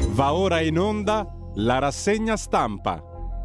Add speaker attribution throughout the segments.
Speaker 1: Va ora in onda la rassegna stampa.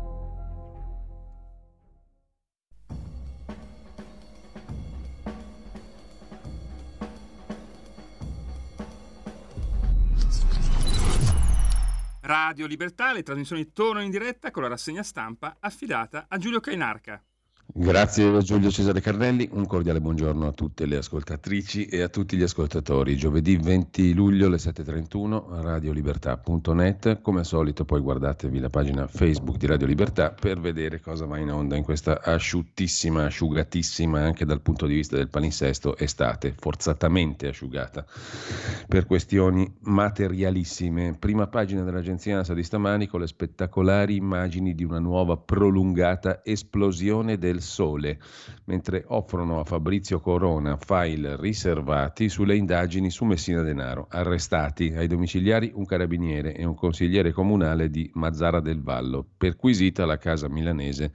Speaker 2: Radio Libertà, le trasmissioni tornano in diretta con la rassegna stampa affidata a Giulio Cainarca.
Speaker 3: Grazie Giulio Cesare Carnelli, un cordiale buongiorno a tutte le ascoltatrici e a tutti gli ascoltatori. Giovedì 20 luglio alle 7.31 radiolibertà.net. Come al solito poi guardatevi la pagina Facebook di Radio Libertà per vedere cosa va in onda in questa asciuttissima, asciugatissima anche dal punto di vista del palinsesto estate, forzatamente asciugata per questioni materialissime. Prima pagina dell'agenzia ANSA di stamani con le spettacolari immagini di una nuova prolungata esplosione del Sole, mentre offrono a Fabrizio Corona file riservati sulle indagini su Messina Denaro. Arrestati ai domiciliari un carabiniere e un consigliere comunale di Mazzara del Vallo. Perquisita la casa milanese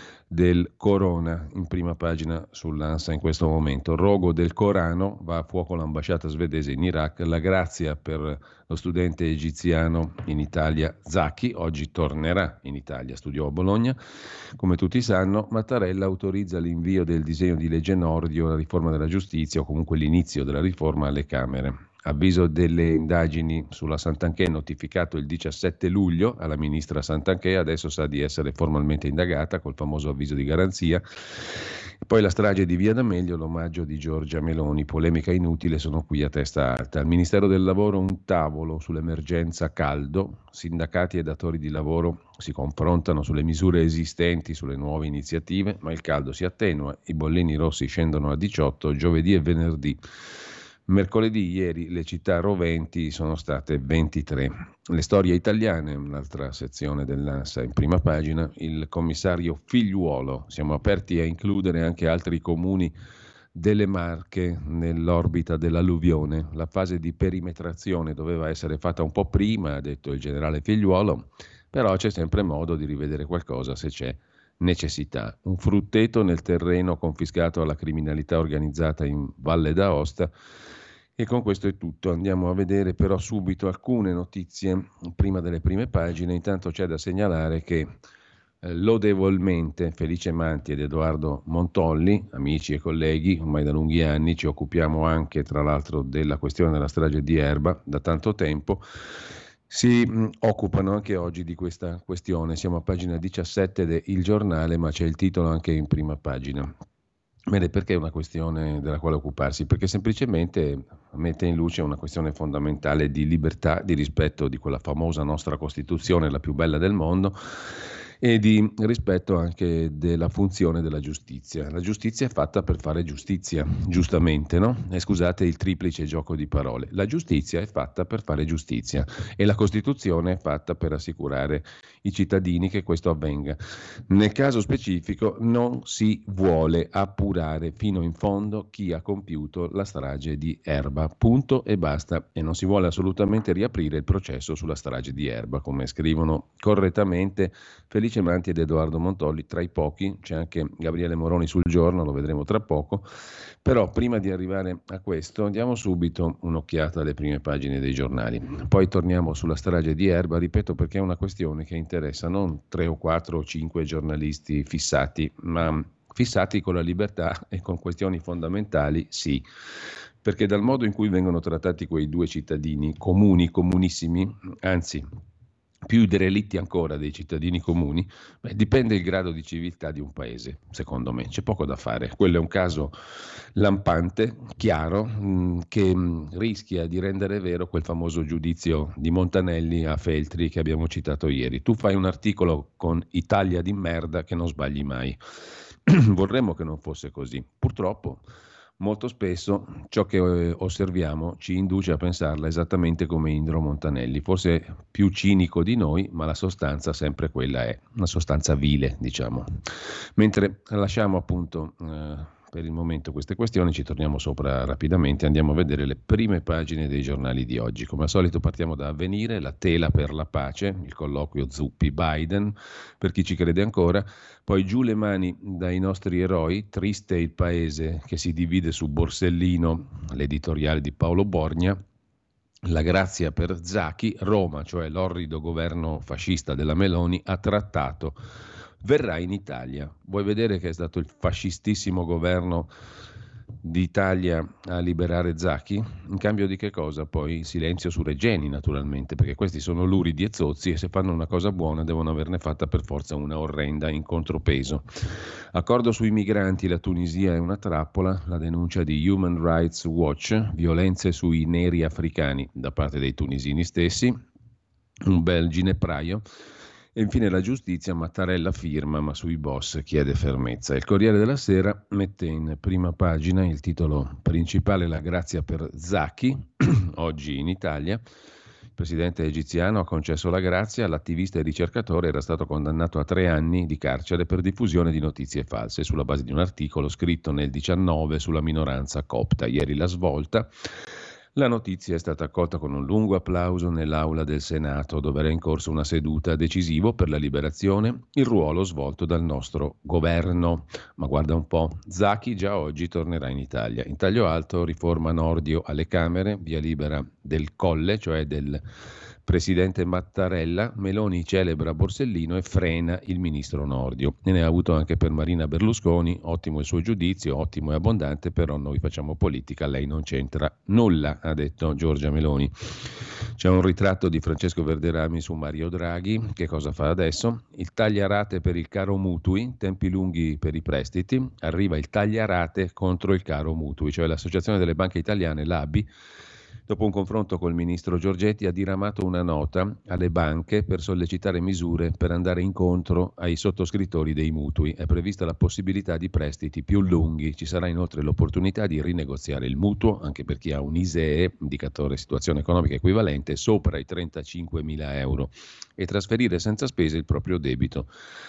Speaker 3: del Corona, in prima pagina sull'ANSA in questo momento. Rogo del Corano, va a fuoco l'ambasciata svedese in Iraq, la grazia per lo studente egiziano in Italia Zaki, oggi tornerà in Italia, studiò a Bologna. Come tutti sanno, Mattarella autorizza l'invio del disegno di legge Nordio, la riforma della giustizia o comunque l'inizio della riforma alle Camere. Avviso delle indagini sulla Santanchè notificato il 17 luglio alla ministra Santanchè, adesso sa di essere formalmente indagata col famoso avviso di garanzia. Poi la strage di Via D'Amelio, l'omaggio di Giorgia Meloni, polemica inutile, sono qui a testa alta. Al Ministero del Lavoro un tavolo sull'emergenza caldo, sindacati e datori di lavoro si confrontano sulle misure esistenti, sulle nuove iniziative, ma il caldo si attenua, i bollini rossi scendono a 18 giovedì e venerdì. Mercoledì, ieri, le città roventi sono state 23. Le storie italiane, un'altra sezione dell'ANSA in prima pagina, il commissario Figliuolo. Siamo aperti a includere anche altri comuni delle Marche nell'orbita dell'alluvione. La fase di perimetrazione doveva essere fatta un po' prima, ha detto il generale Figliuolo, però c'è sempre modo di rivedere qualcosa se c'è necessità. Un frutteto nel terreno confiscato alla criminalità organizzata in Valle d'Aosta. E con questo è tutto. Andiamo a vedere però subito alcune notizie prima delle prime pagine. Intanto c'è da segnalare che lodevolmente Felice Manti ed Edoardo Montolli, amici e colleghi, ormai da lunghi anni, ci occupiamo anche tra l'altro della questione della strage di Erba da tanto tempo, si occupano anche oggi di questa questione. Siamo a pagina 17 del Giornale, ma c'è il titolo anche in prima pagina. Bene, perché è una questione della quale occuparsi? Perché semplicemente mette in luce una questione fondamentale di libertà, di rispetto di quella famosa nostra Costituzione, la più bella del mondo, e di rispetto anche della funzione della giustizia. La giustizia è fatta per fare giustizia, giustamente, no? E scusate il triplice gioco di parole. La giustizia è fatta per fare giustizia e la Costituzione è fatta per assicurare i cittadini che questo avvenga. Nel caso specifico non si vuole appurare fino in fondo chi ha compiuto la strage di Erba, punto e basta, e non si vuole assolutamente riaprire il processo sulla strage di Erba, come scrivono correttamente Felice Manti ed Edoardo Montolli, tra i pochi. C'è anche Gabriele Moroni sul Giorno, lo vedremo tra poco, però prima di arrivare a questo diamo subito un'occhiata alle prime pagine dei giornali, poi torniamo sulla strage di Erba, ripeto, perché è una questione che interessa non 3 o 4 o 5 giornalisti fissati, ma fissati con la libertà e con questioni fondamentali, sì, perché dal modo in cui vengono trattati quei due cittadini comuni, comunissimi, anzi più derelitti ancora dei cittadini comuni, dipende il grado di civiltà di un paese, secondo me. C'è poco da fare. Quello è un caso lampante, chiaro, che rischia di rendere vero quel famoso giudizio di Montanelli a Feltri che abbiamo citato ieri. Tu fai un articolo con Italia di merda che non sbagli mai. Vorremmo che non fosse così. Purtroppo molto spesso ciò che osserviamo ci induce a pensarla esattamente come Indro Montanelli, forse più cinico di noi, ma la sostanza sempre quella è, una sostanza vile, diciamo. Mentre lasciamo appunto per il momento queste questioni, ci torniamo sopra rapidamente, andiamo a vedere le prime pagine dei giornali di oggi. Come al solito partiamo da Avvenire, la tela per la pace, il colloquio Zuppi-Biden, per chi ci crede ancora, poi giù le mani dai nostri eroi, triste il paese che si divide su Borsellino, l'editoriale di Paolo Borgna, La grazia per Zaki, Roma, cioè l'orrido governo fascista della Meloni, ha trattato, verrà in Italia. Vuoi vedere che è stato il fascistissimo governo d'Italia a liberare Zaki? In cambio di che cosa? Poi silenzio su Regeni, naturalmente, perché questi sono luridi e zozzi e se fanno una cosa buona devono averne fatta per forza una orrenda in contropeso. Accordo sui migranti, la Tunisia è una trappola, la denuncia di Human Rights Watch, violenze sui neri africani da parte dei tunisini stessi, un bel ginepraio. E infine la giustizia, Mattarella firma, ma sui boss chiede fermezza. Il Corriere della Sera mette in prima pagina il titolo principale, la grazia per Zaki, oggi in Italia. Il presidente egiziano ha concesso la grazia, l'attivista e ricercatore era stato condannato a 3 anni di carcere per diffusione di notizie false sulla base di un articolo scritto nel 19 sulla minoranza copta. Ieri la svolta. La notizia è stata accolta con un lungo applauso nell'aula del Senato, dove era in corso una seduta decisivo per la liberazione, il ruolo svolto dal nostro governo. Ma guarda un po', Zaki già oggi tornerà in Italia. In taglio alto, riforma Nordio alle Camere, via libera del Colle, cioè del presidente Mattarella, Meloni celebra Borsellino e frena il ministro Nordio. E ne ha avuto anche per Marina Berlusconi, ottimo il suo giudizio, ottimo e abbondante, però noi facciamo politica, lei non c'entra nulla, ha detto Giorgia Meloni. C'è un ritratto di Francesco Verderami su Mario Draghi, che cosa fa adesso? Il tagliarate per il caro mutui, tempi lunghi per i prestiti, arriva il tagliarate contro il caro mutui, cioè l'Associazione delle Banche Italiane, l'ABI, dopo un confronto col ministro Giorgetti ha diramato una nota alle banche per sollecitare misure per andare incontro ai sottoscrittori dei mutui. È prevista la possibilità di prestiti più lunghi. Ci sarà inoltre l'opportunità di rinegoziare il mutuo anche per chi ha un ISEE, indicatore situazione economica equivalente, sopra i 35.000 euro e trasferire senza spese il proprio debito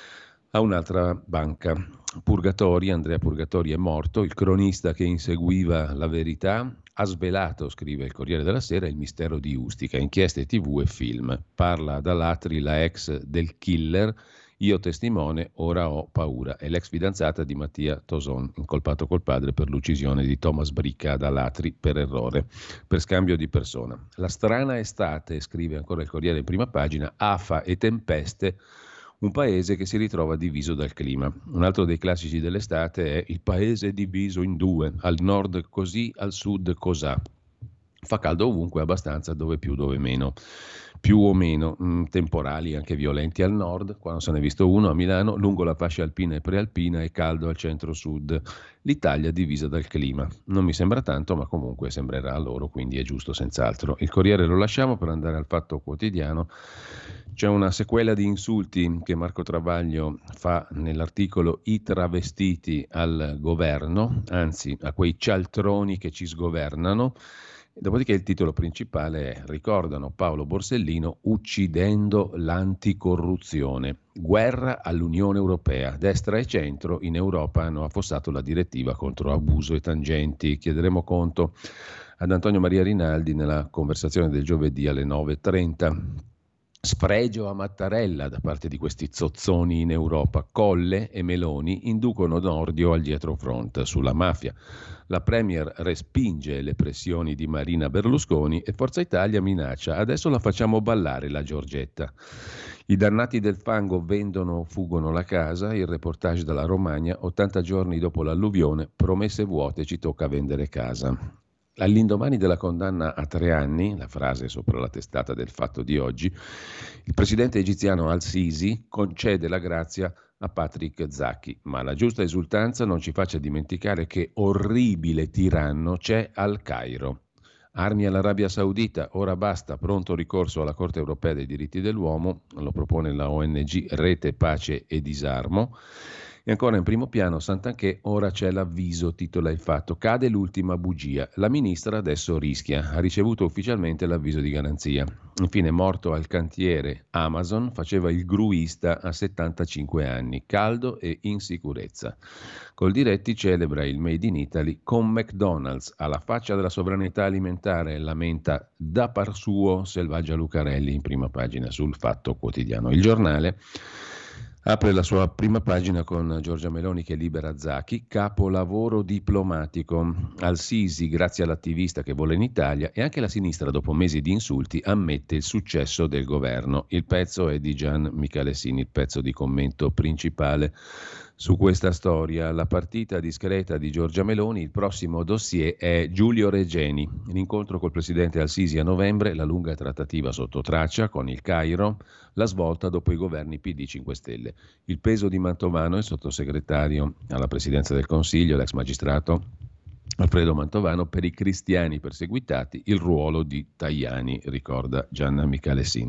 Speaker 3: a un'altra banca. Purgatori, Andrea Purgatori è morto, il cronista che inseguiva la verità ha svelato, scrive il Corriere della Sera, il mistero di Ustica, inchieste TV e film. Parla ad Alatri la ex del killer, io testimone, ora ho paura. È l'ex fidanzata di Mattia Toson, incolpato col padre per l'uccisione di Thomas Bricca ad Alatri per errore, per scambio di persona. La strana estate, scrive ancora il Corriere in prima pagina, afa e tempeste, un paese che si ritrova diviso dal clima. Un altro dei classici dell'estate è il paese diviso in due, al nord così, al sud cosà. Fa caldo ovunque, abbastanza, dove più, dove meno. Più o meno temporali, anche violenti al nord, quando se ne è visto uno a Milano, lungo la fascia alpina e prealpina e caldo al centro-sud. L'Italia divisa dal clima. Non mi sembra tanto, ma comunque sembrerà a loro, quindi è giusto senz'altro. Il Corriere lo lasciamo per andare al Fatto Quotidiano. C'è una sequela di insulti che Marco Travaglio fa nell'articolo I travestiti al governo, anzi a quei cialtroni che ci sgovernano. Dopodiché il titolo principale è ricordano Paolo Borsellino uccidendo l'anticorruzione. Guerra all'Unione Europea. Destra e centro in Europa hanno affossato la direttiva contro abuso e tangenti. Chiederemo conto ad Antonio Maria Rinaldi nella conversazione del giovedì alle 9:30. Sfregio a Mattarella da parte di questi zozzoni in Europa. Colle e Meloni inducono Nordio al dietrofront sulla mafia. La Premier respinge le pressioni di Marina Berlusconi e Forza Italia minaccia. Adesso la facciamo ballare la Giorgetta. I dannati del fango vendono o fuggono la casa. Il reportage dalla Romagna. 80 giorni dopo l'alluvione, promesse vuote, ci tocca vendere casa. All'indomani della condanna a 3 anni, la frase sopra la testata del Fatto di oggi, il presidente egiziano Al-Sisi concede la grazia a Patrick Zaki, ma la giusta esultanza non ci faccia dimenticare che orribile tiranno c'è al Cairo. Armi all'Arabia Saudita, ora basta, pronto ricorso alla Corte Europea dei Diritti dell'Uomo, lo propone la ONG Rete Pace e Disarmo. E ancora in primo piano Santanchè, ora c'è l'avviso, titola il Fatto, cade l'ultima bugia, la ministra adesso rischia, ha ricevuto ufficialmente l'avviso di garanzia. Infine morto al cantiere Amazon, faceva il gruista a 75 anni, caldo e in sicurezza. Coldiretti celebra il Made in Italy con McDonald's, alla faccia della sovranità alimentare, lamenta da par suo Selvaggia Lucarelli in prima pagina sul Fatto Quotidiano. Il Giornale Apre la sua prima pagina con Giorgia Meloni che libera Zaki, capolavoro diplomatico. Al-Sisi, grazie all'attivista che vola in Italia, e anche la sinistra, dopo mesi di insulti, ammette il successo del governo. Il pezzo è di Gian Michalessin, il pezzo di commento principale su questa storia. La partita discreta di Giorgia Meloni, il prossimo dossier è Giulio Regeni. L'incontro col presidente Al-Sisi a novembre, la lunga trattativa sotto traccia con il Cairo, la svolta dopo i governi PD 5 Stelle. Il peso di Mantovano, il sottosegretario alla presidenza del Consiglio, l'ex magistrato Alfredo Mantovano, per i cristiani perseguitati, il ruolo di Tajani, ricorda Gianna Michalessin.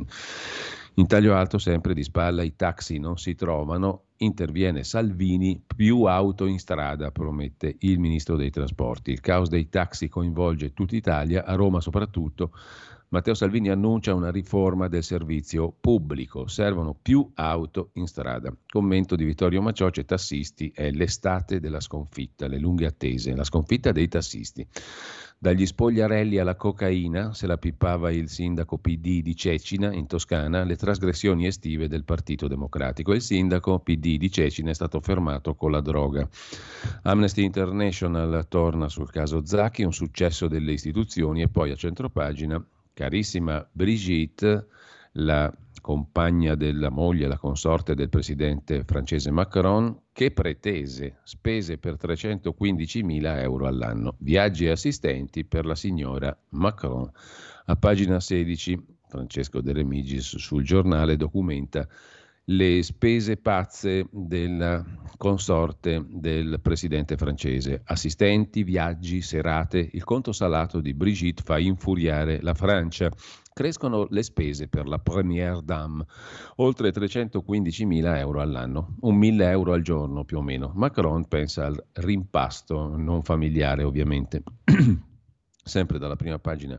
Speaker 3: In taglio alto, sempre di spalla, i taxi non si trovano, interviene Salvini, più auto in strada, promette il ministro dei trasporti. Il caos dei taxi coinvolge tutta Italia, a Roma soprattutto. Matteo Salvini annuncia una riforma del servizio pubblico, servono più auto in strada. Commento di Vittorio Macioce, tassisti, è l'estate della sconfitta, le lunghe attese, la sconfitta dei tassisti. Dagli spogliarelli alla cocaina, se la pippava il sindaco PD di Cecina in Toscana, le trasgressioni estive del Partito Democratico. Il sindaco PD di Cecina è stato fermato con la droga. Amnesty International torna sul caso Zaki, un successo delle istituzioni, e poi a centropagina, carissima Brigitte, la compagna della moglie, la consorte del presidente francese Macron, che pretese spese per 315.000 euro all'anno, viaggi e assistenti per la signora Macron. A pagina 16, Francesco De Remigis sul Giornale documenta le spese pazze della consorte del presidente francese. Assistenti, viaggi, serate. Il conto salato di Brigitte fa infuriare la Francia. Crescono le spese per la première dame, oltre 315.000 euro all'anno, 1.000 euro al giorno più o meno. Macron pensa al rimpasto, non familiare ovviamente. Sempre dalla prima pagina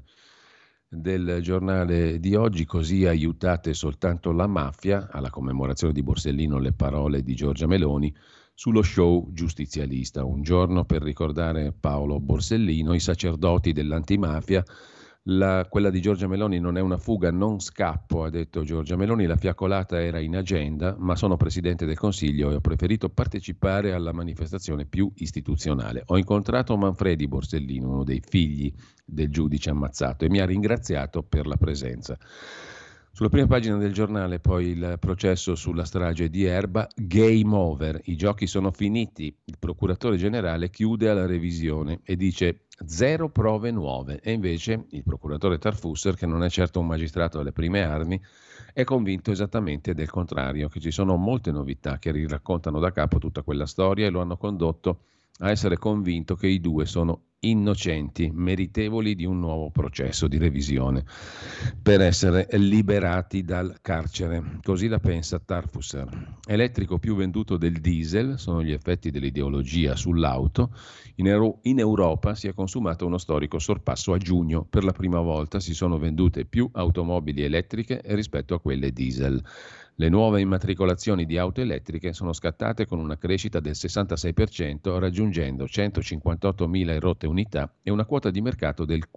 Speaker 3: del giornale di oggi, così aiutate soltanto la mafia, alla commemorazione di Borsellino le parole di Giorgia Meloni sullo show giustizialista, un giorno per ricordare Paolo Borsellino, i sacerdoti dell'antimafia. Quella di Giorgia Meloni non è una fuga, non scappo, ha detto Giorgia Meloni, la fiaccolata era in agenda, ma sono Presidente del Consiglio e ho preferito partecipare alla manifestazione più istituzionale. Ho incontrato Manfredi Borsellino, uno dei figli del giudice ammazzato, e mi ha ringraziato per la presenza. Sulla prima pagina del giornale poi il processo sulla strage di Erba, game over, i giochi sono finiti, il procuratore generale chiude alla revisione e dice 0 prove nuove, e invece il procuratore Tarfusser, che non è certo un magistrato alle prime armi, è convinto esattamente del contrario, che ci sono molte novità che riraccontano da capo tutta quella storia e lo hanno condotto a essere convinto che i due sono innocenti, meritevoli di un nuovo processo di revisione per essere liberati dal carcere. Così la pensa Tarfusser. Elettrico più venduto del diesel, sono gli effetti dell'ideologia sull'auto. In Europa si è consumato uno storico sorpasso a giugno. Per la prima volta si sono vendute più automobili elettriche rispetto a quelle diesel. Le nuove immatricolazioni di auto elettriche sono scattate con una crescita del 66%, raggiungendo 158.000 erotte unità e una quota di mercato del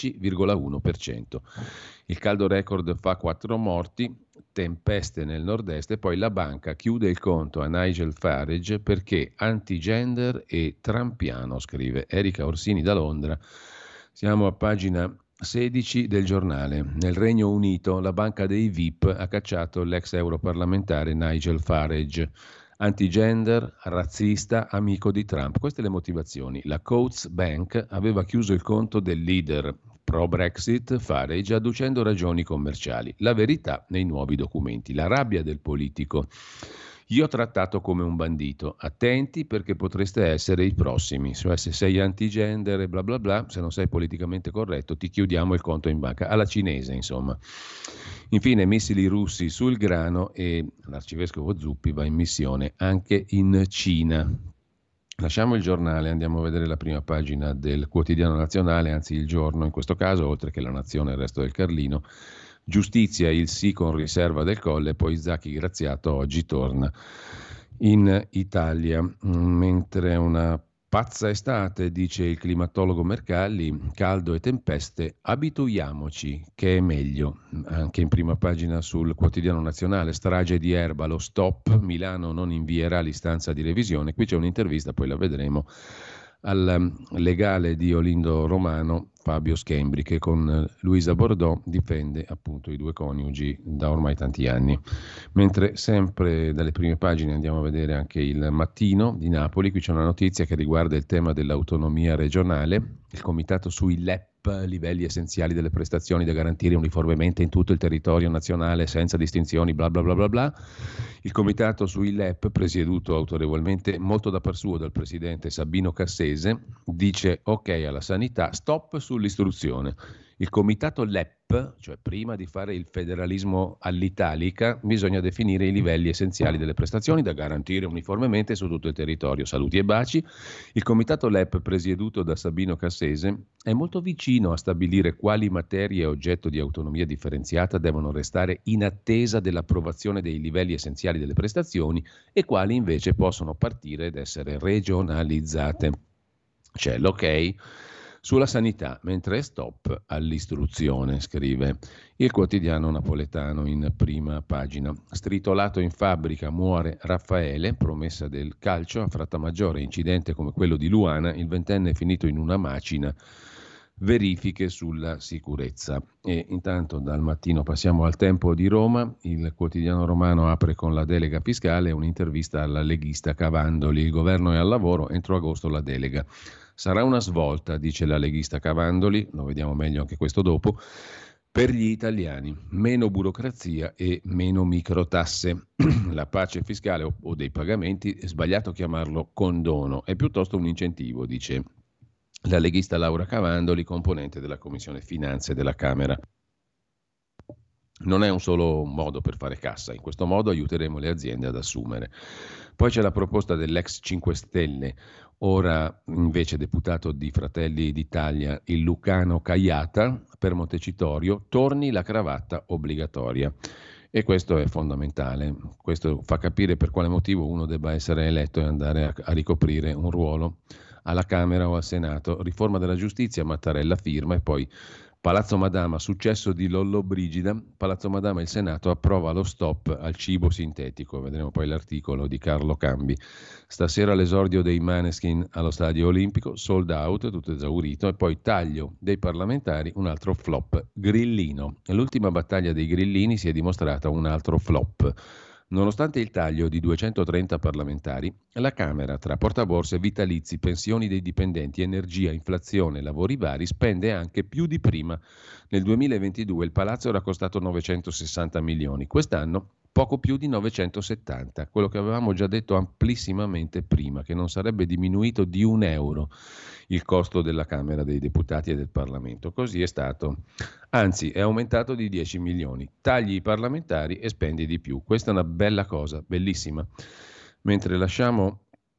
Speaker 3: 15,1%. Il caldo record fa 4 morti, tempeste nel nord-est, e poi la banca chiude il conto a Nigel Farage perché anti-gender e trampiano, scrive Erika Orsini da Londra. Siamo a pagina 16 del giornale. Nel Regno Unito la banca dei VIP ha cacciato l'ex europarlamentare Nigel Farage, anti-gender, razzista, amico di Trump. Queste le motivazioni. La Coates Bank aveva chiuso il conto del leader pro-Brexit Farage adducendo ragioni commerciali. La verità nei nuovi documenti. La rabbia del politico. Io ho trattato come un bandito, attenti perché potreste essere i prossimi, cioè se sei anti-gender e bla bla bla, se non sei politicamente corretto ti chiudiamo il conto in banca, alla cinese insomma. Infine missili russi sul grano e l'arcivescovo Zuppi va in missione anche in Cina. Lasciamo il giornale, andiamo a vedere la prima pagina del quotidiano nazionale, anzi il giorno in questo caso, oltre che la Nazione e il Resto del Carlino. Giustizia, il sì con riserva del Colle, poi Zaki graziato oggi torna in Italia, mentre una Pazza estate, dice il climatologo Mercalli, caldo e tempeste, abituiamoci che è meglio. Anche in prima pagina sul Quotidiano Nazionale, strage di Erbalo, stop, Milano non invierà l'istanza di revisione. Qui c'è un'intervista, poi la vedremo, al legale di Olindo Romano, Fabio Schembri, che con Luisa Bordeaux difende appunto i due coniugi da ormai tanti anni. Mentre sempre dalle prime pagine andiamo a vedere anche il Mattino di Napoli. Qui c'è una notizia che riguarda il tema dell'autonomia regionale, il comitato sui LEP, livelli essenziali delle prestazioni da garantire uniformemente in tutto il territorio nazionale senza distinzioni, bla bla bla bla bla. Il comitato sui LEP, presieduto autorevolmente molto da par suo dal presidente Sabino Cassese, dice ok alla sanità, stop sull'istruzione. Il comitato LEP, cioè prima di fare il federalismo all'italica, bisogna definire i livelli essenziali delle prestazioni da garantire uniformemente su tutto il territorio. Saluti e baci. Il comitato LEP, presieduto da Sabino Cassese, è molto vicino a stabilire quali materie oggetto di autonomia differenziata devono restare in attesa dell'approvazione dei livelli essenziali delle prestazioni e quali invece possono partire ed essere regionalizzate. C'è l'ok sulla sanità, mentre è stop all'istruzione, scrive il quotidiano napoletano in prima pagina. Stritolato in fabbrica, muore Raffaele, promessa del calcio, a Frattamaggiore, incidente come quello di Luana, il ventenne è finito in una macina, verifiche sulla sicurezza. E intanto dal Mattino passiamo al Tempo di Roma. Il quotidiano romano apre con la delega fiscale, un'intervista alla leghista Cavandoli. Il governo è al lavoro, entro agosto la delega. Sarà una svolta, dice la leghista Cavandoli, lo vediamo meglio anche questo dopo, per gli italiani. Meno burocrazia e meno microtasse. La pace fiscale o dei pagamenti, è sbagliato chiamarlo condono, è piuttosto un incentivo, dice la leghista Laura Cavandoli, componente della Commissione Finanze della Camera. Non è un solo modo per fare cassa, in questo modo aiuteremo le aziende ad assumere. Poi c'è la proposta dell'ex 5 Stelle, ora invece deputato di Fratelli d'Italia, il lucano Caiata, per Montecitorio, torni la cravatta obbligatoria. E questo è fondamentale, questo fa capire per quale motivo uno debba essere eletto e andare a ricoprire un ruolo alla Camera o al Senato. Riforma della giustizia, Mattarella firma, e poi Palazzo Madama, successo di Lollobrigida, Palazzo Madama e il Senato approva lo stop al cibo sintetico. Vedremo poi l'articolo di Carlo Cambi. Stasera l'esordio dei Maneskin allo Stadio Olimpico, sold out, tutto esaurito, e poi taglio dei parlamentari, un altro flop, Grillino. L'ultima battaglia dei grillini si è dimostrata un altro flop. Nonostante il taglio di 230 parlamentari, la Camera, tra portaborse, vitalizi, pensioni dei dipendenti, energia, inflazione, lavori vari, spende anche più di prima. Nel 2022 il palazzo era costato 960 milioni, quest'anno poco più di 970, quello che avevamo già detto amplissimamente prima, che non sarebbe diminuito di €1 il costo della Camera dei Deputati e del Parlamento. Così è stato. Anzi, è aumentato di 10 milioni. Tagli i parlamentari e spendi di più. Questa è una bella cosa, bellissima. Mentre lasciamo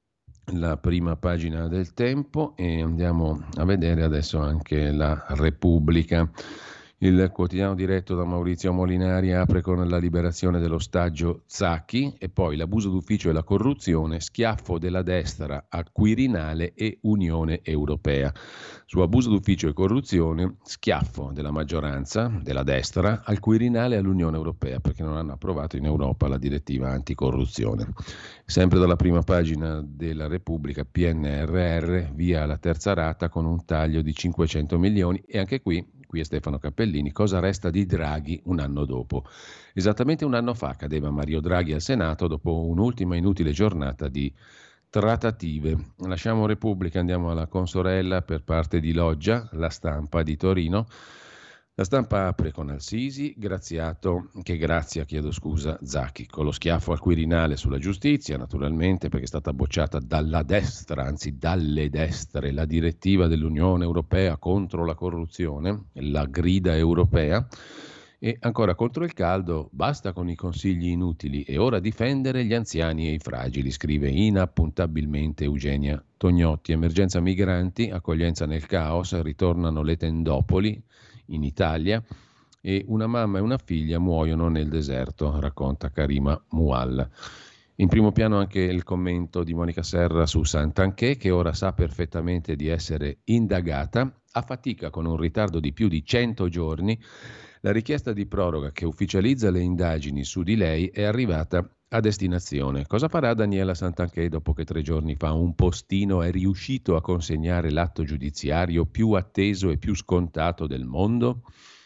Speaker 3: la prima pagina del Tempo e andiamo a vedere adesso anche la Repubblica. Il quotidiano diretto da Maurizio Molinari apre con la liberazione dell'ostaggio Zaki e poi l'abuso d'ufficio e la corruzione, schiaffo della destra a Quirinale e Unione Europea. Su abuso d'ufficio e corruzione, schiaffo della maggioranza, della destra, al Quirinale e all'Unione Europea, perché non hanno approvato in Europa la direttiva anticorruzione. Sempre dalla prima pagina della Repubblica, PNRR, via la terza rata con un taglio di 500 milioni e anche qui è Stefano Cappellini, cosa resta di Draghi un anno dopo. Esattamente un anno fa cadeva Mario Draghi al Senato dopo un'ultima inutile giornata di trattative. Lasciamo Repubblica, andiamo alla consorella per parte di Loggia, La Stampa di Torino. La Stampa apre con Al-Sisi, che grazia Zaki, con lo schiaffo al Quirinale sulla giustizia, naturalmente, perché è stata bocciata dalla destra, anzi dalle destre, la direttiva dell'Unione Europea contro la corruzione, la grida europea. E ancora contro il caldo, basta con i consigli inutili e ora difendere gli anziani e i fragili, scrive inappuntabilmente Eugenia Tognotti. Emergenza migranti, accoglienza nel caos, ritornano le tendopoli in Italia e una mamma e una figlia muoiono nel deserto, racconta Karima Mual. In primo piano anche il commento di Monica Serra su Santanchè, che ora sa perfettamente di essere indagata, a fatica con un ritardo di più di 100 giorni. La richiesta di proroga che ufficializza le indagini su di lei è arrivata a destinazione. Cosa farà Daniela Santanchè dopo che 3 giorni fa un postino è riuscito a consegnare l'atto giudiziario più atteso e più scontato del mondo?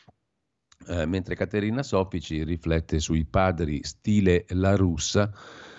Speaker 3: Mentre Caterina Soffici riflette sui padri stile La Russa,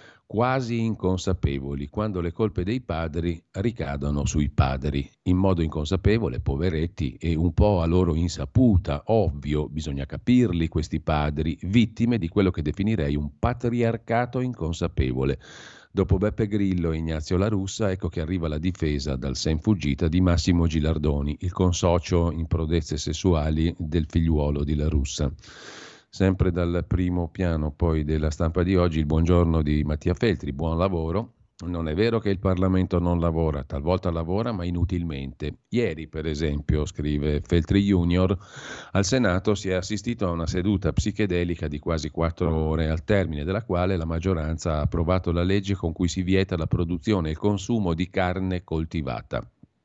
Speaker 3: quasi inconsapevoli, quando le colpe dei padri ricadono sui padri, in modo inconsapevole, poveretti, e un po' a loro insaputa, ovvio, bisogna capirli questi padri, vittime di quello che definirei un patriarcato inconsapevole. Dopo Beppe Grillo e Ignazio La Russa, ecco che arriva la difesa dal sen fuggita di Massimo Gilardoni, il consocio in prodezze sessuali del figliuolo di La Russa. Sempre dal primo piano poi della Stampa di oggi, il buongiorno di Mattia Feltri, buon lavoro. Non è vero che il Parlamento non lavora, talvolta lavora ma inutilmente. Ieri, per esempio, scrive Feltri Junior, al Senato si è assistito a una seduta psichedelica di quasi 4 ore, al termine della quale la maggioranza ha approvato la legge con cui si vieta la produzione e il consumo di carne coltivata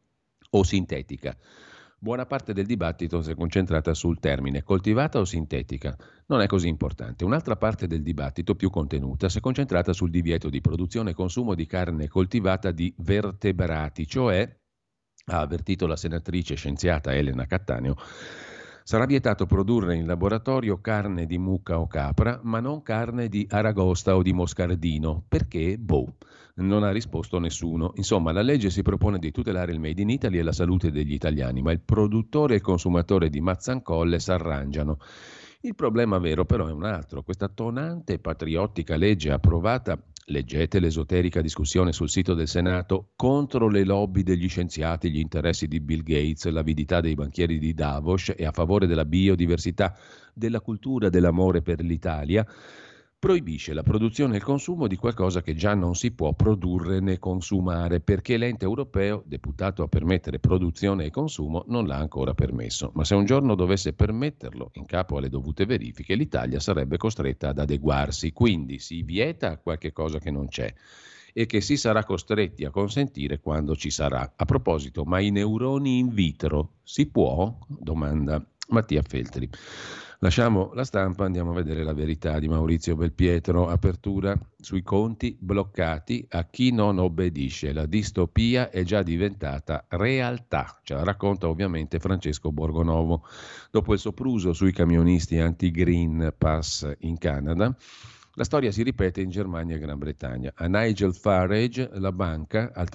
Speaker 3: o sintetica. Buona parte del dibattito si è concentrata sul termine coltivata o sintetica. Non è così importante. Un'altra parte del dibattito, più contenuta, si è concentrata sul divieto di produzione e consumo di carne coltivata di vertebrati, cioè, ha avvertito la senatrice scienziata Elena Cattaneo, sarà vietato produrre in laboratorio carne di mucca o capra, ma non carne di aragosta o di moscardino. Perché? Boh. Non ha risposto nessuno. Insomma, la legge si propone di tutelare il Made in Italy e la salute degli italiani, ma il produttore e il consumatore di Mazzancolle s'arrangiano. Il problema vero però è un altro. Questa tonante e patriottica legge approvata, leggete l'esoterica discussione sul sito del Senato, contro le lobby degli scienziati, gli interessi di Bill Gates, l'avidità dei banchieri di Davos e a favore della biodiversità, della cultura, dell'amore per l'Italia, proibisce la produzione e il consumo di qualcosa che già non si può produrre né consumare, perché l'ente europeo, deputato a permettere produzione e consumo, non l'ha ancora permesso. Ma se un giorno dovesse permetterlo, in capo alle dovute verifiche, l'Italia sarebbe costretta ad adeguarsi. Quindi si vieta qualche cosa che non c'è e che si sarà costretti a consentire quando ci sarà. A proposito, ma i neuroni in vitro si può? Domanda Mattia Feltri. Lasciamo la Stampa, andiamo a vedere La Verità di Maurizio Belpietro. Apertura sui conti bloccati a chi non obbedisce. La distopia è già diventata realtà. Ce la racconta ovviamente Francesco Borgonovo. Dopo il sopruso sui camionisti anti-Green Pass in Canada, la storia si ripete in Germania e Gran Bretagna. A Nigel Farage, la banca, al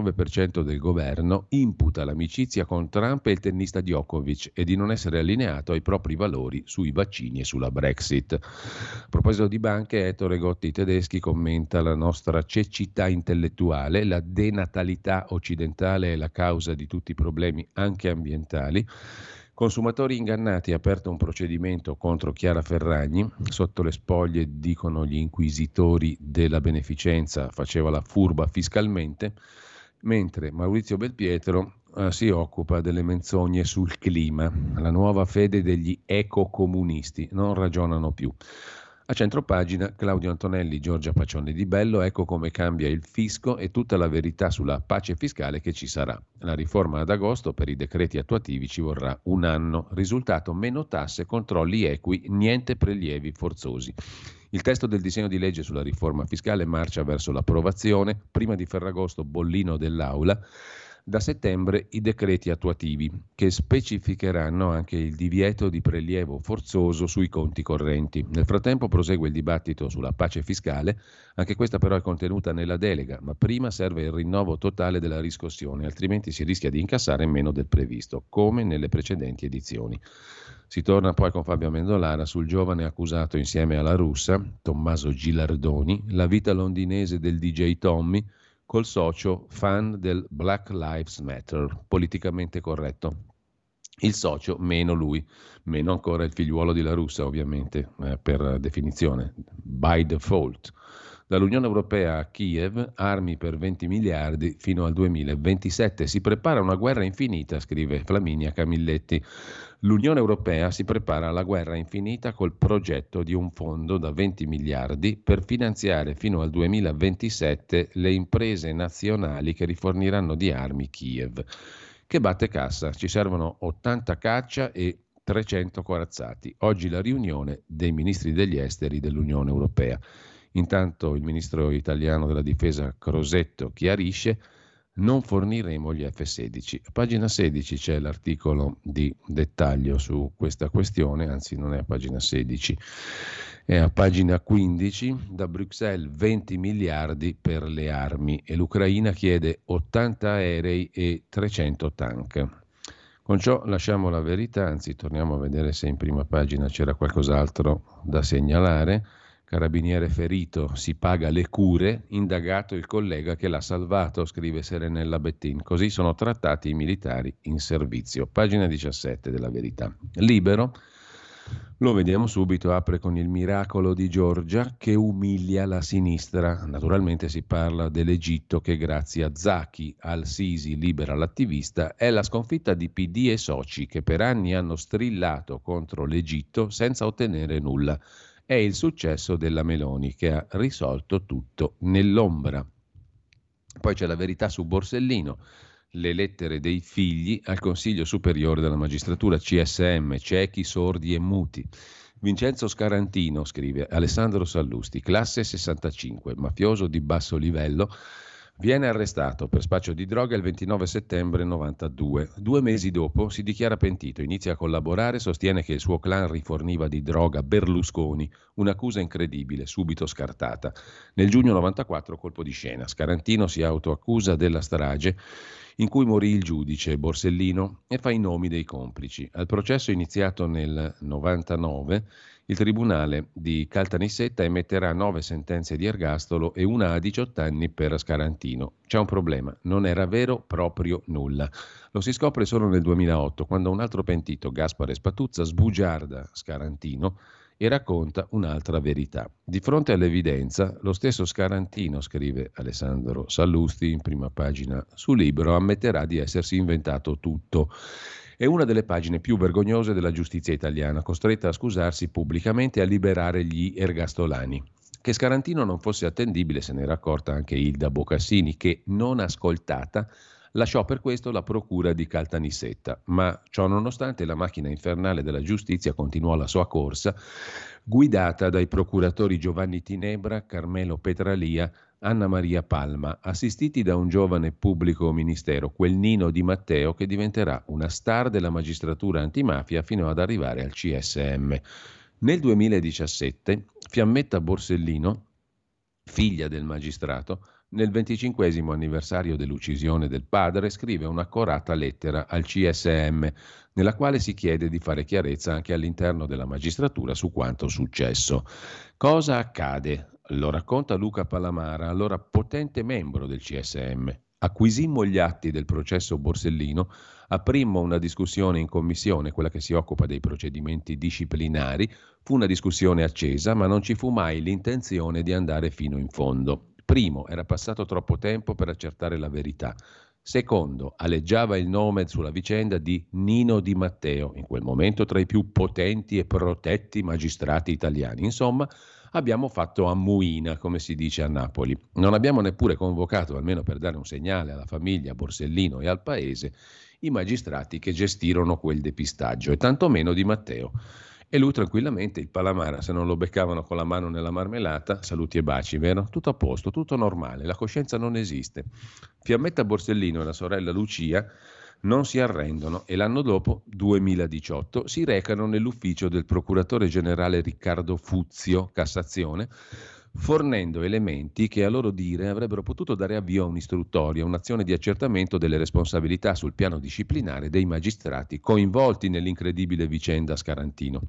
Speaker 3: 39% del governo, imputa l'amicizia con Trump e il tennista Djokovic e di non essere allineato ai propri valori sui vaccini e sulla Brexit. A proposito di banche, Ettore Gotti Tedeschi commenta la nostra cecità intellettuale, la denatalità occidentale è la causa di tutti i problemi anche ambientali. Consumatori ingannati, ha aperto un procedimento contro Chiara Ferragni, sotto le spoglie, dicono gli inquisitori della beneficenza, faceva la furba fiscalmente, mentre Maurizio Belpietro si occupa delle menzogne sul clima, la nuova fede degli ecocomunisti, non ragionano più. A centropagina Claudio Antonelli, Giorgia Pacioni di Bello, ecco come cambia il fisco e tutta la verità sulla pace fiscale che ci sarà. La riforma ad agosto, per i decreti attuativi ci vorrà 1 anno. Risultato: meno tasse, controlli equi, niente prelievi forzosi. Il testo del disegno di legge sulla riforma fiscale marcia verso l'approvazione, prima di Ferragosto bollino dell'Aula. Da settembre i decreti attuativi, che specificheranno anche il divieto di prelievo forzoso sui conti correnti. Nel frattempo prosegue il dibattito sulla pace fiscale, anche questa però è contenuta nella delega, ma prima serve il rinnovo totale della riscossione, altrimenti si rischia di incassare meno del previsto, come nelle precedenti edizioni. Si torna poi con Fabio Amendolara sul giovane accusato insieme alla Russa, Tommaso Gilardoni, la vita londinese del DJ Tommy, col socio fan del Black Lives Matter, politicamente corretto. Il socio meno lui, meno ancora il figliuolo di La Russa, ovviamente, per definizione, by default. Dall'Unione Europea a Kiev, armi per 20 miliardi fino al 2027. Si prepara una guerra infinita, scrive Flaminia Camilletti. L'Unione Europea si prepara alla guerra infinita col progetto di un fondo da 20 miliardi per finanziare fino al 2027 le imprese nazionali che riforniranno di armi Kiev. Che batte cassa, ci servono 80 caccia e 300 corazzati. Oggi la riunione dei ministri degli esteri dell'Unione Europea. Intanto il ministro italiano della difesa Crosetto chiarisce: non forniremo gli F-16. A pagina 16 c'è l'articolo di dettaglio su questa questione, anzi non è a pagina 16, è a pagina 15. Da Bruxelles 20 miliardi per le armi e l'Ucraina chiede 80 aerei e 300 tank. Con ciò lasciamo la verità, anzi torniamo a vedere se in prima pagina c'era qualcos'altro da segnalare. Carabiniere ferito, si paga le cure, indagato il collega che l'ha salvato, scrive Serenella Bettin. Così sono trattati i militari in servizio. Pagina 17 della Verità. Libero, lo vediamo subito, apre con il miracolo di Giorgia che umilia la sinistra. Naturalmente si parla dell'Egitto che grazie a Zaki al-Sisi libera l'attivista, è la sconfitta di PD e soci che per anni hanno strillato contro l'Egitto senza ottenere nulla. È il successo della Meloni che ha risolto tutto nell'ombra. Poi c'è la verità su Borsellino, le lettere dei figli al Consiglio Superiore della Magistratura, CSM, ciechi, sordi e muti. Vincenzo Scarantino, scrive Alessandro Sallusti, classe 65, mafioso di basso livello, viene arrestato per spaccio di droga il 29 settembre 92. 2 mesi dopo si dichiara pentito, inizia a collaborare, sostiene che il suo clan riforniva di droga Berlusconi, un'accusa incredibile, subito scartata. Nel giugno 94 colpo di scena, Scarantino si autoaccusa della strage in cui morì il giudice Borsellino e fa i nomi dei complici. Al processo iniziato nel 99, il tribunale di Caltanissetta emetterà 9 sentenze di ergastolo e una a 18 anni per Scarantino. C'è un problema, non era vero proprio nulla. Lo si scopre solo nel 2008, quando un altro pentito, Gaspare Spatuzza, sbugiarda Scarantino e racconta un'altra verità. Di fronte all'evidenza, lo stesso Scarantino, scrive Alessandro Sallusti in prima pagina su Libero, ammetterà di essersi inventato tutto. È una delle pagine più vergognose della giustizia italiana, costretta a scusarsi pubblicamente e a liberare gli ergastolani. Che Scarantino non fosse attendibile se n'era accorta anche Ilda Bocassini, che, non ascoltata, lasciò per questo la procura di Caltanissetta, ma ciò nonostante la macchina infernale della giustizia continuò la sua corsa, guidata dai procuratori Giovanni Tinebra, Carmelo Petralia, Anna Maria Palma, assistiti da un giovane pubblico ministero, quel Nino Di Matteo che diventerà una star della magistratura antimafia fino ad arrivare al CSM. Nel 2017 Fiammetta Borsellino, figlia del magistrato, nel 25° anniversario dell'uccisione del padre, scrive un'accorata lettera al CSM, nella quale si chiede di fare chiarezza anche all'interno della magistratura su quanto successo. Cosa accade? Lo racconta Luca Palamara, allora potente membro del CSM. Acquisimmo gli atti del processo Borsellino, aprimmo una discussione in commissione, quella che si occupa dei procedimenti disciplinari. Fu una discussione accesa, ma non ci fu mai l'intenzione di andare fino in fondo. Primo, era passato troppo tempo per accertare la verità. Secondo, aleggiava il nome sulla vicenda di Nino Di Matteo, in quel momento tra i più potenti e protetti magistrati italiani. Insomma, abbiamo fatto ammuina, come si dice a Napoli. Non abbiamo neppure convocato, almeno per dare un segnale alla famiglia Borsellino e al paese, i magistrati che gestirono quel depistaggio, e tantomeno Di Matteo. E lui tranquillamente, il Palamara, se non lo beccavano con la mano nella marmellata, saluti e baci, vero? Tutto a posto, tutto normale, la coscienza non esiste. Fiammetta Borsellino e la sorella Lucia non si arrendono e l'anno dopo, 2018, si recano nell'ufficio del procuratore generale Riccardo Fuzio, Cassazione, fornendo elementi che a loro dire avrebbero potuto dare avvio a un'istruttoria, un'azione di accertamento delle responsabilità sul piano disciplinare dei magistrati coinvolti nell'incredibile vicenda Scarantino.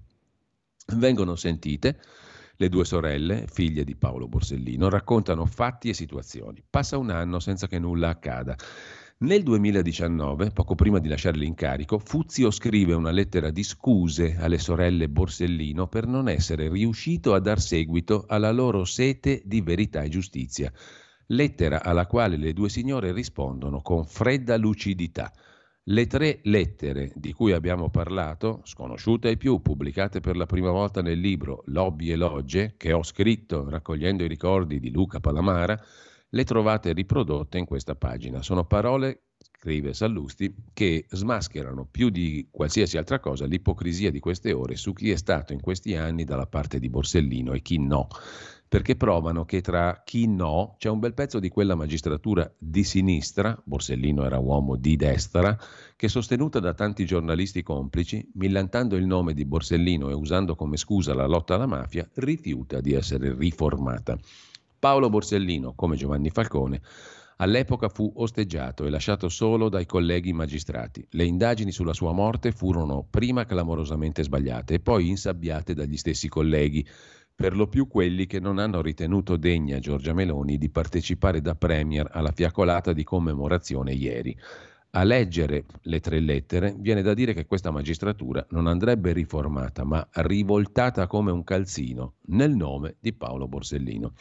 Speaker 3: Vengono sentite le 2 sorelle, figlie di Paolo Borsellino, raccontano fatti e situazioni. Passa un anno senza che nulla accada. Nel 2019, poco prima di lasciare l'incarico, Fuzio scrive una lettera di scuse alle sorelle Borsellino per non essere riuscito a dar seguito alla loro sete di verità e giustizia. Lettera alla quale le due signore rispondono con fredda lucidità. Le 3 lettere di cui abbiamo parlato, sconosciute ai più, pubblicate per la prima volta nel libro Lobby e Logge, che ho scritto raccogliendo i ricordi di Luca Palamara, le trovate riprodotte in questa pagina. Sono parole, scrive Sallusti, che smascherano più di qualsiasi altra cosa l'ipocrisia di queste ore su chi è stato in questi anni dalla parte di Borsellino e chi no, perché provano che tra chi no c'è un bel pezzo di quella magistratura di sinistra, Borsellino era uomo di destra, che sostenuta da tanti giornalisti complici, millantando il nome di Borsellino e usando come scusa la lotta alla mafia, rifiuta di essere riformata. Paolo Borsellino, come Giovanni Falcone, all'epoca fu osteggiato e lasciato solo dai colleghi magistrati. Le indagini sulla sua morte furono prima clamorosamente sbagliate e poi insabbiate dagli stessi colleghi, per lo più quelli che non hanno ritenuto degna Giorgia Meloni di partecipare da premier alla fiaccolata di commemorazione ieri. A leggere le 3 lettere viene da dire che questa magistratura non andrebbe riformata, ma rivoltata come un calzino nel nome di Paolo Borsellino.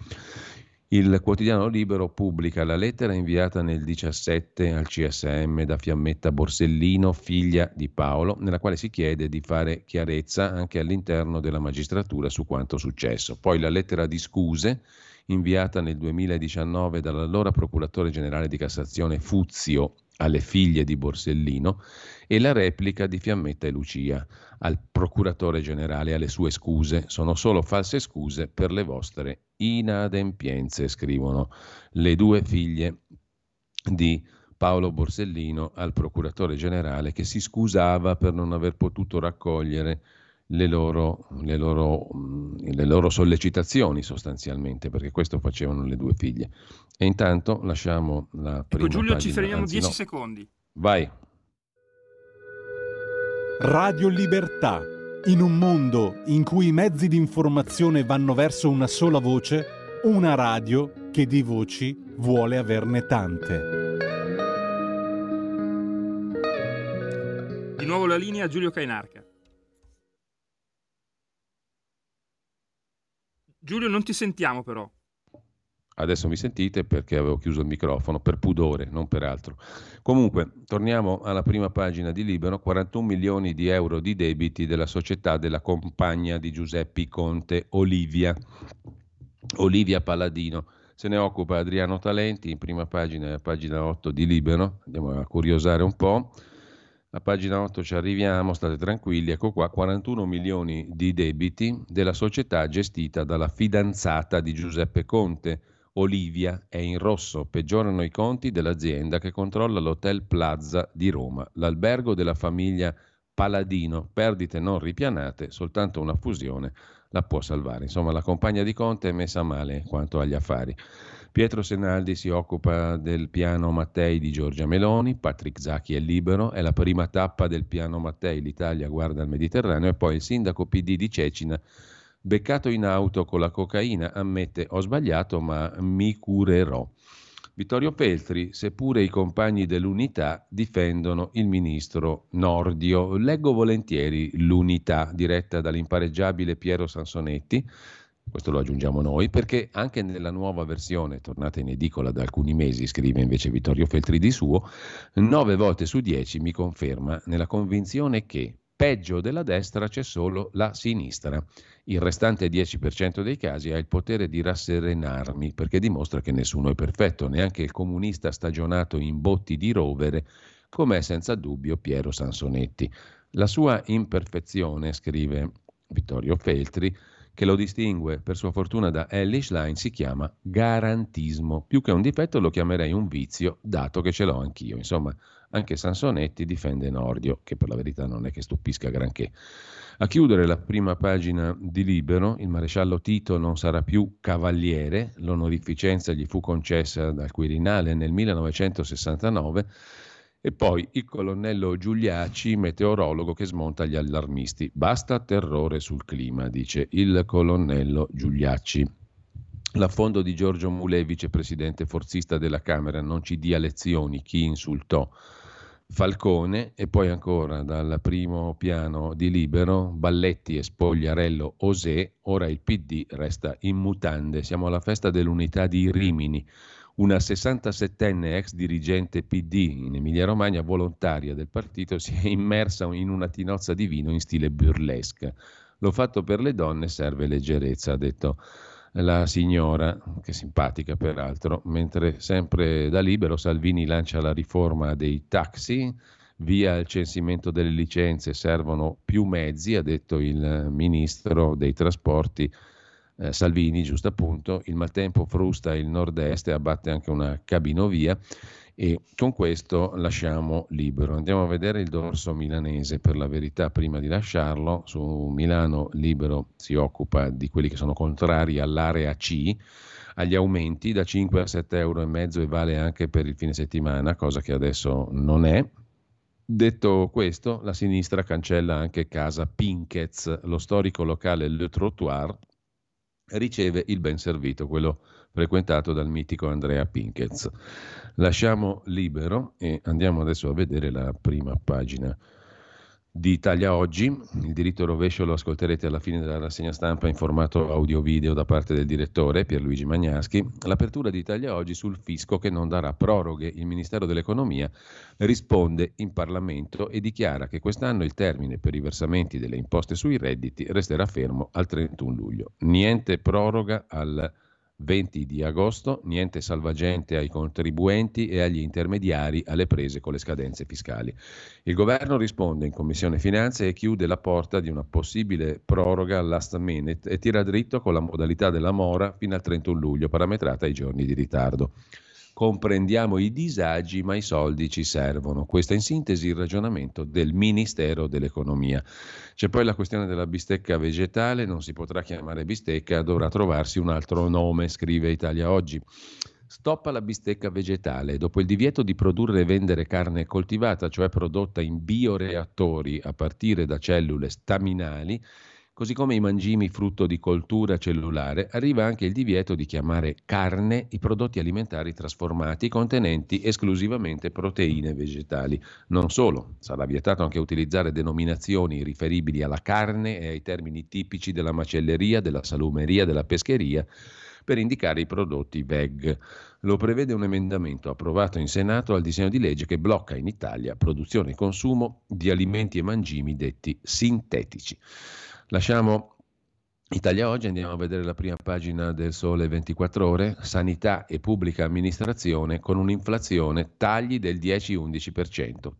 Speaker 3: Il quotidiano Libero pubblica la lettera inviata nel 17 al CSM da Fiammetta Borsellino, figlia di Paolo, nella quale si chiede di fare chiarezza anche all'interno della magistratura su quanto successo. Poi la lettera di scuse inviata nel 2019 dall'allora procuratore generale di Cassazione Fuzio alle figlie di Borsellino e la replica di Fiammetta e Lucia al procuratore generale alle sue scuse. Sono solo false scuse per le vostre inadempienze, scrivono le 2 figlie di Paolo Borsellino al procuratore generale, che si scusava per non aver potuto raccogliere le loro sollecitazioni sostanzialmente, perché questo facevano le 2 figlie. E intanto lasciamo la prima
Speaker 2: Giulio,
Speaker 3: pagina,
Speaker 2: ci fermiamo
Speaker 3: anzi
Speaker 2: 10
Speaker 3: no.
Speaker 2: secondi.
Speaker 3: Vai.
Speaker 1: Radio Libertà. In un mondo in cui i mezzi di informazione vanno verso una sola voce, una radio che di voci vuole averne tante.
Speaker 2: Di nuovo la linea a Giulio Cainarca. Giulio, non ti sentiamo però.
Speaker 3: Adesso mi sentite perché avevo chiuso il microfono, per pudore, non per altro. Comunque, torniamo alla prima pagina di Libero. 41 milioni di euro di debiti della società della compagna di Giuseppe Conte, Olivia Paladino. Se ne occupa Adriano Talenti, in prima pagina, pagina 8 di Libero. Andiamo a curiosare un po'. A pagina 8 ci arriviamo, state tranquilli, ecco qua, 41 milioni di debiti della società gestita dalla fidanzata di Giuseppe Conte, Olivia, è in rosso, peggiorano i conti dell'azienda che controlla l'Hotel Plaza di Roma, l'albergo della famiglia Paladino, perdite non ripianate, soltanto una fusione la può salvare. Insomma, la compagna di Conte è messa male quanto agli affari. Pietro Senaldi si occupa del piano Mattei di Giorgia Meloni, Patrick Zaki è libero, è la prima tappa del piano Mattei, l'Italia guarda al Mediterraneo, e poi il sindaco PD di Cecina, beccato in auto con la cocaina, ammette ho sbagliato ma mi curerò. Vittorio Feltri, seppure i compagni dell'Unità difendono il ministro Nordio. Leggo volentieri l'Unità diretta dall'impareggiabile Piero Sansonetti, questo lo aggiungiamo noi, perché anche nella nuova versione, tornata in edicola da alcuni mesi, scrive invece Vittorio Feltri di suo, 9 volte su 10 mi conferma nella convinzione che peggio della destra c'è solo la sinistra. Il restante 10% dei casi ha il potere di rasserenarmi, perché dimostra che nessuno è perfetto, neanche il comunista stagionato in botti di rovere, come è senza dubbio Piero Sansonetti. La sua imperfezione, scrive Vittorio Feltri, che lo distingue per sua fortuna da Ellis Line, si chiama garantismo. Più che un difetto lo chiamerei un vizio, dato che ce l'ho anch'io. Insomma, anche Sansonetti difende Nordio, che per la verità non è che stupisca granché. A chiudere la prima pagina di Libero, il maresciallo Tito non sarà più cavaliere, l'onorificenza gli fu concessa dal Quirinale nel 1969, e poi il colonnello Giuliacci, meteorologo che smonta gli allarmisti. Basta terrore sul clima, dice il colonnello Giuliacci. L'affondo di Giorgio Mulè, vicepresidente forzista della Camera, non ci dia lezioni, chi insultò Falcone. E poi ancora dal primo piano di Libero, Balletti e Spogliarello Osè, ora il PD resta in mutande, siamo alla festa dell'unità di Rimini. Una 67enne ex dirigente PD in Emilia-Romagna, volontaria del partito, si è immersa in una tinozza di vino in stile burlesque. L'ho fatto per le donne, serve leggerezza, ha detto la signora, che è simpatica peraltro, mentre sempre da Libero Salvini lancia la riforma dei taxi, via il censimento delle licenze, servono più mezzi, ha detto il ministro dei trasporti Salvini, giusto appunto. Il maltempo frusta il nord-est e abbatte anche una cabinovia, e con questo lasciamo Libero. Andiamo a vedere il dorso milanese, per la verità, prima di lasciarlo. Su Milano Libero si occupa di quelli che sono contrari all'area C, agli aumenti da 5 a 7,5 € e vale anche per il fine settimana, cosa che adesso non è. Detto questo, la sinistra cancella anche Casa Pinkez, lo storico locale Le Trottoir riceve il ben servito, quello frequentato dal mitico Andrea Pinkez. Lasciamo Libero e andiamo adesso a vedere la prima pagina di Italia Oggi. Il diritto rovescio lo ascolterete alla fine della rassegna stampa in formato audio-video da parte del direttore Pierluigi Magnaschi. L'apertura di Italia Oggi sul fisco che non darà proroghe. Il Ministero dell'Economia risponde in Parlamento e dichiara che quest'anno il termine per i versamenti delle imposte sui redditi resterà fermo al 31 luglio. Niente proroga al 20 di agosto, niente salvagente ai contribuenti e agli intermediari alle prese con le scadenze fiscali. Il governo risponde in Commissione Finanze e chiude la porta di una possibile proroga last minute e tira dritto con la modalità della mora fino al 31 luglio, parametrata ai giorni di ritardo. Comprendiamo i disagi, ma i soldi ci servono. Questo è in sintesi il ragionamento del Ministero dell'Economia. C'è poi la questione della bistecca vegetale, non si potrà chiamare bistecca, dovrà trovarsi un altro nome, scrive Italia Oggi. Stop alla bistecca vegetale. Dopo il divieto di produrre e vendere carne coltivata, cioè prodotta in bioreattori a partire da cellule staminali, così come i mangimi frutto di coltura cellulare, arriva anche il divieto di chiamare carne i prodotti alimentari trasformati contenenti esclusivamente proteine vegetali. Non solo, sarà vietato anche utilizzare denominazioni riferibili alla carne e ai termini tipici della macelleria, della salumeria, della pescheria, per indicare i prodotti veg. Lo prevede un emendamento approvato in Senato al disegno di legge che blocca in Italia produzione e consumo di alimenti e mangimi detti sintetici. Lasciamo Italia Oggi, andiamo a vedere la prima pagina del Sole 24 Ore, sanità e pubblica amministrazione con un'inflazione, tagli del 10-11%,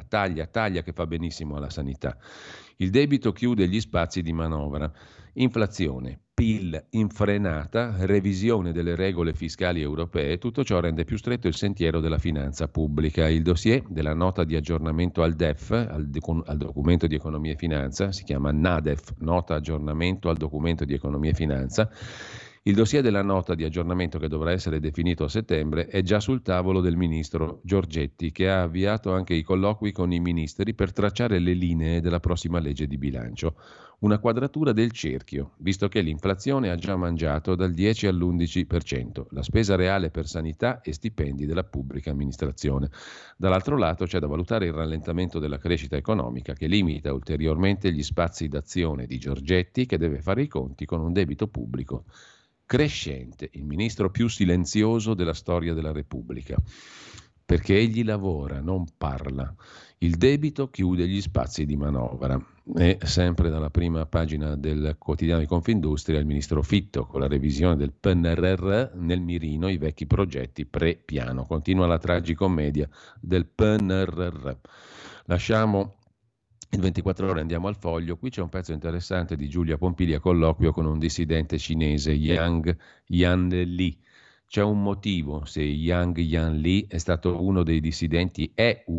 Speaker 3: taglia che fa benissimo alla sanità. Il debito chiude gli spazi di manovra, inflazione, PIL in frenata, revisione delle regole fiscali europee, tutto ciò rende più stretto il sentiero della finanza pubblica. Il dossier della nota di aggiornamento al DEF, al documento di economia e finanza, si chiama NADEF, nota aggiornamento al documento di economia e finanza. Il dossier della nota di aggiornamento, che dovrà essere definito a settembre, è già sul tavolo del ministro Giorgetti, che ha avviato anche i colloqui con i ministri per tracciare le linee della prossima legge di bilancio. Una quadratura del cerchio, visto che l'inflazione ha già mangiato dal 10 all'11% la spesa reale per sanità e stipendi della pubblica amministrazione. Dall'altro lato c'è da valutare il rallentamento della crescita economica, che limita ulteriormente gli spazi d'azione di Giorgetti, che deve fare i conti con un debito pubblico crescente, il ministro più silenzioso della storia della Repubblica, perché egli lavora, non parla. Il debito chiude gli spazi di manovra. E sempre dalla prima pagina del quotidiano di Confindustria, il ministro Fitto, con la revisione del PNRR nel mirino, i vecchi progetti pre-piano. Continua la tragicommedia del PNRR. Lasciamo il 24 Ore, andiamo al Foglio. Qui c'è un pezzo interessante di Giulia Pompili a colloquio con un dissidente cinese, Yang Yanli. C'è un motivo se Yang Yanli è uno dei dissidenti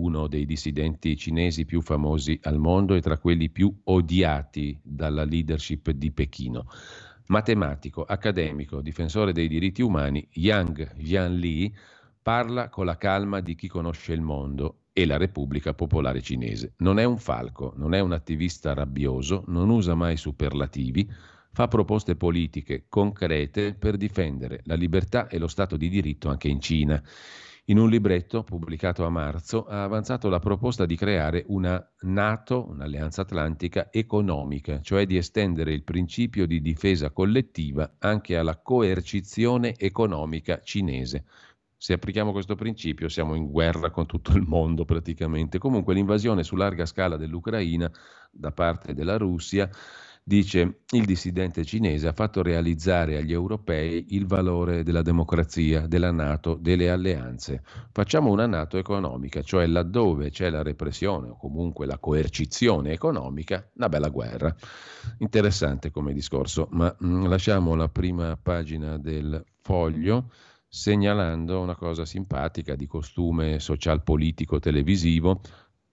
Speaker 3: cinesi più famosi al mondo e tra quelli più odiati dalla leadership di Pechino. Matematico, accademico, difensore dei diritti umani, Yang Yanli parla con la calma di chi conosce il mondo e la Repubblica Popolare Cinese. Non è un falco, non è un attivista rabbioso, non usa mai superlativi, fa proposte politiche concrete per difendere la libertà e lo Stato di diritto anche in Cina. In un libretto pubblicato a marzo ha avanzato la proposta di creare una NATO, un'alleanza atlantica economica, cioè di estendere il principio di difesa collettiva anche alla coercizione economica cinese. Se applichiamo questo principio siamo in guerra con tutto il mondo praticamente. Comunque l'invasione su larga scala dell'Ucraina da parte della Russia, dice il dissidente cinese, ha fatto realizzare agli europei il valore della democrazia, della NATO, delle alleanze. Facciamo una NATO economica, cioè laddove c'è la repressione o comunque la coercizione economica, una bella guerra. Interessante come discorso, ma lasciamo la prima pagina del Foglio segnalando una cosa simpatica di costume social politico televisivo,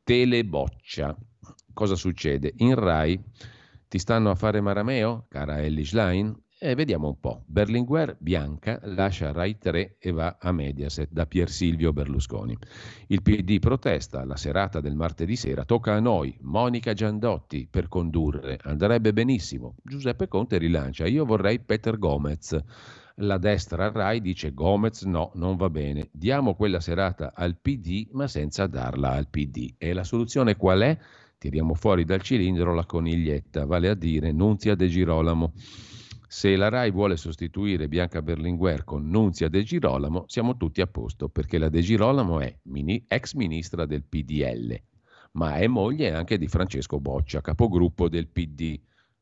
Speaker 3: teleboccia. Cosa succede? In Rai ti stanno a fare marameo, cara Elly Schlein? Vediamo un po'. Berlinguer bianca lascia Rai 3 e va a Mediaset da Pier Silvio Berlusconi. Il PD protesta, la serata del martedì sera tocca a noi, Monica Giandotti per condurre, andrebbe benissimo. Giuseppe Conte rilancia, io vorrei Peter Gomez. La destra Rai dice Gomez no, non va bene, diamo quella serata al PD ma senza darla al PD. E la soluzione qual è? Tiriamo fuori dal cilindro la coniglietta, vale a dire Nunzia De Girolamo. Se la Rai vuole sostituire Bianca Berlinguer con Nunzia De Girolamo, siamo tutti a posto, perché la De Girolamo è ex ministra del PDL, ma è moglie anche di Francesco Boccia, capogruppo del PD.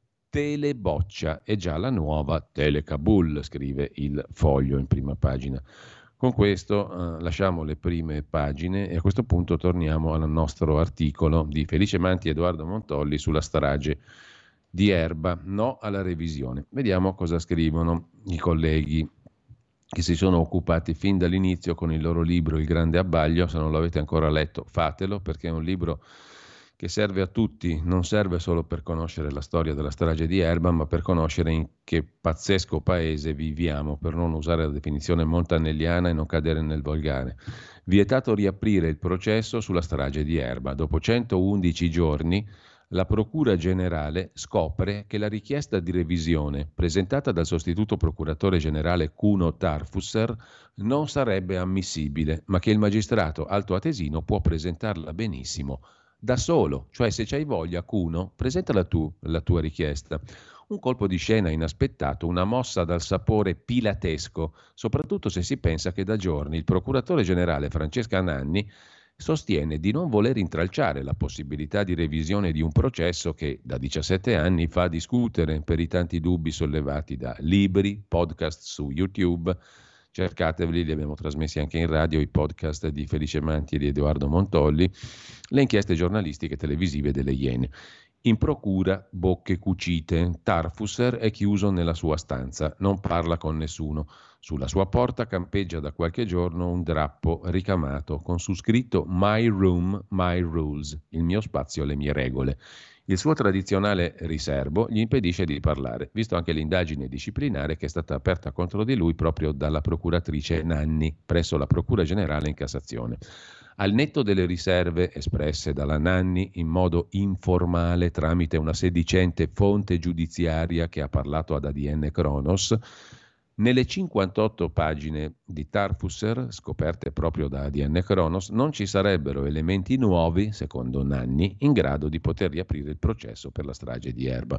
Speaker 3: Teleboccia è già la nuova Telecabul, scrive il Foglio in prima pagina. Con questo lasciamo le prime pagine e a questo punto torniamo al nostro articolo di Felice Manti e Edoardo Montolli sulla strage di Erba, no alla revisione. Vediamo cosa scrivono i colleghi che si sono occupati fin dall'inizio con il loro libro Il Grande Abbaglio. Se non l'avete ancora letto, fatelo, perché è un libro che serve a tutti, non serve solo per conoscere la storia della strage di Erba, ma per conoscere in che pazzesco paese viviamo, per non usare la definizione montanelliana e non cadere nel volgare. Vietato riaprire il processo sulla strage di Erba. Dopo 111 giorni, la Procura Generale scopre che la richiesta di revisione presentata dal sostituto procuratore generale Cuno Tarfusser non sarebbe ammissibile, ma che il magistrato altoatesino può presentarla benissimo da solo, cioè se c'hai voglia, Cuno, presentala tu la tua richiesta. Un colpo di scena inaspettato, una mossa dal sapore pilatesco, soprattutto se si pensa che da giorni il procuratore generale Francesca Nanni sostiene di non voler intralciare la possibilità di revisione di un processo che da 17 anni fa discutere per i tanti dubbi sollevati da libri, podcast su YouTube. Cercateveli, li abbiamo trasmessi anche in radio, i podcast di Felice Manti e di Edoardo Montolli, le inchieste giornalistiche e televisive delle Iene. In procura, bocche cucite. Tarfusser è chiuso nella sua stanza, non parla con nessuno. Sulla sua porta campeggia da qualche giorno un drappo ricamato con su scritto My Room, My Rules, il mio spazio, le mie regole. Il suo tradizionale riserbo gli impedisce di parlare, visto anche l'indagine disciplinare che è stata aperta contro di lui proprio dalla procuratrice Nanni presso la Procura Generale in Cassazione. Al netto delle riserve espresse dalla Nanni in modo informale tramite una sedicente fonte giudiziaria che ha parlato ad ADN Kronos, nelle 58 pagine di Tarfusser, scoperte proprio da ADN Kronos, non ci sarebbero elementi nuovi, secondo Nanni, in grado di poter riaprire il processo per la strage di Erba.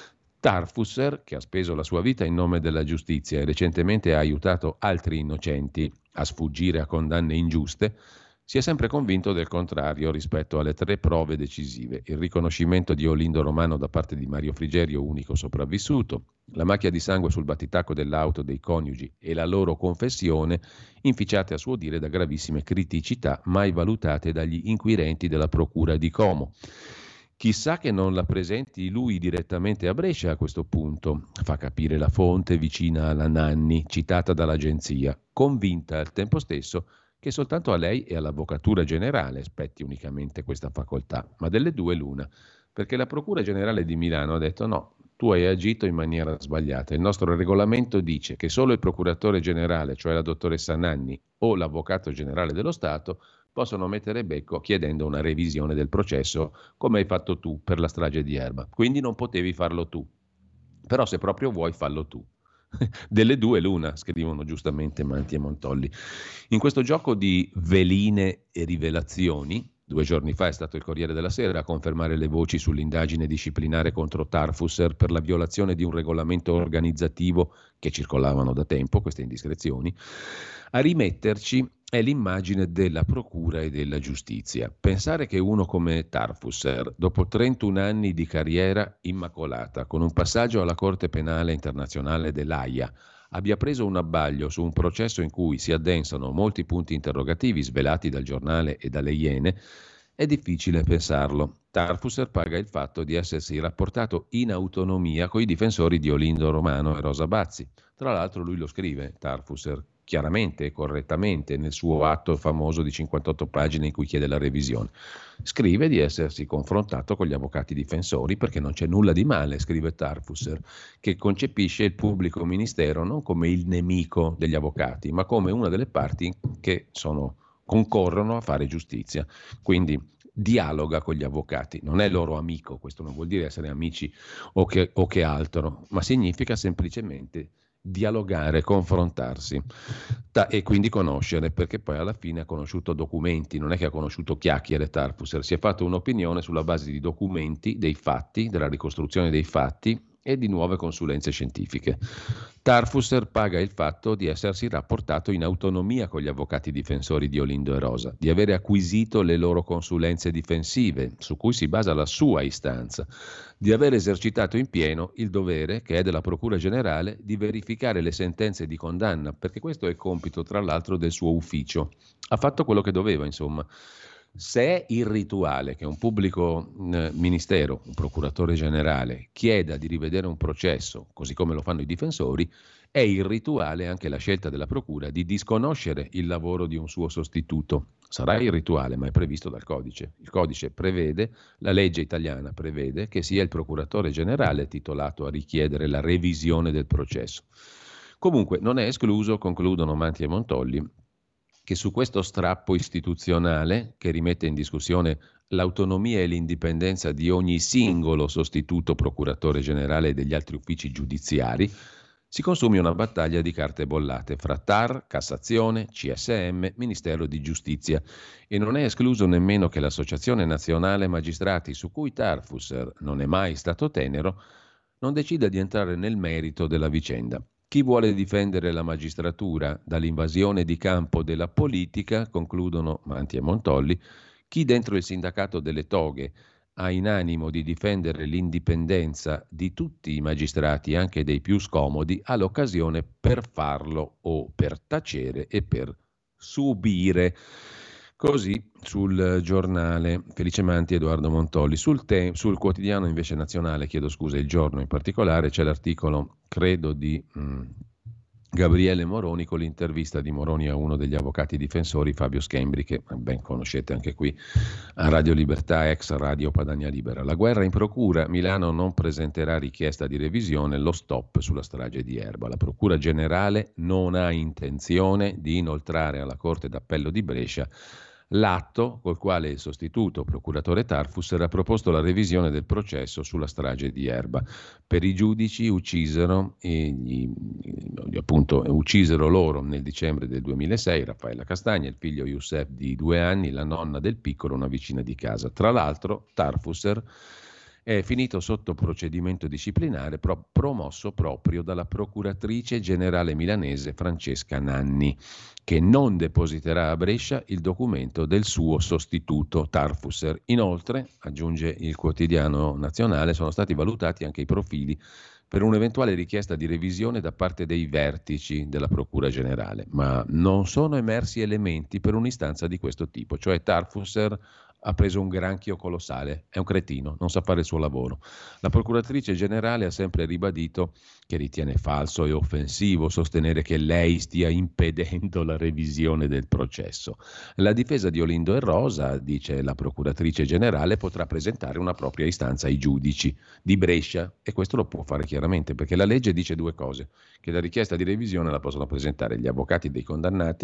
Speaker 3: Tarfusser, che ha speso la sua vita in nome della giustizia e recentemente ha aiutato altri innocenti a sfuggire a condanne ingiuste, si è sempre convinto del contrario rispetto alle 3 prove decisive: il riconoscimento di Olindo Romano da parte di Mario Frigerio, unico sopravvissuto, la macchia di sangue sul battitacco dell'auto dei coniugi e la loro confessione, inficiate a suo dire da gravissime criticità mai valutate dagli inquirenti della Procura di Como. Chissà che non la presenti lui direttamente a Brescia a questo punto, fa capire la fonte vicina alla Nanni, citata dall'agenzia, convinta al tempo stesso che soltanto a lei e all'Avvocatura Generale spetti unicamente questa facoltà, ma delle due l'una, perché la Procura Generale di Milano ha detto no, tu hai agito in maniera sbagliata, il nostro regolamento dice che solo il Procuratore Generale, cioè la dottoressa Nanni o l'Avvocato Generale dello Stato, possono mettere becco chiedendo una revisione del processo come hai fatto tu per la strage di Erba, quindi non potevi farlo tu. Però se proprio vuoi fallo tu. Delle due l'una, scrivono giustamente Manti e Montolli. In questo gioco di veline e rivelazioni, 2 giorni fa è stato il Corriere della Sera a confermare le voci sull'indagine disciplinare contro Tarfusser per la violazione di un regolamento organizzativo che circolavano da tempo, queste indiscrezioni. A rimetterci è l'immagine della procura e della giustizia. Pensare che uno come Tarfusser, dopo 31 anni di carriera immacolata, con un passaggio alla Corte Penale Internazionale dell'Aia, abbia preso un abbaglio su un processo in cui si addensano molti punti interrogativi svelati dal giornale e dalle Iene, è difficile pensarlo. Tarfusser paga il fatto di essersi rapportato in autonomia coi difensori di Olindo Romano e Rosa Bazzi. Tra l'altro lui lo scrive, Tarfusser, chiaramente e correttamente nel suo atto famoso di 58 pagine in cui chiede la revisione. Scrive di essersi confrontato con gli avvocati difensori perché non c'è nulla di male, scrive Tarfusser, che concepisce il pubblico ministero non come il nemico degli avvocati, ma come una delle parti che concorrono a fare giustizia. Quindi dialoga con gli avvocati, non è loro amico, questo non vuol dire essere amici o che altro, ma significa semplicemente dialogare, confrontarsi e quindi conoscere, perché poi alla fine ha conosciuto documenti, non è che ha conosciuto chiacchiere. Tarfusser si è fatto un'opinione sulla base di documenti, dei fatti, della ricostruzione dei fatti e di nuove consulenze scientifiche. Tarfusser paga il fatto di essersi rapportato in autonomia con gli avvocati difensori di Olindo e Rosa, di avere acquisito le loro consulenze difensive, su cui si basa la sua istanza, di aver esercitato in pieno il dovere, che è della Procura Generale, di verificare le sentenze di condanna, perché questo è il compito, tra l'altro, del suo ufficio. Ha fatto quello che doveva, insomma. Se è irrituale che un pubblico ministero, un procuratore generale, chieda di rivedere un processo, così come lo fanno i difensori, è irrituale anche la scelta della procura di disconoscere il lavoro di un suo sostituto. Sarà irrituale, ma è previsto dal codice. Il codice prevede, la legge italiana prevede che sia il procuratore generale titolato a richiedere la revisione del processo. Comunque non è escluso, concludono Manti e Montolli, che su questo strappo istituzionale, che rimette in discussione l'autonomia e l'indipendenza di ogni singolo sostituto procuratore generale e degli altri uffici giudiziari, si consumi una battaglia di carte bollate fra TAR, Cassazione, CSM, Ministero di Giustizia, e non è escluso nemmeno che l'Associazione Nazionale Magistrati, su cui Tarfusser non è mai stato tenero, non decida di entrare nel merito della vicenda. Chi vuole difendere la magistratura dall'invasione di campo della politica, concludono Manti e Montolli, chi dentro il sindacato delle toghe ha in animo di difendere l'indipendenza di tutti i magistrati, anche dei più scomodi, ha l'occasione per farlo o per tacere e per subire. Così sul giornale Felice Manti, Edoardo Montolli. Sul quotidiano invece nazionale, Il Giorno in particolare, c'è l'articolo, credo, di Gabriele Moroni con l'intervista di Moroni a uno degli avvocati difensori, Fabio Schembri, che ben conoscete anche qui a Radio Libertà, ex Radio Padania Libera. La guerra in procura, Milano non presenterà richiesta di revisione, lo stop sulla strage di Erba. La Procura Generale non ha intenzione di inoltrare alla Corte d'Appello di Brescia l'atto col quale il sostituto procuratore Tarfusser ha proposto la revisione del processo sulla strage di Erba. Per i giudici uccisero loro nel dicembre del 2006 Raffaella Castagna, il figlio Youssef di 2 anni, la nonna del piccolo, una vicina di casa. Tra l'altro Tarfusser è finito sotto procedimento disciplinare promosso proprio dalla procuratrice generale milanese Francesca Nanni, che non depositerà a Brescia il documento del suo sostituto Tarfusser. Inoltre, aggiunge il quotidiano nazionale, sono stati valutati anche i profili per un'eventuale richiesta di revisione da parte dei vertici della Procura Generale, ma non sono emersi elementi per un'istanza di questo tipo, cioè Tarfusser ha preso un granchio colossale, è un cretino, non sa fare il suo lavoro. La procuratrice generale ha sempre ribadito che ritiene falso e offensivo sostenere che lei stia impedendo la revisione del processo. La difesa di Olindo e Rosa, dice la procuratrice generale, potrà presentare una propria istanza ai giudici di Brescia, e questo lo può fare chiaramente, perché la legge dice 2 cose: che la richiesta di revisione la possono presentare gli avvocati dei condannati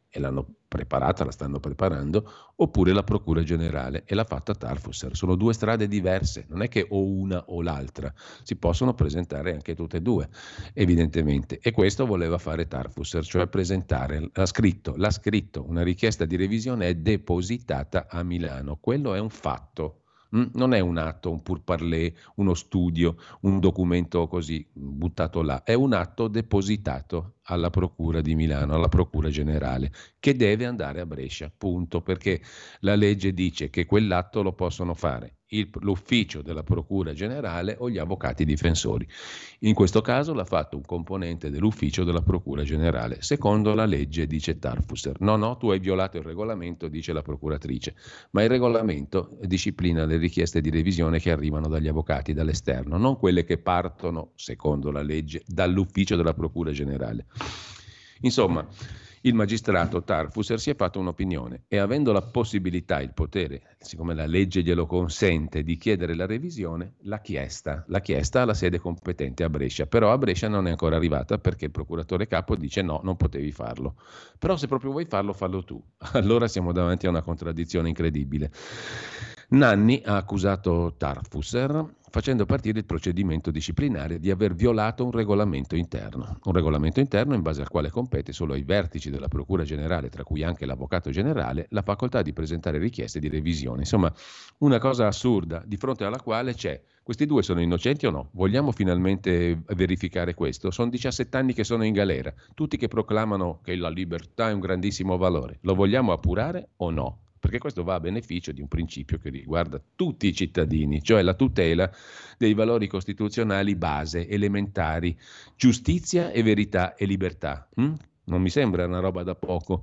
Speaker 3: e l'hanno preparata, la stanno preparando, oppure la Procura Generale, e l'ha fatta Tarfusser. Sono due strade diverse, non è che o una o l'altra, si possono presentare anche tutte e due, evidentemente. E questo voleva fare Tarfusser, cioè presentare, l'ha scritto, una richiesta di revisione è depositata a Milano. Quello è un fatto. Non è un atto, un pourparlers, uno studio, un documento così buttato là, è un atto depositato alla Procura di Milano, alla Procura Generale, che deve andare a Brescia, punto, perché la legge dice che quell'atto lo possono fare l'ufficio della Procura Generale o gli avvocati difensori. In questo caso l'ha fatto un componente dell'ufficio della Procura Generale. Secondo la legge, dice Tarfusser, no, tu hai violato il regolamento, dice la procuratrice, ma il regolamento disciplina le richieste di revisione che arrivano dagli avvocati dall'esterno, non quelle che partono, secondo la legge, dall'ufficio della Procura Generale. Insomma, il magistrato Tarfusser si è fatto un'opinione e, avendo la possibilità, il potere, siccome la legge glielo consente, di chiedere la revisione, l'ha chiesta alla sede competente a Brescia, però a Brescia non è ancora arrivata perché il procuratore capo dice no, non potevi farlo, però se proprio vuoi farlo, fallo tu. Allora siamo davanti a una contraddizione incredibile. Nanni ha accusato Tarfusser facendo partire il procedimento disciplinare di aver violato un regolamento interno in base al quale compete solo ai vertici della Procura Generale, tra cui anche l'Avvocato Generale, la facoltà di presentare richieste di revisione. Insomma, una cosa assurda, di fronte alla quale c'è: questi due sono innocenti o no? Vogliamo finalmente verificare questo? Sono 17 anni che sono in galera, tutti che proclamano che la libertà è un grandissimo valore. Lo vogliamo appurare o no? Perché questo va a beneficio di un principio che riguarda tutti i cittadini, cioè la tutela dei valori costituzionali base, elementari, giustizia e verità e libertà. Non mi sembra una roba da poco.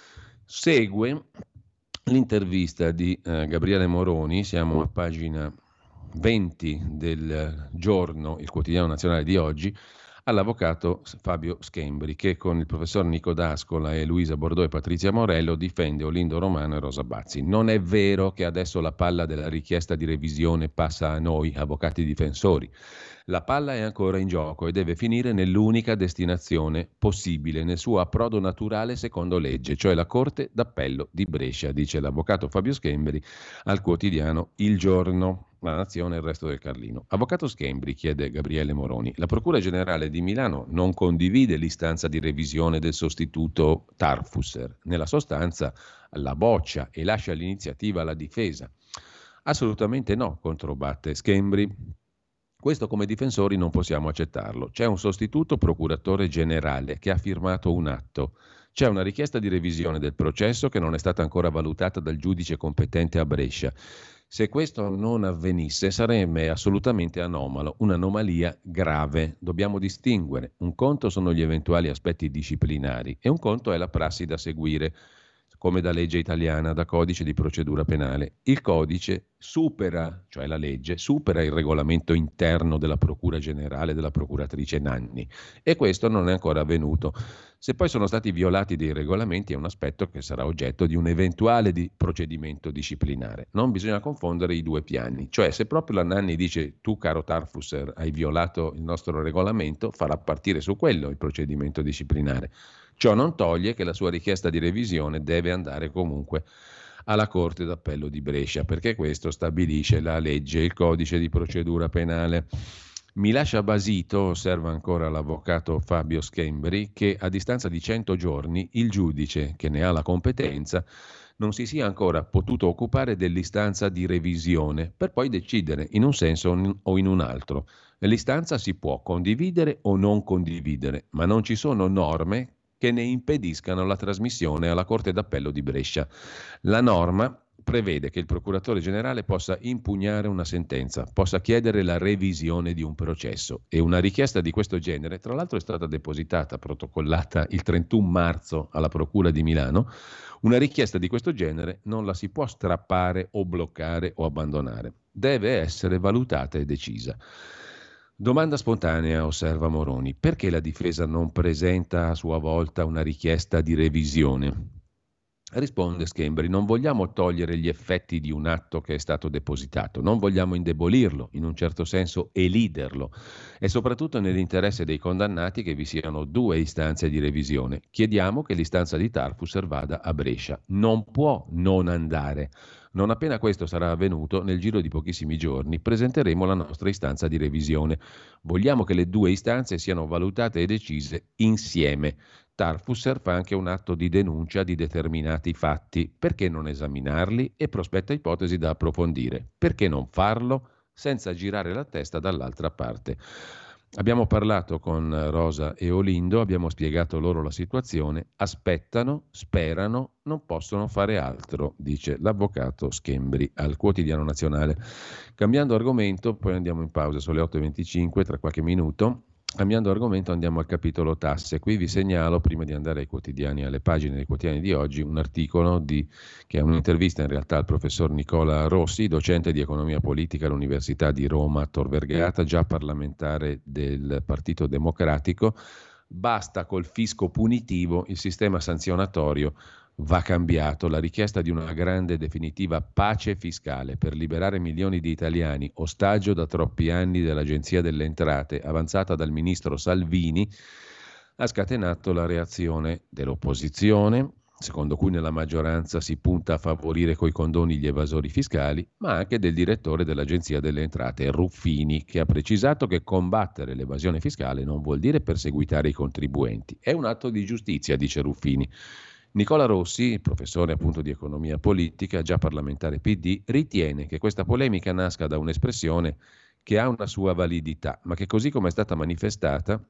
Speaker 3: Segue l'intervista di Gabriele Moroni, siamo a pagina 20 del Giorno, il quotidiano nazionale di oggi, all'avvocato Fabio Schembri, che con il professor Nico D'Ascola e Luisa Bordò e Patrizia Morello difende Olindo Romano e Rosa Bazzi. Non è vero che adesso la palla della richiesta di revisione passa a noi, avvocati difensori. La palla è ancora in gioco e deve finire nell'unica destinazione possibile, nel suo approdo naturale secondo legge, cioè la Corte d'Appello di Brescia, dice l'avvocato Fabio Schembri al quotidiano Il Giorno, La Nazione e il Resto del Carlino. Avvocato Schembri, chiede Gabriele Moroni, la Procura Generale di Milano non condivide l'istanza di revisione del sostituto Tarfusser, nella sostanza la boccia e lascia l'iniziativa alla difesa. Assolutamente no, controbatte Schembri. Questo come difensori non possiamo accettarlo. C'è un sostituto procuratore generale che ha firmato un atto. C'è una richiesta di revisione del processo che non è stata ancora valutata dal giudice competente a Brescia. Se questo non avvenisse sarebbe assolutamente anomalo, un'anomalia grave. Dobbiamo distinguere. Un conto sono gli eventuali aspetti disciplinari e un conto è la prassi da seguire, come da legge italiana, da codice di procedura penale. Il codice supera, cioè la legge, supera il regolamento interno della Procura Generale, della procuratrice Nanni, e questo non è ancora avvenuto. Se poi sono stati violati dei regolamenti è un aspetto che sarà oggetto di un eventuale procedimento disciplinare. Non bisogna confondere i due piani, cioè se proprio la Nanni dice tu caro Tarfusser hai violato il nostro regolamento, farà partire su quello il procedimento disciplinare. Ciò non toglie che la sua richiesta di revisione deve andare comunque alla Corte d'Appello di Brescia, perché questo stabilisce la legge, il codice di procedura penale. Mi lascia basito, osserva ancora l'avvocato Fabio Schembri, che a distanza di 100 giorni il giudice che ne ha la competenza non si sia ancora potuto occupare dell'istanza di revisione per poi decidere in un senso o in un altro. L'istanza si può condividere o non condividere, ma non ci sono norme che ne impediscano la trasmissione alla Corte d'Appello di Brescia. La norma prevede che il procuratore generale possa impugnare una sentenza, possa chiedere la revisione di un processo, e una richiesta di questo genere, tra l'altro, è stata depositata, protocollata il 31 marzo alla Procura di Milano. Una richiesta di questo genere non la si può strappare o bloccare o abbandonare, deve essere valutata e decisa. Domanda spontanea, osserva Moroni: perché la difesa non presenta a sua volta una richiesta di revisione? Risponde Schembri: non vogliamo togliere gli effetti di un atto che è stato depositato, non vogliamo indebolirlo, in un certo senso eliderlo. E soprattutto nell'interesse dei condannati che vi siano 2 istanze di revisione. Chiediamo che l'istanza di Tarfusser vada a Brescia. Non può non andare. Non appena questo sarà avvenuto, nel giro di pochissimi giorni presenteremo la nostra istanza di revisione. Vogliamo che le 2 istanze siano valutate e decise insieme. Tarfusser fa anche un atto di denuncia di determinati fatti. Perché non esaminarli? E prospetta ipotesi da approfondire. Perché non farlo senza girare la testa dall'altra parte? Abbiamo parlato con Rosa e Olindo, abbiamo spiegato loro la situazione, aspettano, sperano, non possono fare altro, dice l'avvocato Schembri al Quotidiano Nazionale. Cambiando argomento, poi andiamo in pausa, sono le 8:25, tra qualche minuto. Cambiando argomento andiamo al capitolo tasse. Qui vi segnalo, prima di andare ai quotidiani, alle pagine dei quotidiani di oggi, un articolo che è un'intervista in realtà al professor Nicola Rossi, docente di economia politica all'Università di Roma Tor Vergata, già parlamentare del Partito Democratico. Basta col fisco punitivo, il sistema sanzionatorio va cambiato. La richiesta di una grande e definitiva pace fiscale per liberare milioni di italiani, ostaggio da troppi anni dell'Agenzia delle Entrate, avanzata dal ministro Salvini, ha scatenato la reazione dell'opposizione, secondo cui nella maggioranza si punta a favorire coi condoni gli evasori fiscali, ma anche del direttore dell'Agenzia delle Entrate, Ruffini, che ha precisato che combattere l'evasione fiscale non vuol dire perseguitare i contribuenti. È un atto di giustizia, dice Ruffini. Nicola Rossi, professore appunto di economia politica, già parlamentare PD, ritiene che questa polemica nasca da un'espressione che ha una sua validità, ma che così come è stata manifestata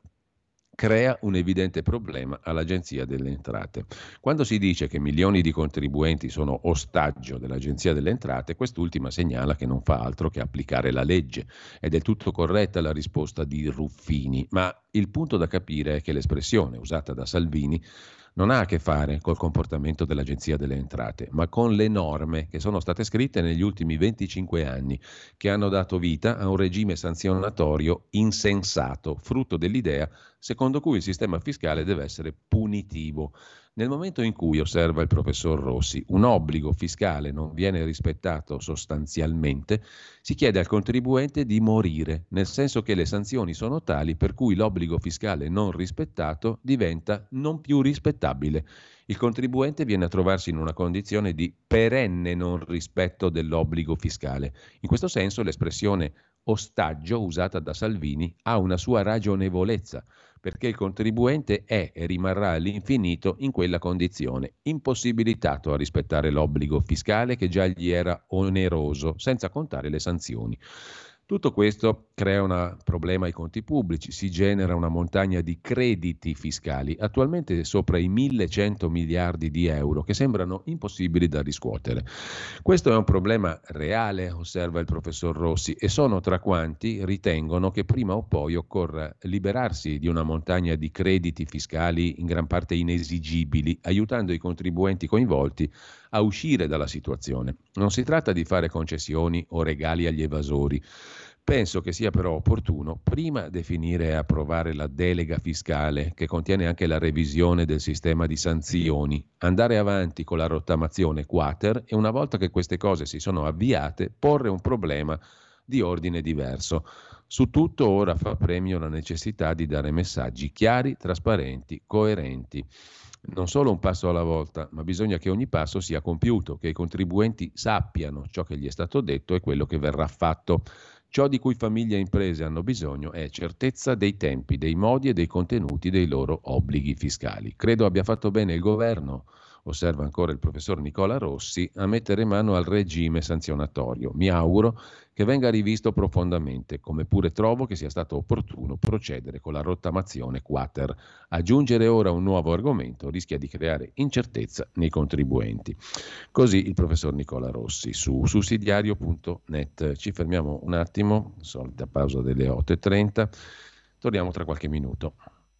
Speaker 3: crea un evidente problema all'Agenzia delle Entrate. Quando si dice che milioni di contribuenti sono ostaggio dell'Agenzia delle Entrate, quest'ultima segnala che non fa altro che applicare la legge. È del tutto corretta la risposta di Ruffini, ma il punto da capire è che l'espressione usata da Salvini non ha a che fare col comportamento dell'Agenzia delle Entrate, ma con le norme che sono state scritte negli ultimi 25 anni, che hanno dato vita a un regime sanzionatorio insensato, frutto dell'idea secondo cui il sistema fiscale deve essere punitivo. Nel momento in cui, osserva il professor Rossi, un obbligo fiscale non viene rispettato sostanzialmente, si chiede al contribuente di morire, nel senso che le sanzioni sono tali per cui l'obbligo fiscale non rispettato diventa non più rispettabile. Il contribuente viene a trovarsi in una condizione di perenne non rispetto dell'obbligo fiscale. In questo senso l'espressione ostaggio usata da Salvini ha una sua ragionevolezza, perché il contribuente è e rimarrà all'infinito in quella condizione, impossibilitato a rispettare l'obbligo fiscale che già gli era oneroso, senza contare le sanzioni. Tutto questo crea un problema ai conti pubblici, si genera una montagna di crediti fiscali, attualmente sopra i 1.100 miliardi di euro, che sembrano impossibili da riscuotere. Questo è un problema reale, osserva il professor Rossi, e sono tra quanti ritengono che prima o poi occorra liberarsi di una montagna di crediti fiscali in gran parte inesigibili, aiutando i contribuenti coinvolti a uscire dalla situazione. Non si tratta di fare concessioni o regali agli evasori. Penso che sia però opportuno prima definire e approvare la delega fiscale, che contiene anche la revisione del sistema di sanzioni, andare avanti con la rottamazione quater e una volta che queste cose si sono avviate porre un problema di ordine diverso. Su tutto ora fa premio la necessità di dare messaggi chiari, trasparenti, coerenti. Non solo un passo alla volta, ma bisogna che ogni passo sia compiuto, che i contribuenti sappiano ciò che gli è stato detto e quello che verrà fatto. Ciò di cui famiglie e imprese hanno bisogno è certezza dei tempi, dei modi e dei contenuti dei loro obblighi fiscali. Credo abbia fatto bene il governo, osserva ancora il professor Nicola Rossi, a mettere mano al regime sanzionatorio. Mi auguro che venga rivisto profondamente, come pure trovo che sia stato opportuno procedere con la rottamazione quater. Aggiungere ora un nuovo argomento rischia di creare incertezza nei contribuenti. Così il professor Nicola Rossi su sussidiario.net. Ci fermiamo un attimo, solita pausa delle 8:30, torniamo tra qualche minuto.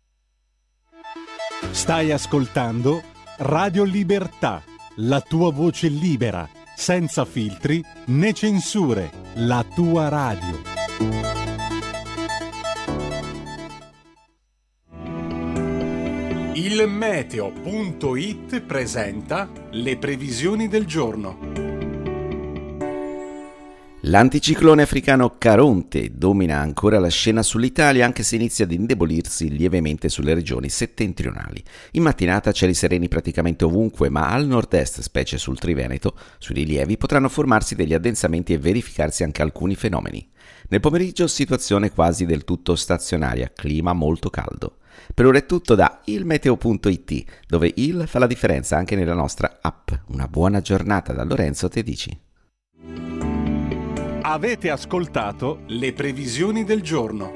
Speaker 1: Stai ascoltando Radio Libertà, la tua voce libera, senza filtri né censure, la tua radio. Il meteo.it presenta le previsioni del giorno.
Speaker 4: L'anticiclone africano Caronte domina ancora la scena sull'Italia, anche se inizia ad indebolirsi lievemente sulle regioni settentrionali. In mattinata cieli sereni praticamente ovunque, ma al nord-est, specie sul Triveneto, sui rilievi potranno formarsi degli addensamenti e verificarsi anche alcuni fenomeni. Nel pomeriggio situazione quasi del tutto stazionaria, clima molto caldo. Per ora è tutto da ilmeteo.it, dove il fa la differenza anche nella nostra app. Una buona giornata da Lorenzo Tedici.
Speaker 1: Avete ascoltato le previsioni del giorno.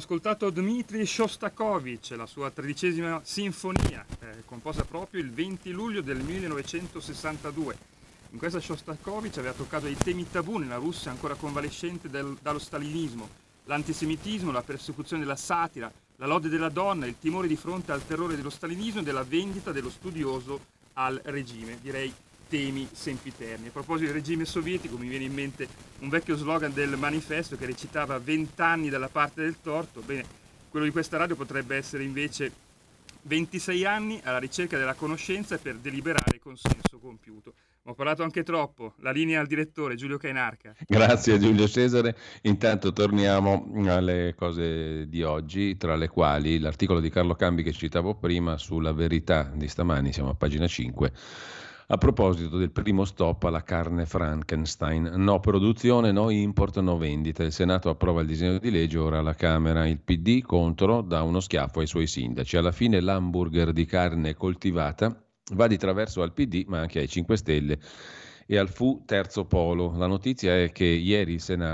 Speaker 2: ascoltato Dmitri Shostakovich, la sua 13ª sinfonia, composta proprio il 20 luglio del 1962. In questa Shostakovich aveva toccato dei temi tabù nella Russia ancora convalescente dallo stalinismo: l'antisemitismo, la persecuzione della satira, la lode della donna, il timore di fronte al terrore dello stalinismo e della vendita dello studioso al regime. Direi temi sempiterni. A proposito del regime sovietico, mi viene in mente un vecchio slogan del manifesto che recitava 20 anni dalla parte del torto. Bene, quello di questa radio potrebbe essere invece 26 anni alla ricerca della conoscenza e per deliberare consenso compiuto. Ho parlato anche troppo. La linea al direttore Giulio Cainarca.
Speaker 3: Grazie Giulio Cesare. Intanto torniamo alle cose di oggi, tra le quali l'articolo di Carlo Cambi che citavo prima sulla Verità di stamani, siamo a pagina 5. A proposito del primo stop alla carne Frankenstein, no produzione, no import, no vendita. Il Senato approva il disegno di legge, ora alla Camera il PD contro dà uno schiaffo ai suoi sindaci. Alla fine l'hamburger di carne coltivata va di traverso al PD ma anche ai 5 Stelle e al Fu Terzo Polo. La notizia è che ieri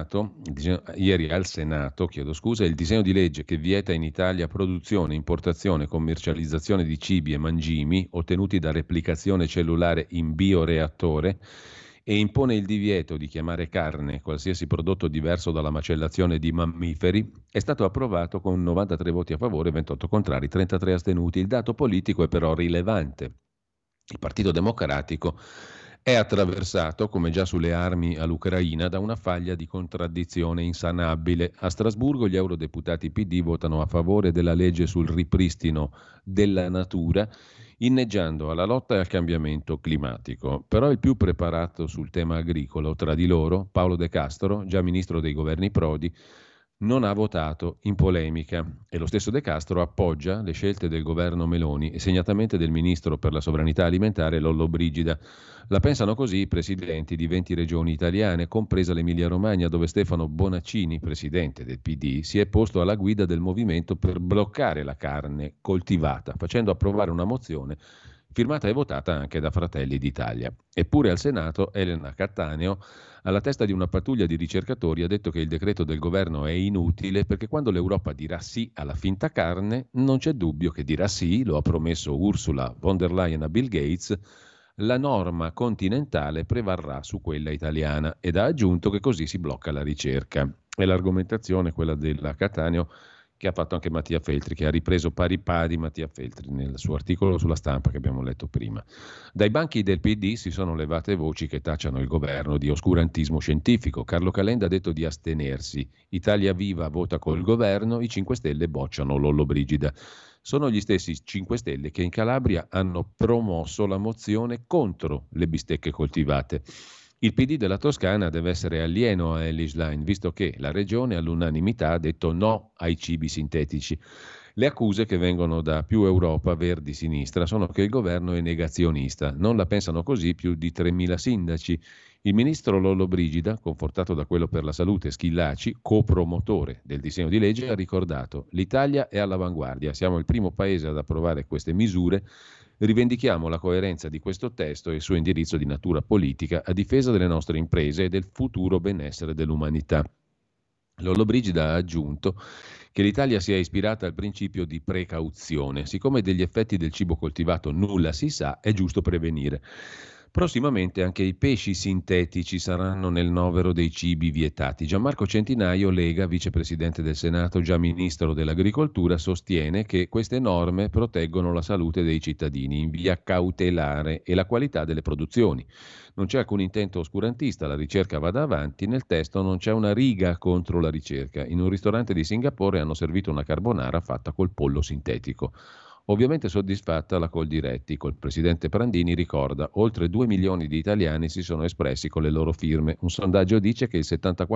Speaker 3: al Senato, il disegno di legge che vieta in Italia produzione, importazione, commercializzazione di cibi e mangimi ottenuti da replicazione cellulare in bioreattore e impone il divieto di chiamare carne qualsiasi prodotto diverso dalla macellazione di mammiferi, è stato approvato con 93 voti a favore, 28 contrari, 33 astenuti. Il dato politico è però rilevante. Il Partito Democratico è attraversato, come già sulle armi all'Ucraina, da una faglia di contraddizione insanabile. A Strasburgo gli eurodeputati PD votano a favore della legge sul ripristino della natura, inneggiando alla lotta e al cambiamento climatico. Però il più preparato sul tema agricolo tra di loro, Paolo De Castro, già ministro dei governi Prodi, non ha votato in polemica e lo stesso De Castro appoggia le scelte del governo Meloni e segnatamente del ministro per la sovranità alimentare Lollobrigida. La pensano così i presidenti di 20 regioni italiane, compresa l'Emilia-Romagna, dove Stefano Bonaccini, presidente del PD, si è posto alla guida del movimento per bloccare la carne coltivata, facendo approvare una mozione firmata e votata anche da Fratelli d'Italia. Eppure al Senato Elena Cattaneo, alla testa di una pattuglia di ricercatori, ha detto che il decreto del governo è inutile perché quando l'Europa dirà sì alla finta carne, non c'è dubbio che dirà sì, lo ha promesso Ursula von der Leyen a Bill Gates, la norma continentale prevarrà su quella italiana ed ha aggiunto che così si blocca la ricerca. E l'argomentazione, quella della Cattaneo, che ha fatto anche Mattia Feltri, che ha ripreso pari pari Mattia Feltri nel suo articolo sulla Stampa che abbiamo letto prima. Dai banchi del PD si sono levate voci che tacciano il governo di oscurantismo scientifico. Carlo Calenda ha detto di astenersi. Italia Viva vota col governo, i 5 Stelle bocciano Lollobrigida. Sono gli stessi 5 Stelle che in Calabria hanno promosso la mozione contro le bistecche coltivate. Il PD della Toscana deve essere alieno a Elly Schlein, visto che la regione all'unanimità ha detto no ai cibi sintetici. Le accuse che vengono da più Europa, Verdi, Sinistra, sono che il governo è negazionista. Non la pensano così più di 3.000 sindaci. Il ministro Lollobrigida, confortato da quello per la salute Schillaci, copromotore del disegno di legge, ha ricordato: l'Italia è all'avanguardia, siamo il primo paese ad approvare queste misure. Rivendichiamo la coerenza di questo testo e il suo indirizzo di natura politica a difesa delle nostre imprese e del futuro benessere dell'umanità. Lollobrigida ha aggiunto che l'Italia si è ispirata al principio di precauzione. Siccome degli effetti del cibo coltivato nulla si sa, è giusto prevenire. Prossimamente anche i pesci sintetici saranno nel novero dei cibi vietati. Gianmarco Centinaio, Lega, vicepresidente del Senato, già ministro dell'Agricoltura, sostiene che queste norme proteggono la salute dei cittadini in via cautelare e la qualità delle produzioni. Non c'è alcun intento oscurantista, la ricerca vada avanti, nel testo non c'è una riga contro la ricerca. In un ristorante di Singapore hanno servito una carbonara fatta col pollo sintetico. Ovviamente soddisfatta la Coldiretti, col presidente Prandini ricorda: oltre 2 milioni di italiani si sono espressi con le loro firme. Un sondaggio dice che il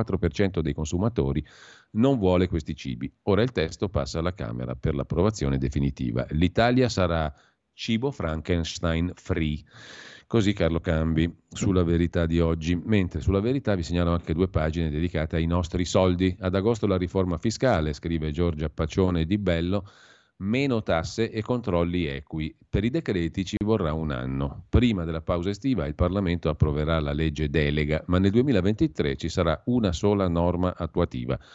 Speaker 3: 74% dei consumatori non vuole questi cibi. Ora il testo passa alla Camera per l'approvazione definitiva. L'Italia sarà cibo Frankenstein free. Così Carlo Cambi sulla Verità di oggi. Mentre sulla Verità vi segnalo anche 2 pagine dedicate ai nostri soldi. Ad agosto la riforma fiscale, scrive Giorgia Pacione di Bello. Meno tasse e controlli equi. Per i decreti ci vorrà un anno. Prima della pausa estiva il Parlamento approverà la legge delega, ma nel 2023 ci sarà una sola norma attuativa.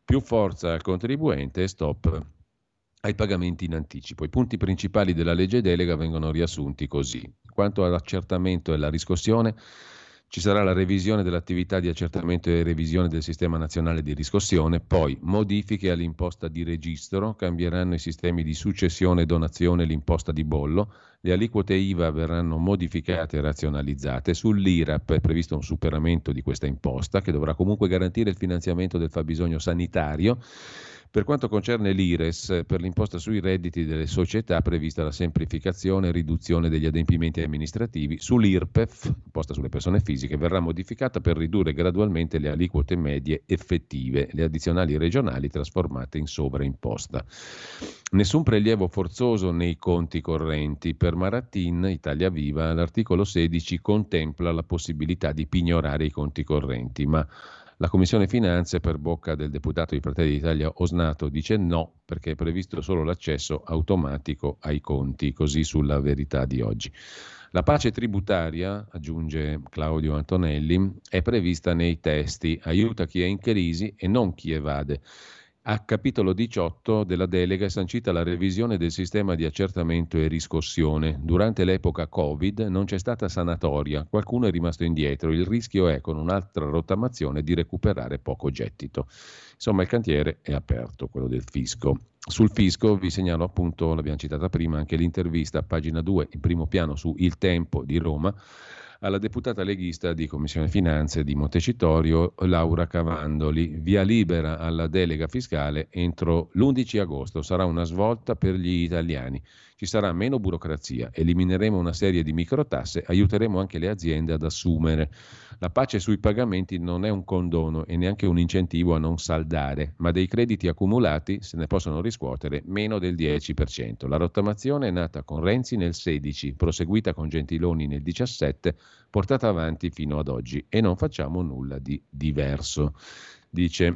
Speaker 3: più forza al contribuente e stop ai pagamenti in anticipo. I punti principali della legge delega vengono riassunti così. Quanto all'accertamento e alla riscossione, ci sarà la revisione dell'attività di accertamento e revisione del sistema nazionale di riscossione, poi modifiche all'imposta di registro, cambieranno i sistemi di successione, donazione e l'imposta di bollo, le aliquote IVA verranno modificate e razionalizzate, sull'IRAP è previsto un superamento di questa imposta che dovrà comunque garantire il finanziamento del fabbisogno sanitario. Per quanto concerne l'IRES, per l'imposta sui redditi delle società prevista la semplificazione e riduzione degli adempimenti amministrativi. Sull'IRPEF, imposta sulle persone fisiche, verrà modificata per ridurre gradualmente le aliquote medie effettive, le addizionali regionali trasformate in sovraimposta. Nessun prelievo forzoso nei conti correnti. Per Maratin, Italia Viva, l'articolo 16 contempla la possibilità di pignorare i conti correnti, ma la Commissione Finanze, per bocca del deputato di Fratelli d'Italia Osnato, dice no, perché è previsto solo l'accesso automatico ai conti, così sulla Verità di oggi. La pace tributaria, aggiunge Claudio Antonelli, è prevista nei testi, aiuta chi è in crisi e non chi evade. A capitolo 18 della delega è sancita la revisione del sistema di accertamento e riscossione. Durante l'epoca Covid non c'è stata sanatoria, qualcuno è rimasto indietro, il rischio è con un'altra rottamazione di recuperare poco gettito. Insomma, il cantiere è aperto, quello del fisco. Sul fisco vi segnalo appunto, l'abbiamo citata prima, anche l'intervista a pagina 2 in primo piano su Il Tempo di Roma alla deputata leghista di Commissione Finanze di Montecitorio Laura Cavandoli. Via libera alla delega fiscale entro l'11 agosto. Sarà una svolta per gli italiani. Ci sarà meno burocrazia, elimineremo una serie di microtasse, aiuteremo anche le aziende ad assumere. La pace sui pagamenti non è un condono e neanche un incentivo a non saldare, ma dei crediti accumulati se ne possono riscuotere meno del 10%. La rottamazione è nata con Renzi nel 16, proseguita con Gentiloni nel 17, portata avanti fino ad oggi e non facciamo nulla di diverso, dice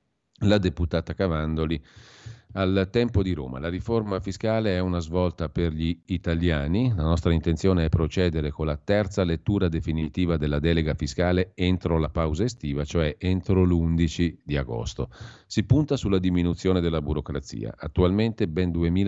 Speaker 3: la deputata Cavandoli al Tempo di Roma. La riforma fiscale è una svolta per gli italiani. La nostra intenzione è procedere con la terza lettura definitiva della delega fiscale entro la pausa estiva, cioè entro l'11 di agosto. Si punta sulla diminuzione della burocrazia. Attualmente ben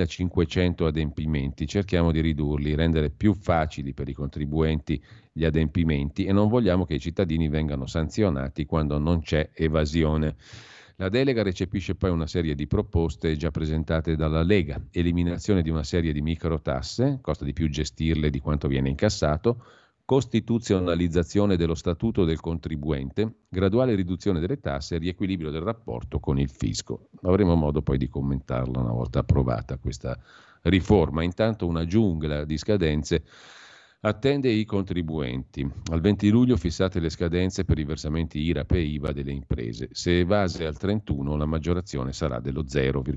Speaker 3: 2.500 adempimenti. Cerchiamo di ridurli, rendere più facili per i contribuenti gli adempimenti e non vogliamo che i cittadini vengano sanzionati quando non c'è evasione. La delega recepisce poi una serie di proposte già presentate dalla Lega: eliminazione di una serie di microtasse, costa di più gestirle di quanto viene incassato, costituzionalizzazione dello statuto del contribuente, graduale riduzione delle tasse e riequilibrio del rapporto con il fisco. Avremo modo poi di commentarla una volta approvata questa riforma. Intanto una giungla di scadenze attende i contribuenti. Al 20 luglio fissate le scadenze per i versamenti IRAP e IVA delle imprese. Se evase al 31 la maggiorazione sarà dello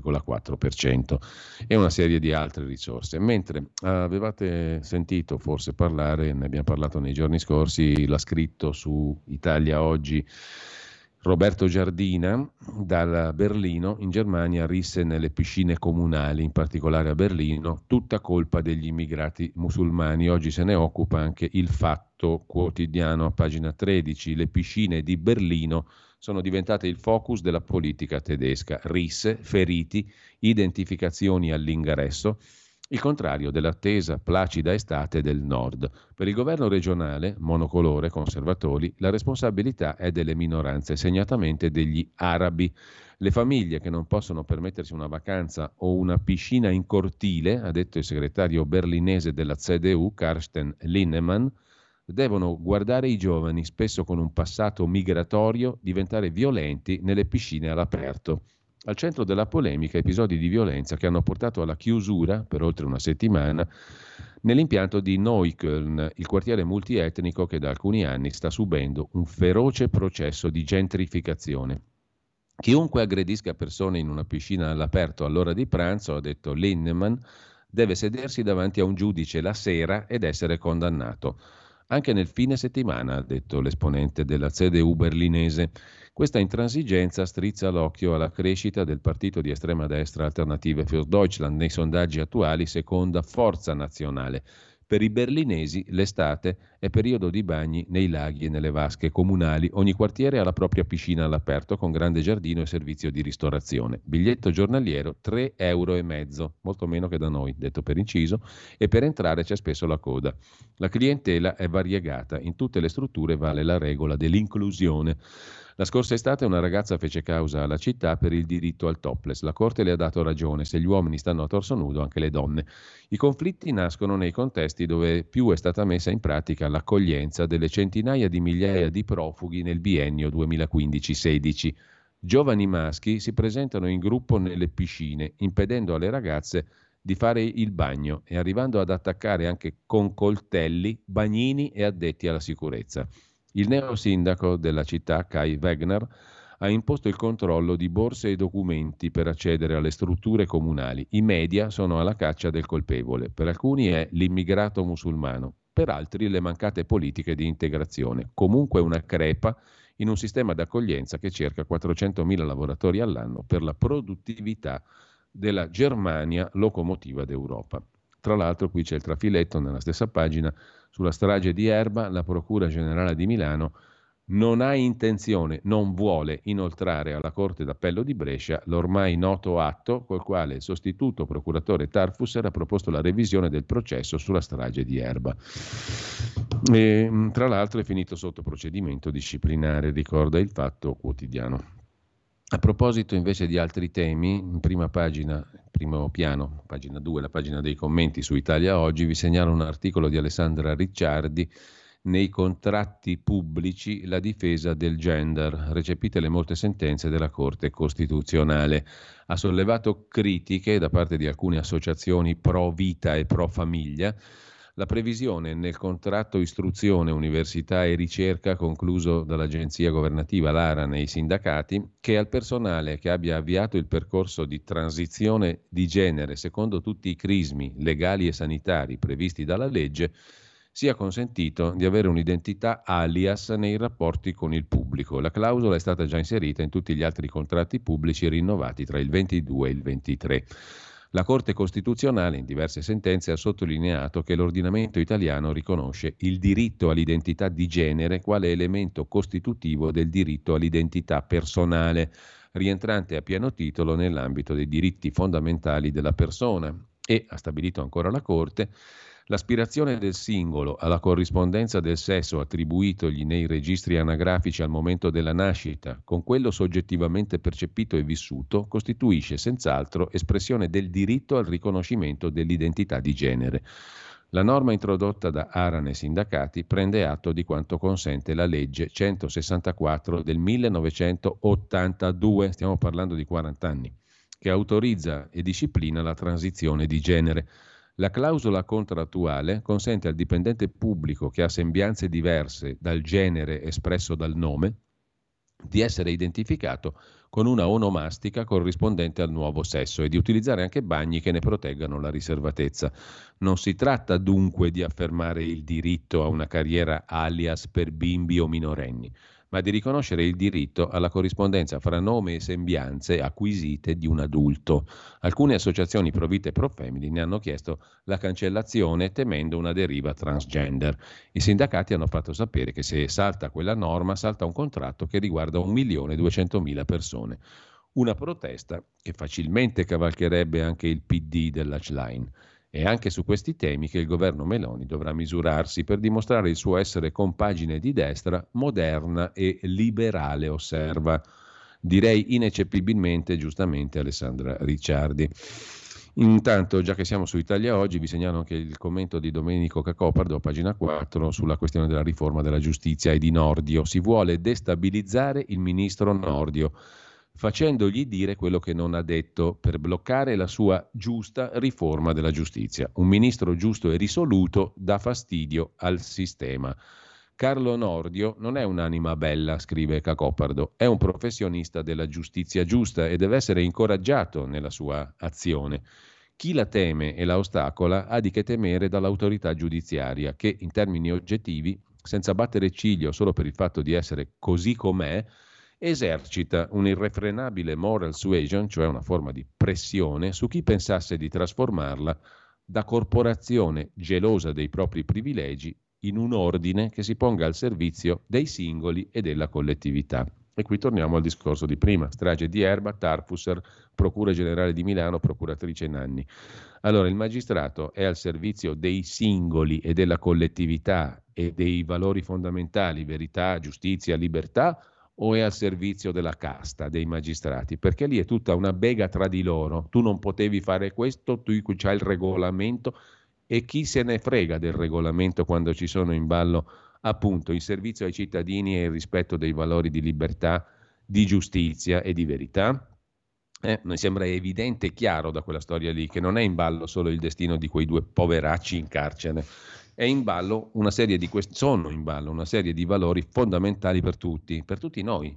Speaker 3: 0,4% e una serie di altre risorse. Mentre avevate sentito forse parlare, ne abbiamo parlato nei giorni scorsi, l'ha scritto su Italia Oggi Roberto Giardina, da Berlino in Germania risse nelle piscine comunali, in particolare a Berlino, tutta colpa degli immigrati musulmani. Oggi se ne occupa anche Il Fatto Quotidiano, a pagina 13. Le piscine di Berlino sono diventate il focus della politica tedesca. Risse, feriti, identificazioni all'ingresso. Il contrario dell'attesa placida estate del nord. Per il governo regionale, monocolore, conservatori, la responsabilità è delle minoranze, segnatamente degli arabi. Le famiglie che non possono permettersi una vacanza o una piscina in cortile, ha detto il segretario berlinese della CDU, Carsten Linnemann, devono guardare i giovani, spesso con un passato migratorio, diventare violenti nelle piscine all'aperto. Al centro della polemica episodi di violenza che hanno portato alla chiusura, per oltre una settimana, nell'impianto di Neukölln, il quartiere multietnico che da alcuni anni sta subendo un feroce processo di gentrificazione. Chiunque aggredisca persone in una piscina all'aperto all'ora di pranzo, ha detto Linnemann, deve sedersi davanti a un giudice la sera ed essere condannato. Anche nel fine settimana, ha detto l'esponente della CDU berlinese. Questa intransigenza strizza l'occhio alla crescita del partito di estrema destra Alternative für Deutschland, nei sondaggi attuali seconda forza nazionale. Per i berlinesi l'estate è periodo di bagni nei laghi e nelle vasche comunali. Ogni quartiere ha la propria piscina all'aperto con grande giardino e servizio di ristorazione. Biglietto giornaliero 3,5 €, molto meno che da noi, detto per inciso, e per entrare c'è spesso la coda. La clientela è variegata, in tutte le strutture vale la regola dell'inclusione. La scorsa estate una ragazza fece causa alla città per il diritto al topless. La Corte le ha dato ragione: se gli uomini stanno a torso nudo, anche le donne. I conflitti nascono nei contesti dove più è stata messa in pratica l'accoglienza delle centinaia di migliaia di profughi nel biennio 2015-16. Giovani maschi si presentano in gruppo nelle piscine, impedendo alle ragazze di fare il bagno e arrivando ad attaccare anche con coltelli bagnini e addetti alla sicurezza. Il neosindaco della città, Kai Wegner, ha imposto il controllo di borse e documenti per accedere alle strutture comunali. I media sono alla caccia del colpevole. Per alcuni è l'immigrato musulmano, per altri le mancate politiche di integrazione. Comunque una crepa in un sistema d'accoglienza che cerca 400.000 lavoratori all'anno per la produttività della Germania, locomotiva d'Europa. Tra l'altro qui c'è il trafiletto nella stessa pagina sulla strage di Erba. La Procura Generale di Milano non ha intenzione, non vuole inoltrare alla Corte d'Appello di Brescia l'ormai noto atto col quale il sostituto procuratore Tarfus era proposto la revisione del processo sulla strage di Erba. E, tra l'altro è finito sotto procedimento disciplinare, ricorda il Fatto Quotidiano. A proposito invece di altri temi, in prima pagina, primo piano, pagina 2, la pagina dei commenti su Italia Oggi, vi segnalo un articolo di Alessandra Ricciardi: nei contratti pubblici la difesa del gender, recepite le molte sentenze della Corte Costituzionale. Ha sollevato critiche da parte di alcune associazioni pro vita e pro famiglia. La previsione nel contratto istruzione, università e ricerca concluso dall'agenzia governativa l'ARAN e i sindacati, che al personale che abbia avviato il percorso di transizione di genere secondo tutti i crismi legali e sanitari previsti dalla legge sia consentito di avere un'identità alias nei rapporti con il pubblico. La clausola è stata già inserita in tutti gli altri contratti pubblici rinnovati tra il 22 e il 23. La Corte Costituzionale in diverse sentenze ha sottolineato che l'ordinamento italiano riconosce il diritto all'identità di genere quale elemento costitutivo del diritto all'identità personale, rientrante a pieno titolo nell'ambito dei diritti fondamentali della persona, e, ha stabilito ancora la Corte, l'aspirazione del singolo alla corrispondenza del sesso attribuitogli nei registri anagrafici al momento della nascita con quello soggettivamente percepito e vissuto costituisce senz'altro espressione del diritto al riconoscimento dell'identità di genere. La norma introdotta da ARAN e sindacati prende atto di quanto consente la legge 164 del 1982, stiamo parlando di 40 anni, che autorizza e disciplina la transizione di genere. La clausola contrattuale consente al dipendente pubblico che ha sembianze diverse dal genere espresso dal nome di essere identificato con una onomastica corrispondente al nuovo sesso e di utilizzare anche bagni che ne proteggano la riservatezza. Non si tratta dunque di affermare il diritto a una carriera alias per bimbi o minorenni, ma di riconoscere il diritto alla corrispondenza fra nome e sembianze acquisite di un adulto. Alcune associazioni pro vita e pro family ne hanno chiesto la cancellazione temendo una deriva transgender. I sindacati hanno fatto sapere che se salta quella norma salta un contratto che riguarda 1.200.000 persone. Una protesta che facilmente cavalcherebbe anche il PD dell'Hline. È anche su questi temi che il governo Meloni dovrà misurarsi per dimostrare il suo essere compagine di destra, moderna e liberale, osserva, direi ineccepibilmente, giustamente, Alessandra Ricciardi. Intanto, già che siamo su Italia Oggi, vi segnalo anche il commento di Domenico Cacopardo, pagina 4, sulla questione della riforma della giustizia e di Nordio. Si vuole destabilizzare il ministro Nordio, facendogli dire quello che non ha detto per bloccare la sua giusta riforma della giustizia. Un ministro giusto e risoluto dà fastidio al sistema. Carlo Nordio non è un'anima bella, scrive Cacopardo, è un professionista della giustizia giusta e deve essere incoraggiato nella sua azione. Chi la teme e la ostacola ha di che temere dall'autorità giudiziaria che, in termini oggettivi, senza battere ciglio solo per il fatto di essere così com'è, esercita un'irrefrenabile moral suasion, cioè una forma di pressione, su chi pensasse di trasformarla da corporazione gelosa dei propri privilegi in un ordine che si ponga al servizio dei singoli e della collettività. E qui torniamo al discorso di prima, strage di Erba, Tarfusser, Procura Generale di Milano, Procuratrice Nanni. Allora, il magistrato è al servizio dei singoli e della collettività e dei valori fondamentali, verità, giustizia, libertà, o è al servizio della casta dei magistrati? Perché lì è tutta una bega tra di loro. Tu non potevi fare questo, tu c'hai il regolamento, e chi se ne frega del regolamento quando ci sono in ballo appunto il servizio ai cittadini e il rispetto dei valori di libertà, di giustizia e di verità? Mi sembra evidente e chiaro da quella storia lì che non è in ballo solo il destino di quei due poveracci in carcere, è in ballo una serie di sono in ballo una serie di valori fondamentali per tutti noi.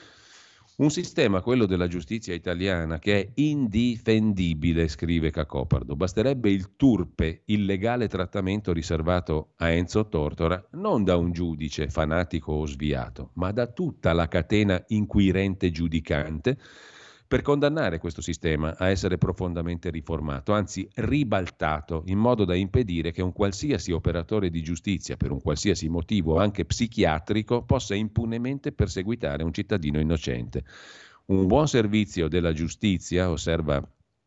Speaker 3: Un sistema, quello della giustizia italiana, che è indifendibile, scrive Cacopardo. Basterebbe il turpe, illegale trattamento riservato a Enzo Tortora, non da un giudice fanatico o sviato, ma da tutta la catena inquirente giudicante, per condannare questo sistema a essere profondamente riformato, anzi ribaltato, in modo da impedire che un qualsiasi operatore di giustizia, per un qualsiasi motivo anche psichiatrico, possa impunemente perseguitare un cittadino innocente. Un buon servizio della giustizia, osserva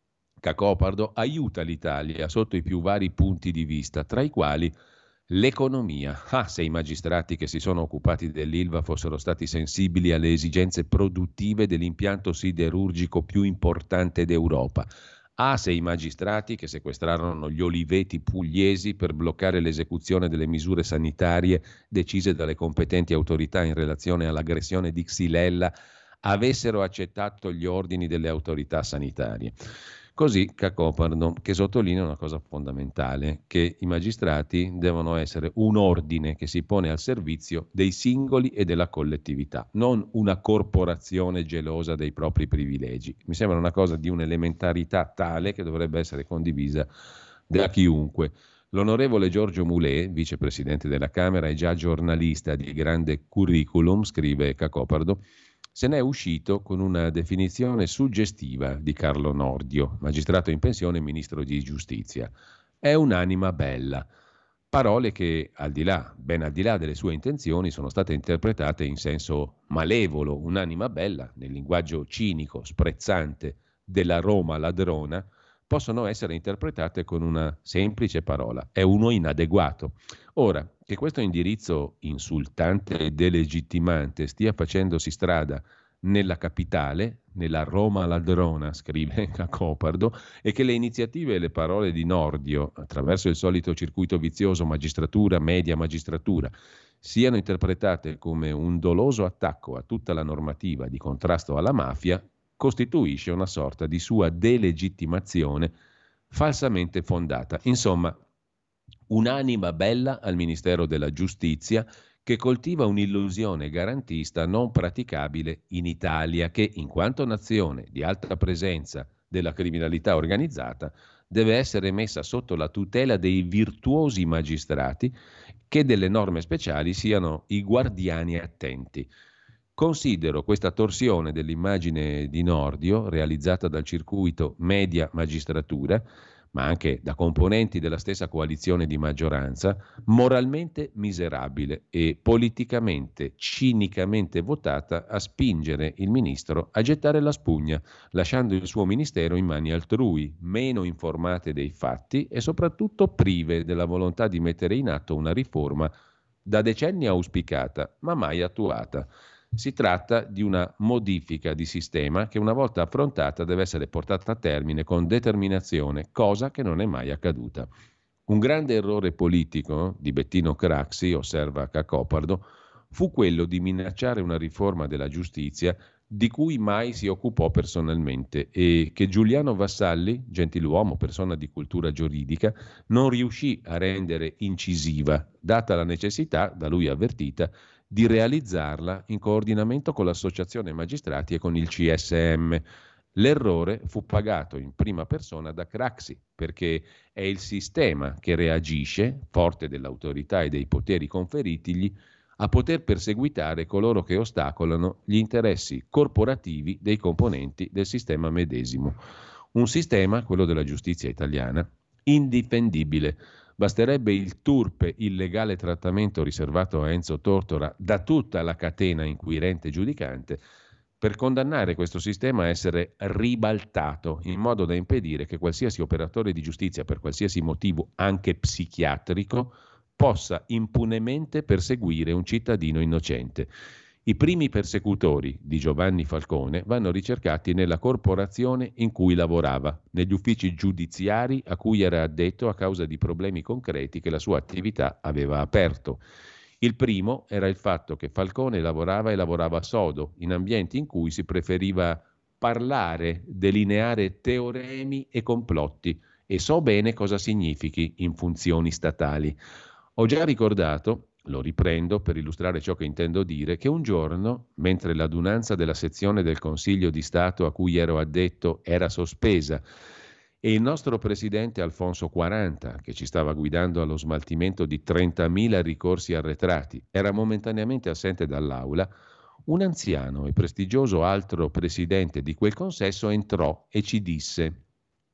Speaker 3: Cacopardo, aiuta l'Italia sotto i più vari punti di vista, tra i quali l'economia. Se i magistrati che si sono occupati dell'Ilva fossero stati sensibili alle esigenze produttive dell'impianto siderurgico più importante d'Europa. Se i magistrati che sequestrarono gli oliveti pugliesi per bloccare l'esecuzione delle misure sanitarie decise dalle competenti autorità in relazione all'aggressione di Xylella avessero accettato gli ordini delle autorità sanitarie. Così Cacopardo, che sottolinea una cosa fondamentale, che i magistrati devono essere un ordine che si pone al servizio dei singoli e della collettività, non una corporazione gelosa dei propri privilegi. Mi sembra una cosa di un'elementarità tale che dovrebbe essere condivisa da chiunque. L'onorevole Giorgio Mulè, vicepresidente della Camera e già giornalista di grande curriculum, scrive Cacopardo, se n'è uscito con una definizione suggestiva di Carlo Nordio, magistrato in pensione e ministro di giustizia. È un'anima bella. Parole che, ben al di là delle sue intenzioni, sono state interpretate in senso malevolo. Un'anima bella, nel linguaggio cinico, sprezzante della Roma ladrona, possono essere interpretate con una semplice parola: è uno inadeguato. Ora, che questo indirizzo insultante e delegittimante stia facendosi strada nella capitale, nella Roma ladrona, scrive Cacopardo, e che le iniziative e le parole di Nordio, attraverso il solito circuito vizioso magistratura, media magistratura, siano interpretate come un doloso attacco a tutta la normativa di contrasto alla mafia, costituisce una sorta di sua delegittimazione falsamente fondata. Insomma, un'anima bella al Ministero della Giustizia che coltiva un'illusione garantista non praticabile in Italia, che, in quanto nazione di alta presenza della criminalità organizzata, deve essere messa sotto la tutela dei virtuosi magistrati che delle norme speciali siano i guardiani attenti. Considero questa torsione dell'immagine di Nordio, realizzata dal circuito media magistratura, ma anche da componenti della stessa coalizione di maggioranza, moralmente miserabile e politicamente, cinicamente votata a spingere il ministro a gettare la spugna, lasciando il suo ministero in mani altrui, meno informate dei fatti e soprattutto prive della volontà di mettere in atto una riforma da decenni auspicata, ma mai attuata. Si tratta di una modifica di sistema che, una volta affrontata, deve essere portata a termine con determinazione, cosa che non è mai accaduta. Un grande errore politico di Bettino Craxi, osserva Cacopardo, fu quello di minacciare una riforma della giustizia di cui mai si occupò personalmente e che Giuliano Vassalli, gentiluomo, persona di cultura giuridica, non riuscì a rendere incisiva, data la necessità, da lui avvertita, di realizzarla in coordinamento con l'Associazione Magistrati e con il CSM. L'errore fu pagato in prima persona da Craxi, perché è il sistema che reagisce, forte dell'autorità e dei poteri conferitigli, a poter perseguitare coloro che ostacolano gli interessi corporativi dei componenti del sistema medesimo. Un sistema, quello della giustizia italiana, indifendibile. Basterebbe il turpe, illegale trattamento riservato a Enzo Tortora da tutta la catena inquirente e giudicante per condannare questo sistema a essere ribaltato in modo da impedire che qualsiasi operatore di giustizia, per qualsiasi motivo, anche psichiatrico, possa impunemente perseguire un cittadino innocente. I primi persecutori di Giovanni Falcone vanno ricercati nella corporazione in cui lavorava, negli uffici giudiziari a cui era addetto a causa di problemi concreti che la sua attività aveva aperto. Il primo era il fatto che Falcone lavorava e lavorava sodo, in ambienti in cui si preferiva parlare, delineare teoremi e complotti, e so bene cosa significhi in funzioni statali. Ho già ricordato, lo riprendo per illustrare ciò che intendo dire, che un giorno, mentre l'adunanza della sezione del Consiglio di Stato a cui ero addetto era sospesa e il nostro presidente Alfonso 40, che ci stava guidando allo smaltimento di 30.000 ricorsi arretrati, era momentaneamente assente dall'aula, un anziano e prestigioso altro presidente di quel consesso entrò e ci disse: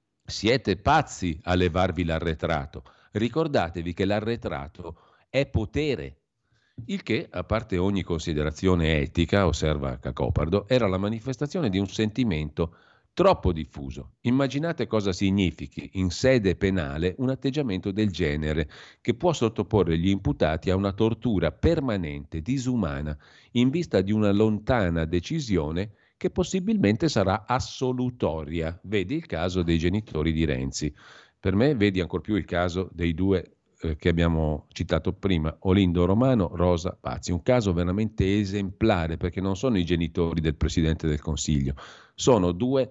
Speaker 3: «Siete pazzi a levarvi l'arretrato. Ricordatevi che l'arretrato è potere». Il che, a parte ogni considerazione etica, osserva Cacopardo, era la manifestazione di un sentimento troppo diffuso. Immaginate cosa significhi in sede penale un atteggiamento del genere, che può sottoporre gli imputati a una tortura permanente, disumana, in vista di una lontana decisione che possibilmente sarà assolutoria. Vedi il caso dei genitori di Renzi. Per me vedi ancor più il caso dei due che abbiamo citato prima, Olindo Romano, Rosa Pazzi. Un caso veramente esemplare, perché non sono i genitori del Presidente del Consiglio, sono due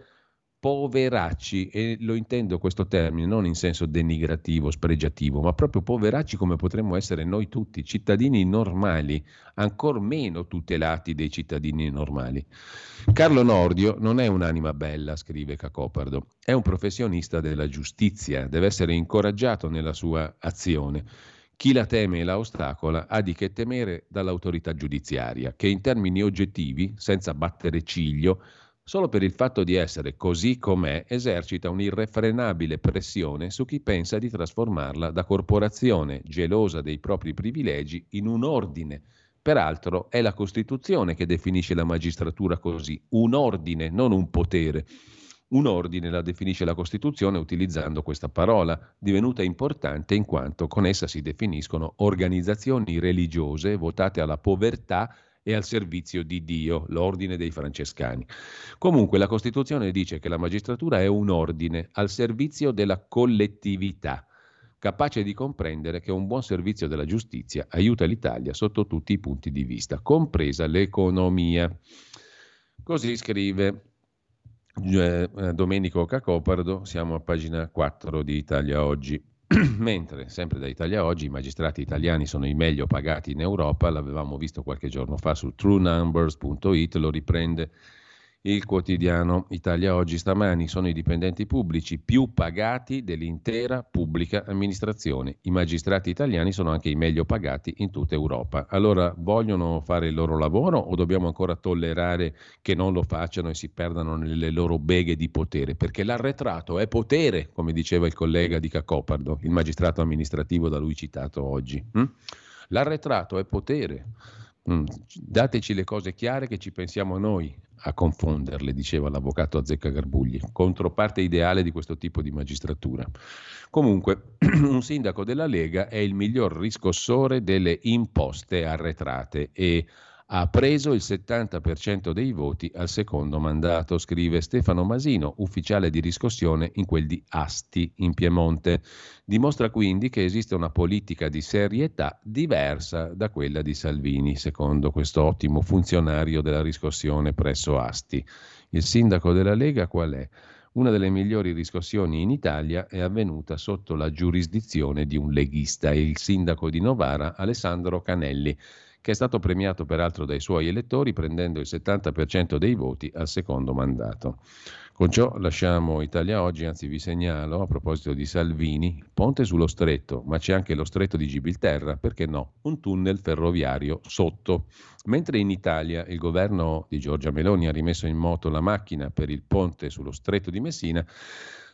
Speaker 3: poveracci, e lo intendo questo termine non in senso denigrativo, spregiativo, ma proprio poveracci come potremmo essere noi tutti, cittadini normali, ancor meno tutelati dei cittadini normali. Carlo Nordio non è un'anima bella, scrive Cacopardo, è un professionista della giustizia, deve essere incoraggiato nella sua azione. Chi la teme e la ostacola ha di che temere dall'autorità giudiziaria, che in termini oggettivi, senza battere ciglio, solo per il fatto di essere così com'è, esercita un'irrefrenabile pressione su chi pensa di trasformarla da corporazione gelosa dei propri privilegi in un ordine. Peraltro è la Costituzione che definisce la magistratura così, un ordine, non un potere. Un ordine la definisce la Costituzione utilizzando questa parola, divenuta importante in quanto con essa si definiscono organizzazioni religiose votate alla povertà e al servizio di Dio, l'ordine dei francescani. Comunque la Costituzione dice che la magistratura è un ordine al servizio della collettività, capace di comprendere che un buon servizio della giustizia aiuta l'Italia sotto tutti i punti di vista, compresa l'economia. Così scrive Domenico Cacopardo, siamo a pagina 4 di Italia Oggi. Mentre, sempre da Italia Oggi, i magistrati italiani sono i meglio pagati in Europa, l'avevamo visto qualche giorno fa su truenumbers.it, lo riprende il quotidiano Italia Oggi stamani. Sono i dipendenti pubblici più pagati dell'intera pubblica amministrazione. I magistrati italiani sono anche i meglio pagati in tutta Europa. Allora, vogliono fare il loro lavoro o dobbiamo ancora tollerare che non lo facciano e si perdano nelle loro beghe di potere? Perché l'arretrato è potere, come diceva il collega di Cacopardo, il magistrato amministrativo da lui citato oggi. L'arretrato è potere. Dateci le cose chiare che ci pensiamo noi a confonderle, diceva l'avvocato Azzeccagarbugli, controparte ideale di questo tipo di magistratura. Comunque, un sindaco della Lega è il miglior riscossore delle imposte arretrate e ha preso il 70% dei voti al secondo mandato, scrive Stefano Masino, ufficiale di riscossione in quel di Asti, in Piemonte. Dimostra quindi che esiste una politica di serietà diversa da quella di Salvini, secondo questo ottimo funzionario della riscossione presso Asti. Il sindaco della Lega qual è? Una delle migliori riscossioni in Italia è avvenuta sotto la giurisdizione di un leghista, il sindaco di Novara, Alessandro Canelli, che è stato premiato peraltro dai suoi elettori prendendo il 70% dei voti al secondo mandato. Con ciò lasciamo Italia Oggi, anzi vi segnalo, a proposito di Salvini, ponte sullo stretto, ma c'è anche lo stretto di Gibilterra, perché no, un tunnel ferroviario sotto. Mentre in Italia il governo di Giorgia Meloni ha rimesso in moto la macchina per il ponte sullo stretto di Messina,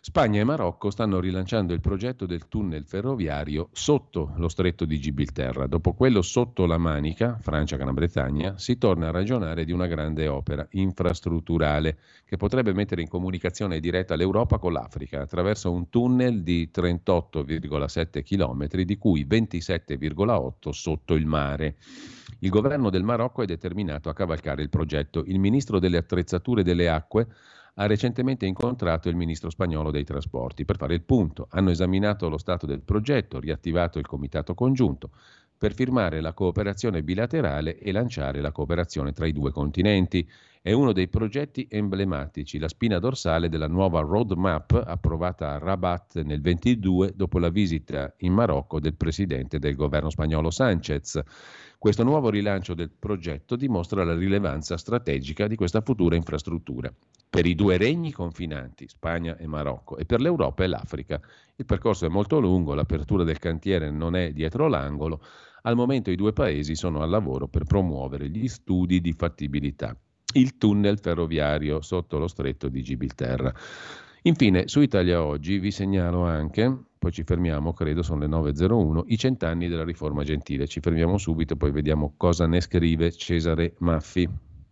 Speaker 3: Spagna e Marocco stanno rilanciando il progetto del tunnel ferroviario sotto lo stretto di Gibilterra. Dopo quello sotto la Manica, Francia-Gran Bretagna, si torna a ragionare di una grande opera infrastrutturale che potrebbe mettere in comunicazione diretta l'Europa con l'Africa attraverso un tunnel di 38,7 km, di cui 27,8 sotto il mare. Il governo del Marocco è determinato a cavalcare il progetto. Il ministro delle attrezzature delle acque ha recentemente incontrato il ministro spagnolo dei trasporti per fare il punto. Hanno esaminato lo stato del progetto, riattivato il comitato congiunto per firmare la cooperazione bilaterale e lanciare la cooperazione tra i due continenti. È uno dei progetti emblematici, la spina dorsale della nuova roadmap approvata a Rabat nel 2022 dopo la visita in Marocco del presidente del governo spagnolo Sánchez. Questo nuovo rilancio del progetto dimostra la rilevanza strategica di questa futura infrastruttura per i due regni confinanti, Spagna e Marocco, e per l'Europa e l'Africa. Il percorso è molto lungo, l'apertura del cantiere non è dietro l'angolo. Al momento i due paesi sono al lavoro per promuovere gli studi di fattibilità. Il tunnel ferroviario sotto lo stretto di Gibilterra. Infine, su Italia Oggi vi segnalo anche, poi ci fermiamo, credo sono le 9.01, i 100 anni della riforma Gentile. Ci fermiamo subito, poi vediamo cosa ne scrive Cesare Maffi.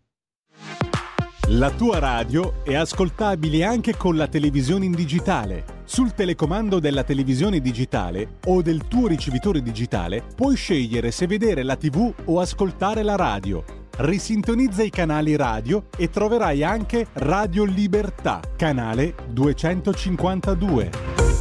Speaker 1: La tua radio è ascoltabile anche con la televisione in digitale. Sul telecomando della televisione digitale o del tuo ricevitore digitale puoi scegliere se vedere la TV o ascoltare la radio. Risintonizza i canali radio e troverai anche Radio Libertà, canale 252.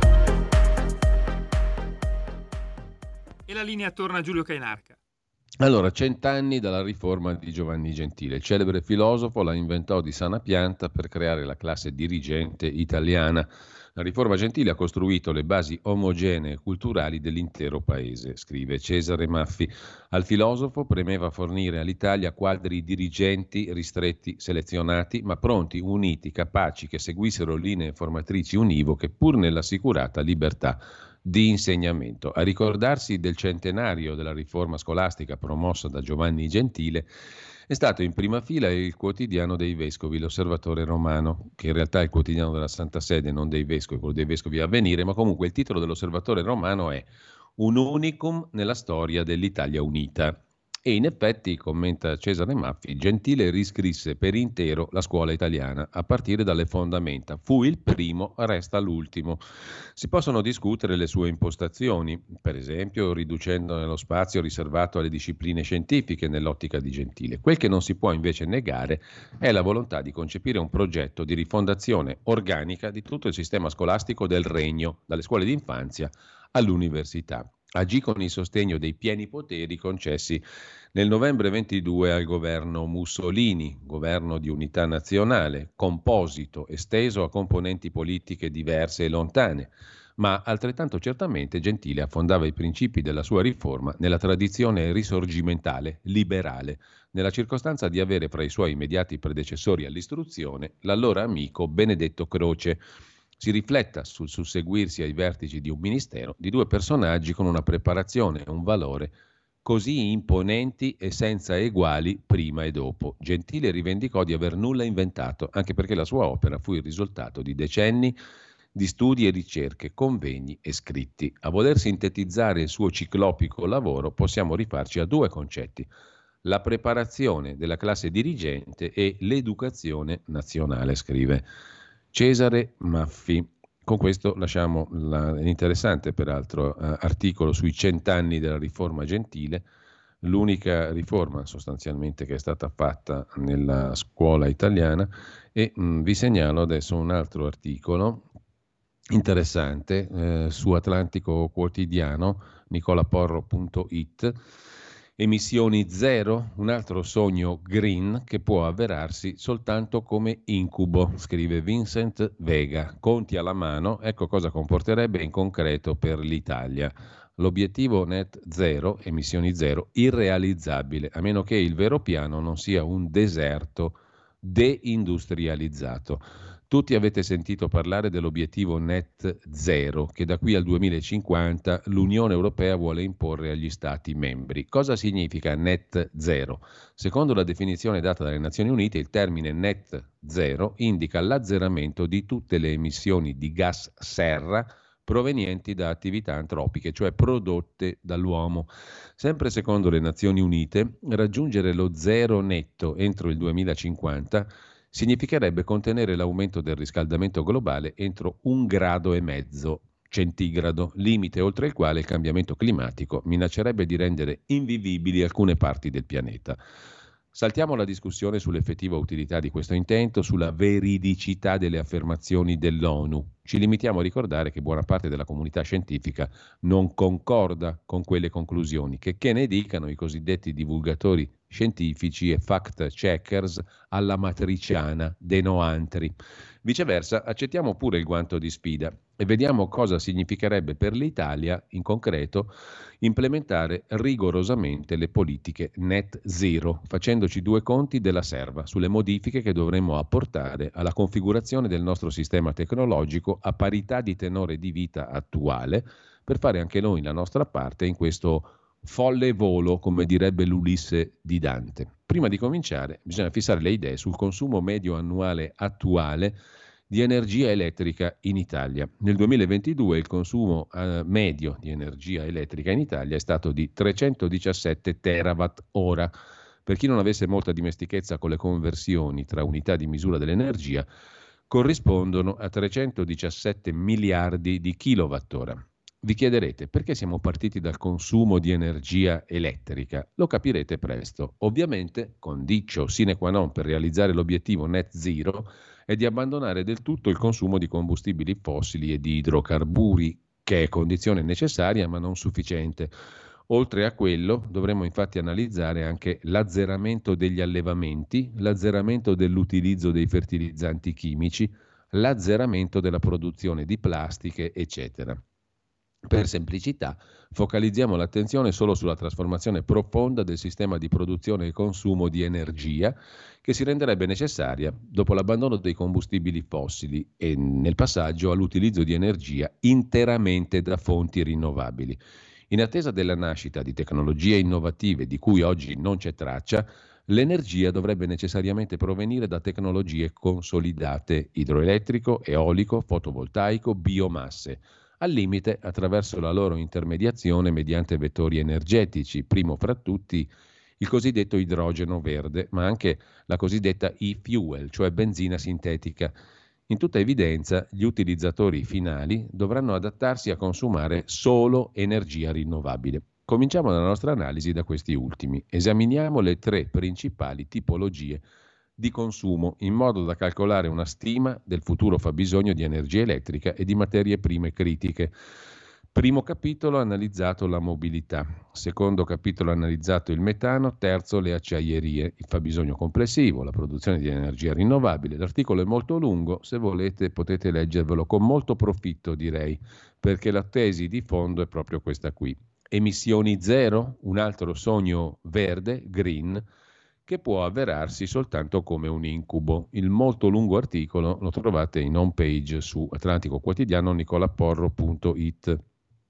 Speaker 2: E la linea torna a Giulio Cainarca.
Speaker 3: Allora, 100 anni dalla riforma di Giovanni Gentile. Il celebre filosofo la inventò di sana pianta per creare la classe dirigente italiana. La riforma Gentile ha costruito le basi omogenee e culturali dell'intero paese, scrive Cesare Maffi. Al filosofo premeva fornire all'Italia quadri dirigenti ristretti, selezionati, ma pronti, uniti, capaci, che seguissero linee formatrici univoche, pur nell'assicurata libertà di insegnamento. A ricordarsi del centenario della riforma scolastica promossa da Giovanni Gentile è stato in prima fila il quotidiano dei vescovi, l'Osservatore Romano, che in realtà è il quotidiano della Santa Sede, non dei vescovi, quello dei vescovi a venire, ma comunque il titolo dell'Osservatore Romano è Un unicum nella storia dell'Italia unita. E in effetti, commenta Cesare Maffi, Gentile riscrisse per intero la scuola italiana, a partire dalle fondamenta. Fu il primo, resta l'ultimo. Si possono discutere le sue impostazioni, per esempio riducendone lo spazio riservato alle discipline scientifiche nell'ottica di Gentile. Quel che non si può invece negare è la volontà di concepire un progetto di rifondazione organica di tutto il sistema scolastico del Regno, dalle scuole d'infanzia all'università. Agì con il sostegno dei pieni poteri concessi nel novembre 22 al governo Mussolini, governo di unità nazionale, composito, esteso a componenti politiche diverse e lontane, ma altrettanto certamente Gentile affondava i principi della sua riforma nella tradizione risorgimentale, liberale, nella circostanza di avere fra i suoi immediati predecessori all'istruzione l'allora amico Benedetto Croce. Si rifletta sul susseguirsi ai vertici di un ministero di due personaggi con una preparazione e un valore così imponenti e senza eguali prima e dopo. Gentile rivendicò di aver nulla inventato, anche perché la sua opera fu il risultato di decenni di studi e ricerche, convegni e scritti. A voler sintetizzare il suo ciclopico lavoro possiamo rifarci a due concetti: la preparazione della classe dirigente e l'educazione nazionale, scrive Cesare Maffi. Con questo lasciamo l'interessante, peraltro, articolo sui 100 anni della riforma Gentile, l'unica riforma sostanzialmente che è stata fatta nella scuola italiana, e vi segnalo adesso un altro articolo interessante su Atlantico Quotidiano, nicolaporro.it. Emissioni zero, un altro sogno green che può avverarsi soltanto come incubo, scrive Vincent Vega. Conti alla mano, ecco cosa comporterebbe in concreto per l'Italia. L'obiettivo net zero, emissioni zero, irrealizzabile, a meno che il vero piano non sia un deserto deindustrializzato. Tutti avete sentito parlare dell'obiettivo net zero che da qui al 2050 l'Unione Europea vuole imporre agli Stati membri. Cosa significa net zero? Secondo la definizione data dalle Nazioni Unite, il termine net zero indica l'azzeramento di tutte le emissioni di gas serra provenienti da attività antropiche, cioè prodotte dall'uomo. Sempre secondo le Nazioni Unite, raggiungere lo zero netto entro il 2050 significherebbe contenere l'aumento del riscaldamento globale entro 1,5 gradi centigrado, limite oltre il quale il cambiamento climatico minaccerebbe di rendere invivibili alcune parti del pianeta. Saltiamo la discussione sull'effettiva utilità di questo intento, sulla veridicità delle affermazioni dell'ONU. Ci limitiamo a ricordare che buona parte della comunità scientifica non concorda con quelle conclusioni, che ne dicano i cosiddetti divulgatori scientifici e fact-checkers alla matriciana, denoantri. Viceversa, accettiamo pure il guanto di sfida e vediamo cosa significherebbe per l'Italia, in concreto, implementare rigorosamente le politiche net zero, facendoci due conti della serva sulle modifiche che dovremmo apportare alla configurazione del nostro sistema tecnologico a parità di tenore di vita attuale, per fare anche noi la nostra parte in questo folle volo, come direbbe l'Ulisse di Dante. Prima di cominciare bisogna fissare le idee sul consumo medio annuale attuale di energia elettrica in Italia. Nel 2022 il consumo medio di energia elettrica in Italia è stato di 317 terawatt ora. Per chi non avesse molta dimestichezza con le conversioni tra unità di misura dell'energia, corrispondono a 317 miliardi di kilowattora. Vi chiederete perché siamo partiti dal consumo di energia elettrica. Lo capirete presto. Ovviamente, condicio sine qua non per realizzare l'obiettivo net zero è di abbandonare del tutto il consumo di combustibili fossili e di idrocarburi, che è condizione necessaria ma non sufficiente. Oltre a quello, dovremo infatti analizzare anche l'azzeramento degli allevamenti, l'azzeramento dell'utilizzo dei fertilizzanti chimici, l'azzeramento della produzione di plastiche, eccetera. Per semplicità, focalizziamo l'attenzione solo sulla trasformazione profonda del sistema di produzione e consumo di energia che si renderebbe necessaria dopo l'abbandono dei combustibili fossili e nel passaggio all'utilizzo di energia interamente da fonti rinnovabili. In attesa della nascita di tecnologie innovative di cui oggi non c'è traccia, l'energia dovrebbe necessariamente provenire da tecnologie consolidate: idroelettrico, eolico, fotovoltaico, biomasse. Al limite attraverso la loro intermediazione mediante vettori energetici, primo fra tutti il cosiddetto idrogeno verde, ma anche la cosiddetta e-fuel, cioè benzina sintetica. In tutta evidenza, gli utilizzatori finali dovranno adattarsi a consumare solo energia rinnovabile. Cominciamo la nostra analisi da questi ultimi. Esaminiamo le tre principali tipologie di consumo, in modo da calcolare una stima del futuro fabbisogno di energia elettrica e di materie prime critiche. Primo capitolo ha analizzato la mobilità, secondo capitolo ha analizzato il metano, terzo le acciaierie, il fabbisogno complessivo, la produzione di energia rinnovabile. L'articolo è molto lungo, se volete potete leggervelo con molto profitto, direi, perché la tesi di fondo è proprio questa qui. Emissioni zero, un altro sogno verde, green, che può avverarsi soltanto come un incubo. Il molto lungo articolo lo trovate in home page su Atlantico Quotidiano nicolaporro.it,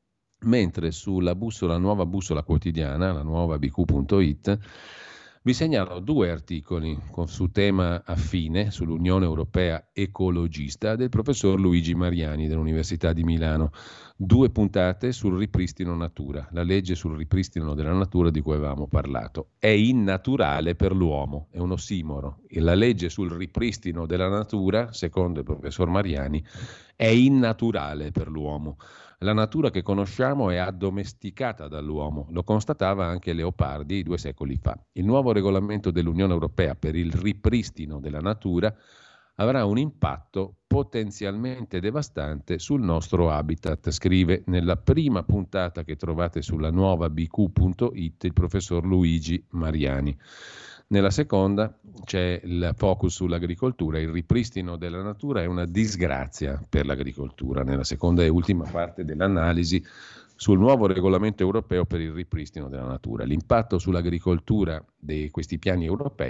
Speaker 3: mentre sulla bussola, nuova bussola quotidiana, la nuova bq.it, vi segnalo due articoli su tema affine sull'Unione Europea ecologista del professor Luigi Mariani dell'Università di Milano. 2 puntate sul ripristino natura, la legge sul ripristino della natura di cui avevamo parlato. È innaturale per l'uomo, è un ossimoro. E la legge sul ripristino della natura, secondo il professor Mariani, è innaturale per l'uomo. La natura che conosciamo è addomesticata dall'uomo, lo constatava anche Leopardi 2 secoli fa. Il nuovo regolamento dell'Unione Europea per il ripristino della natura avrà un impatto potenzialmente devastante sul nostro habitat, scrive nella prima puntata che trovate sulla nuova bq.it il professor Luigi Mariani. Nella seconda c'è il focus sull'agricoltura, il ripristino della natura è una disgrazia per l'agricoltura. Nella seconda e ultima parte dell'analisi sul nuovo regolamento europeo per il ripristino della natura. L'impatto sull'agricoltura di questi piani europei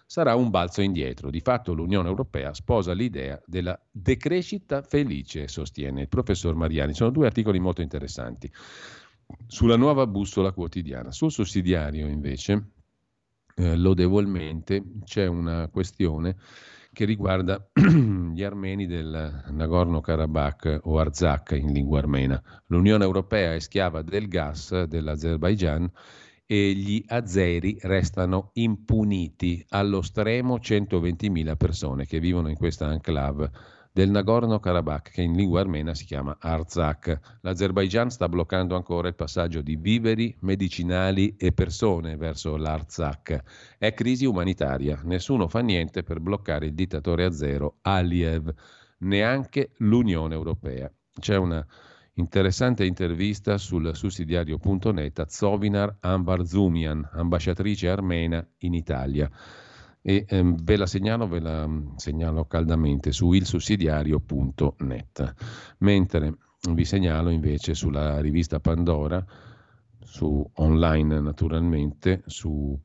Speaker 3: sarà un balzo indietro. Di fatto l'Unione Europea sposa l'idea della decrescita felice, sostiene il professor Mariani. Sono due articoli molto interessanti. Sulla nuova bussola quotidiana. Sul sussidiario, invece, lodevolmente, c'è una questione che riguarda gli armeni del Nagorno-Karabakh o Artsakh in lingua armena. L'Unione Europea è schiava del gas dell'Azerbaigian e gli azeri restano impuniti. Allo stremo 120.000 persone che vivono in questa enclave del Nagorno-Karabakh, che in lingua armena si chiama Artsakh. L'Azerbaigian sta bloccando ancora il passaggio di viveri, medicinali e persone verso l'Artsakh. È crisi umanitaria, nessuno fa niente per bloccare il dittatore azero Aliyev, neanche l'Unione Europea. C'è una interessante intervista sul sussidiario.net a Zovinar Ambarzumian, ambasciatrice armena in Italia. E ve la segnalo caldamente su ilsussidiario.net. Mentre vi segnalo invece sulla rivista Pandora, su online naturalmente, su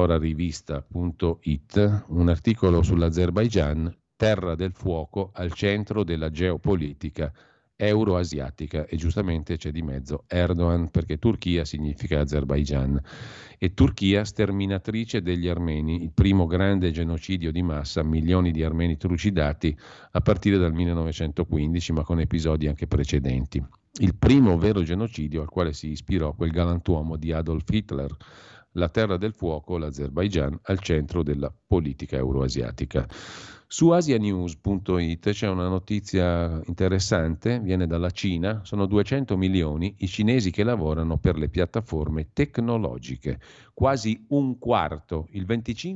Speaker 3: pandorarivista.it, un articolo sull'Azerbaigian, terra del fuoco al centro della geopolitica euroasiatica, e giustamente c'è di mezzo Erdogan, perché Turchia significa Azerbaigian, e Turchia sterminatrice degli armeni, il primo grande genocidio di massa, milioni di armeni trucidati a partire dal 1915, ma con episodi anche precedenti. Il primo vero genocidio al quale si ispirò quel galantuomo di Adolf Hitler. La terra del fuoco, l'Azerbaigian, al centro della politica euroasiatica. Su asianews.it c'è una notizia interessante, viene dalla Cina, sono 200 milioni i cinesi che lavorano per le piattaforme tecnologiche, quasi un quarto, il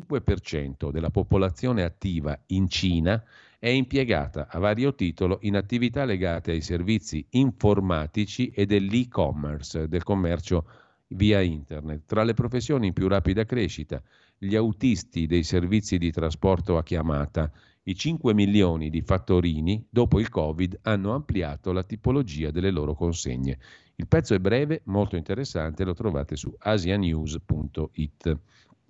Speaker 3: 25% della popolazione attiva in Cina è impiegata a vario titolo in attività legate ai servizi informatici e dell'e-commerce, del commercio via internet. Tra le professioni in più rapida crescita, gli autisti dei servizi di trasporto a chiamata. I 5 milioni di fattorini dopo il Covid hanno ampliato la tipologia delle loro consegne. Il pezzo è breve, molto interessante, lo trovate su asianews.it.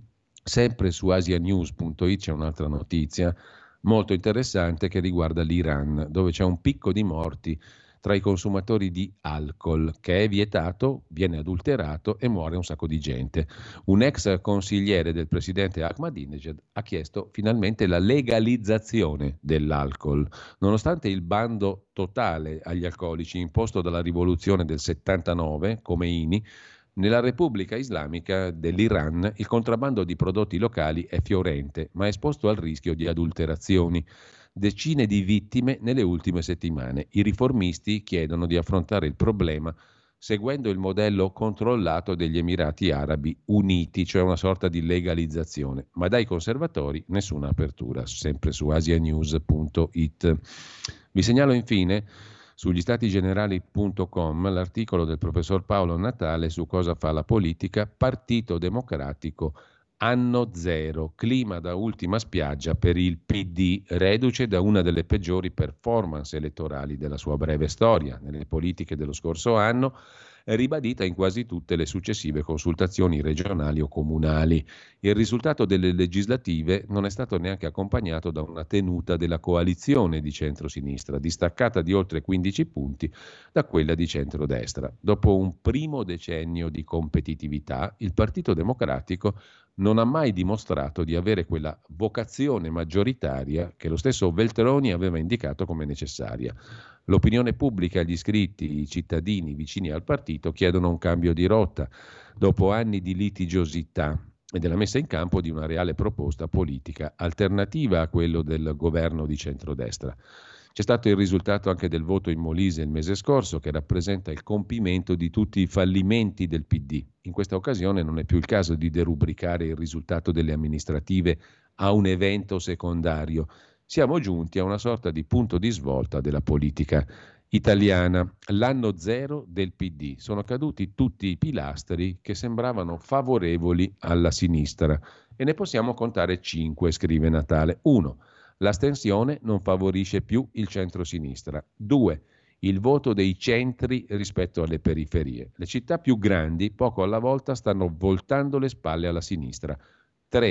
Speaker 3: Sempre su asianews.it c'è un'altra notizia molto interessante che riguarda l'Iran, dove c'è un picco di morti tra i consumatori di alcol, che è vietato, viene adulterato e muore un sacco di gente. Un ex consigliere del presidente Ahmadinejad ha chiesto finalmente la legalizzazione dell'alcol, nonostante il bando totale agli alcolici imposto dalla rivoluzione del 79, Khomeini. Nella Repubblica Islamica dell'Iran il contrabbando di prodotti locali è fiorente, ma è esposto al rischio di adulterazioni. Decine di vittime nelle ultime settimane. I riformisti chiedono di affrontare il problema seguendo il modello controllato degli Emirati Arabi Uniti, cioè una sorta di legalizzazione, ma dai conservatori nessuna apertura, sempre su asianews.it. Vi segnalo infine sugli statigenerali.com l'articolo del professor Paolo Natale su cosa fa la politica, Partito Democratico anno zero, clima da ultima spiaggia per il PD, reduce da una delle peggiori performance elettorali della sua breve storia nelle politiche dello scorso anno, ribadita in quasi tutte le successive consultazioni regionali o comunali. Il risultato delle legislative non è stato neanche accompagnato da una tenuta della coalizione di centrosinistra, distaccata di oltre 15 punti da quella di centrodestra. Dopo un primo decennio di competitività, il Partito Democratico non ha mai dimostrato di avere quella vocazione maggioritaria che lo stesso Veltroni aveva indicato come necessaria. L'opinione pubblica, gli iscritti, i cittadini vicini al partito chiedono un cambio di rotta dopo anni di litigiosità e della messa in campo di una reale proposta politica alternativa a quello del governo di centrodestra. C'è stato il risultato anche del voto in Molise il mese scorso, che rappresenta il compimento di tutti i fallimenti del PD. In questa occasione non è più il caso di derubricare il risultato delle amministrative a un evento secondario. Siamo giunti a una sorta di punto di svolta della politica italiana. L'anno zero del PD. Sono caduti tutti i pilastri che sembravano favorevoli alla sinistra. E ne possiamo contare 5, scrive Natale. 1. L'astensione non favorisce più il centro-sinistra. 2. Il voto dei centri rispetto alle periferie. Le città più grandi, poco alla volta, stanno voltando le spalle alla sinistra. 3.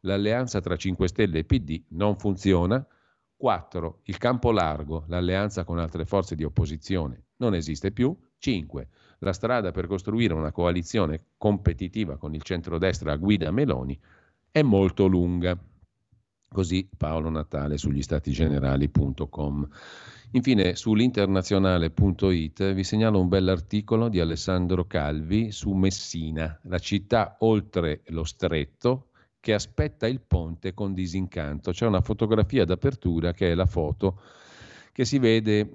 Speaker 3: l'alleanza tra 5 Stelle e PD non funziona. 4. Il campo largo, l'alleanza con altre forze di opposizione, non esiste più. 5. La strada per costruire una coalizione competitiva con il centrodestra a guida Meloni è molto lunga. Così Paolo Natale sugli statigenerali.com. Infine sull'internazionale.it vi segnalo un bell'articolo di Alessandro Calvi su Messina, la città oltre lo stretto che aspetta il ponte con disincanto. C'è una fotografia d'apertura che è la foto che si vede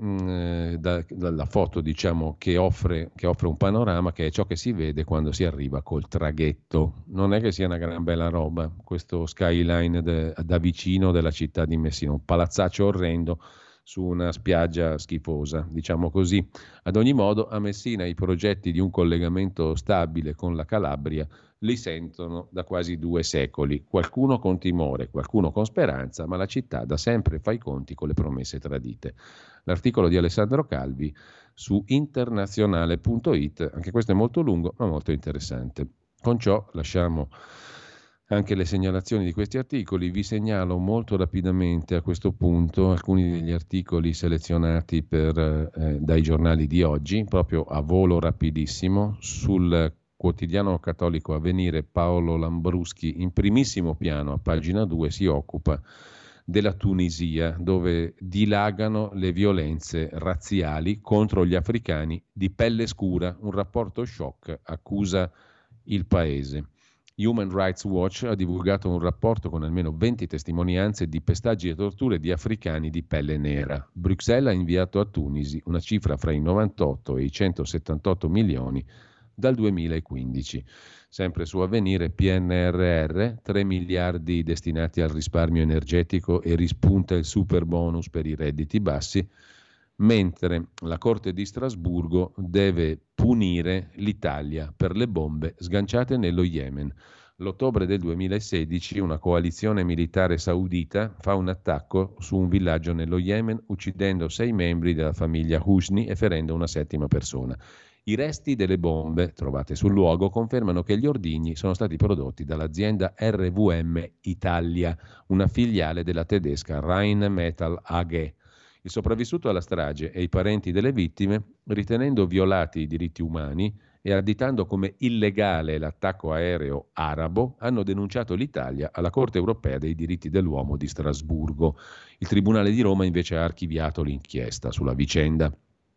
Speaker 3: dalla foto, diciamo, che offre un panorama, che è ciò che si vede quando si arriva col traghetto. Non è che sia una gran bella roba questo skyline da vicino della città di Messina, un palazzaccio orrendo su una spiaggia schifosa, diciamo così. Ad ogni modo, a Messina i progetti di un collegamento stabile con la Calabria li sentono da quasi 2 secoli, qualcuno con timore, qualcuno con speranza, ma la città da sempre fa i conti con le promesse tradite. L'articolo di Alessandro Calvi su internazionale.it, anche questo è molto lungo ma molto interessante. Con ciò lasciamo anche le segnalazioni di questi articoli. Vi segnalo molto rapidamente a questo punto alcuni degli articoli selezionati dai giornali di oggi, proprio a volo rapidissimo. Sul quotidiano cattolico Avvenire, Paolo Lambruschi in primissimo piano a pagina 2 si occupa della Tunisia, dove dilagano le violenze razziali contro gli africani di pelle scura. Un rapporto shock accusa il paese. Human Rights Watch ha divulgato un rapporto con almeno 20 testimonianze di pestaggi e torture di africani di pelle nera. Bruxelles ha inviato a Tunisi una cifra fra i 98 e i 178 milioni dal 2015. Sempre su Avvenire, PNRR, 3 miliardi destinati al risparmio energetico e rispunta il super bonus per i redditi bassi, mentre la Corte di Strasburgo deve punire l'Italia per le bombe sganciate nello Yemen. L'ottobre del 2016 una coalizione militare saudita fa un attacco su un villaggio nello Yemen, uccidendo 6 membri della famiglia Husni e ferendo una 7ª persona. I resti delle bombe trovate sul luogo confermano che gli ordigni sono stati prodotti dall'azienda RVM Italia, una filiale della tedesca Rheinmetall AG. Il sopravvissuto alla strage e i parenti delle vittime, ritenendo violati i diritti umani e additando come illegale l'attacco aereo arabo, hanno denunciato l'Italia alla Corte europea dei diritti dell'uomo di Strasburgo. Il Tribunale di Roma invece ha archiviato l'inchiesta sulla vicenda.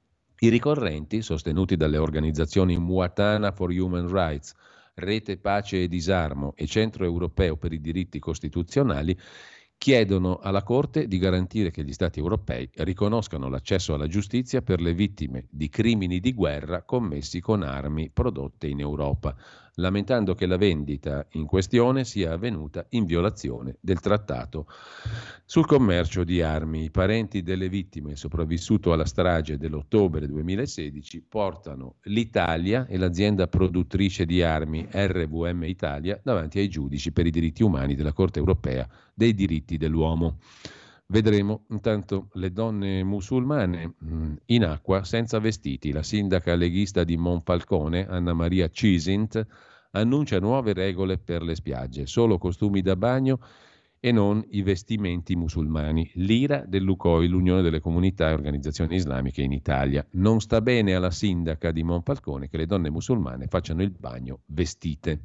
Speaker 3: I ricorrenti, sostenuti dalle organizzazioni Muatana for Human Rights, Rete Pace e Disarmo e Centro Europeo per i Diritti Costituzionali, chiedono alla Corte di garantire che gli Stati europei riconoscano l'accesso alla giustizia per le vittime di crimini di guerra commessi con armi prodotte in Europa, lamentando che la vendita in questione sia avvenuta in violazione del trattato sul commercio di armi. I parenti delle vittime sopravvissuto alla strage dell'ottobre 2016 portano l'Italia e l'azienda produttrice di armi RVM Italia davanti ai giudici per i diritti umani della Corte europea dei diritti dell'uomo. Vedremo. Intanto le donne musulmane in acqua senza vestiti. La sindaca leghista di Monfalcone, Anna Maria Cisint, annuncia nuove regole per le spiagge, solo costumi da bagno e non i vestimenti musulmani. L'IRA dell'UCOI, l'Unione delle Comunità e Organizzazioni Islamiche in Italia. Non sta bene alla sindaca di Monfalcone che le donne musulmane facciano il bagno vestite.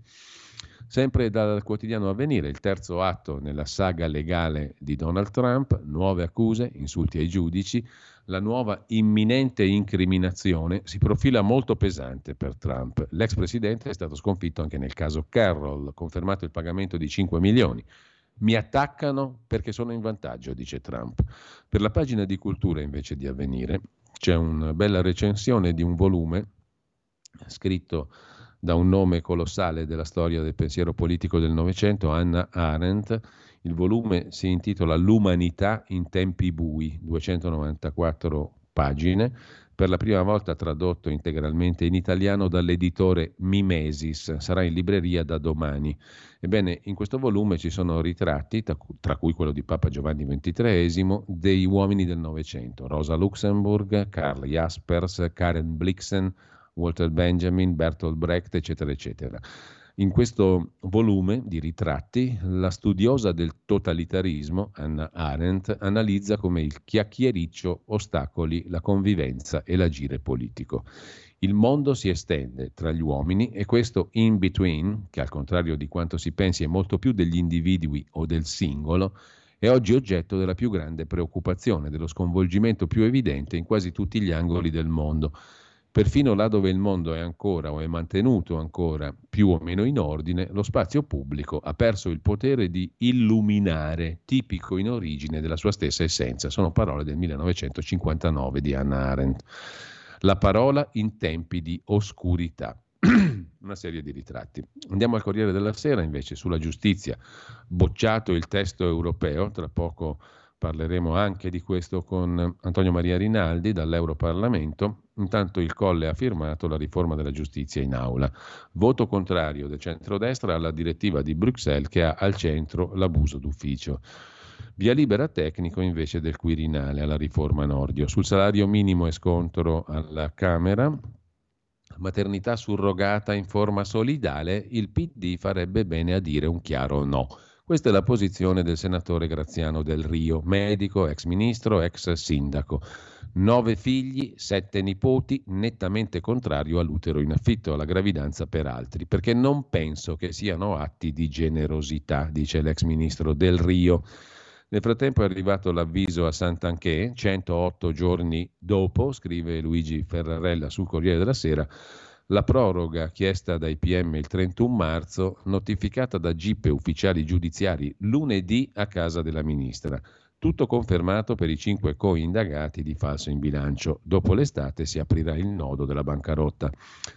Speaker 3: Sempre dal quotidiano Avvenire, il terzo atto nella saga legale di Donald Trump, nuove accuse, insulti ai giudici, la nuova imminente incriminazione si profila molto pesante per Trump. L'ex presidente è stato sconfitto anche nel caso Carroll, confermato il pagamento di 5 milioni. Mi attaccano perché sono in vantaggio, dice Trump. Per la pagina di cultura invece di Avvenire c'è una bella recensione di un volume scritto da un nome colossale della storia del pensiero politico del Novecento, Hannah Arendt. Il volume si intitola L'umanità in tempi bui, 294 pagine, per la prima volta tradotto integralmente in italiano dall'editore Mimesis, sarà in libreria da domani. Ebbene, in questo volume ci sono ritratti, tra cui quello di Papa Giovanni XXIII, dei uomini del Novecento, Rosa Luxemburg, Karl Jaspers, Karen Blixen, Walter Benjamin, Bertolt Brecht, eccetera, eccetera. In questo volume di ritratti, la studiosa del totalitarismo, Hannah Arendt, analizza come il chiacchiericcio ostacoli la convivenza e l'agire politico. Il mondo si estende tra gli uomini e questo in between, che al contrario di quanto si pensi è molto più degli individui o del singolo, è oggi oggetto della più grande preoccupazione, dello sconvolgimento più evidente in quasi tutti gli angoli del mondo. Perfino là dove il mondo è ancora o è mantenuto ancora più o meno in ordine, lo spazio pubblico ha perso il potere di illuminare, tipico in origine della sua stessa essenza. Sono parole del 1959 di Hannah Arendt. La parola in tempi di oscurità. Una serie di ritratti. Andiamo al Corriere della Sera invece sulla giustizia. Bocciato il testo europeo, tra poco parleremo anche di questo con Antonio Maria Rinaldi dall'Europarlamento. Intanto il Colle ha firmato la riforma della giustizia in aula. Voto contrario del centrodestra alla direttiva di Bruxelles che ha al centro l'abuso d'ufficio. Via libera tecnico invece del Quirinale alla riforma Nordio. Sul salario minimo e scontro alla Camera. Maternità surrogata in forma solidale, il PD farebbe bene a dire un chiaro no. Questa è la posizione del senatore Graziano Del Rio, medico, ex ministro, ex sindaco. 9 figli, 7 nipoti, nettamente contrario all'utero in affitto, alla gravidanza per altri, perché non penso che siano atti di generosità, dice l'ex ministro Del Rio. Nel frattempo è arrivato l'avviso a Sant'Anché, 108 giorni dopo, scrive Luigi Ferrarella sul Corriere della Sera, la proroga chiesta dai PM il 31 marzo, notificata da GIP e ufficiali giudiziari lunedì a casa della ministra. Tutto confermato per i 5 coindagati di falso in bilancio. Dopo l'estate si aprirà il nodo della bancarotta.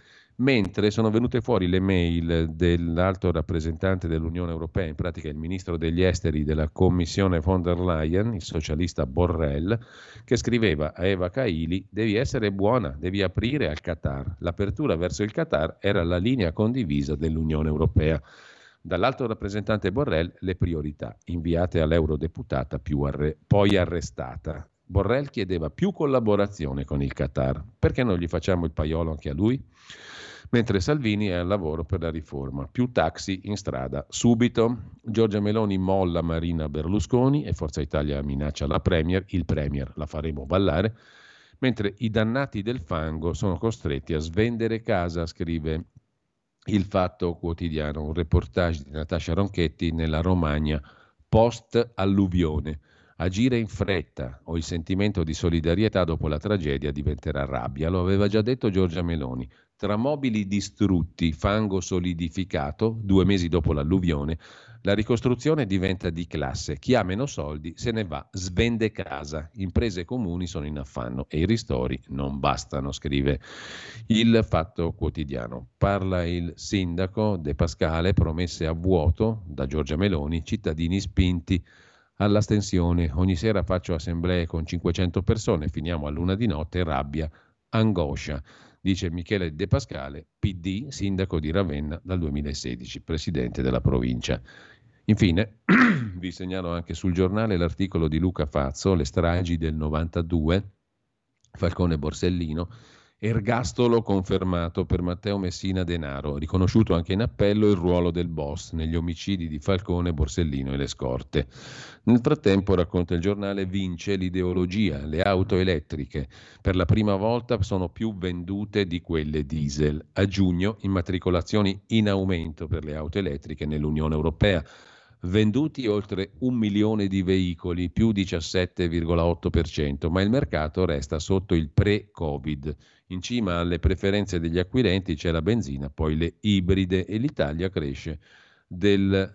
Speaker 3: Mentre sono venute fuori le mail dell'alto rappresentante dell'Unione Europea, in pratica il ministro degli esteri della Commissione von der Leyen, il socialista Borrell, che scriveva a Eva Kaili: devi essere buona, devi aprire al Qatar. L'apertura verso il Qatar era la linea condivisa dell'Unione Europea. Dall'alto rappresentante Borrell le priorità, inviate all'eurodeputata poi arrestata. Borrell chiedeva più collaborazione con il Qatar. Perché non gli facciamo il paiolo anche a lui? Mentre Salvini è al lavoro per la riforma. Più taxi in strada subito. Giorgia Meloni molla Marina Berlusconi e Forza Italia minaccia la Premier. Il Premier la faremo ballare. Mentre i dannati del fango sono costretti a svendere casa, scrive Il Fatto Quotidiano. Un reportage di Natascia Ronchetti nella Romagna post-alluvione. Agire in fretta o il sentimento di solidarietà dopo la tragedia diventerà rabbia, lo aveva già detto Giorgia Meloni. Tra mobili distrutti, fango solidificato, 2 mesi dopo l'alluvione, la ricostruzione diventa di classe. Chi ha meno soldi se ne va, svende casa. Imprese comuni sono in affanno e i ristori non bastano, scrive Il Fatto Quotidiano. Parla il sindaco De Pascale, promesse a vuoto da Giorgia Meloni, cittadini spinti all'astensione. Ogni sera faccio assemblee con 500 persone, finiamo a luna di notte, rabbia, angoscia. Dice Michele De Pascale, PD, sindaco di Ravenna dal 2016, presidente della provincia. Infine, vi segnalo anche sul giornale l'articolo di Luca Fazzo, le stragi del 92, Falcone Borsellino, ergastolo confermato per Matteo Messina Denaro, riconosciuto anche in appello il ruolo del boss negli omicidi di Falcone, Borsellino e le scorte. Nel frattempo, racconta il giornale, vince l'ideologia, le auto elettriche per la prima volta sono più vendute di quelle diesel. A giugno immatricolazioni in aumento per le auto elettriche nell'Unione Europea. Venduti oltre 1 milione di veicoli, più 17,8%, ma il mercato resta sotto il pre-Covid. In cima alle preferenze degli acquirenti c'è la benzina, poi le ibride e l'Italia cresce del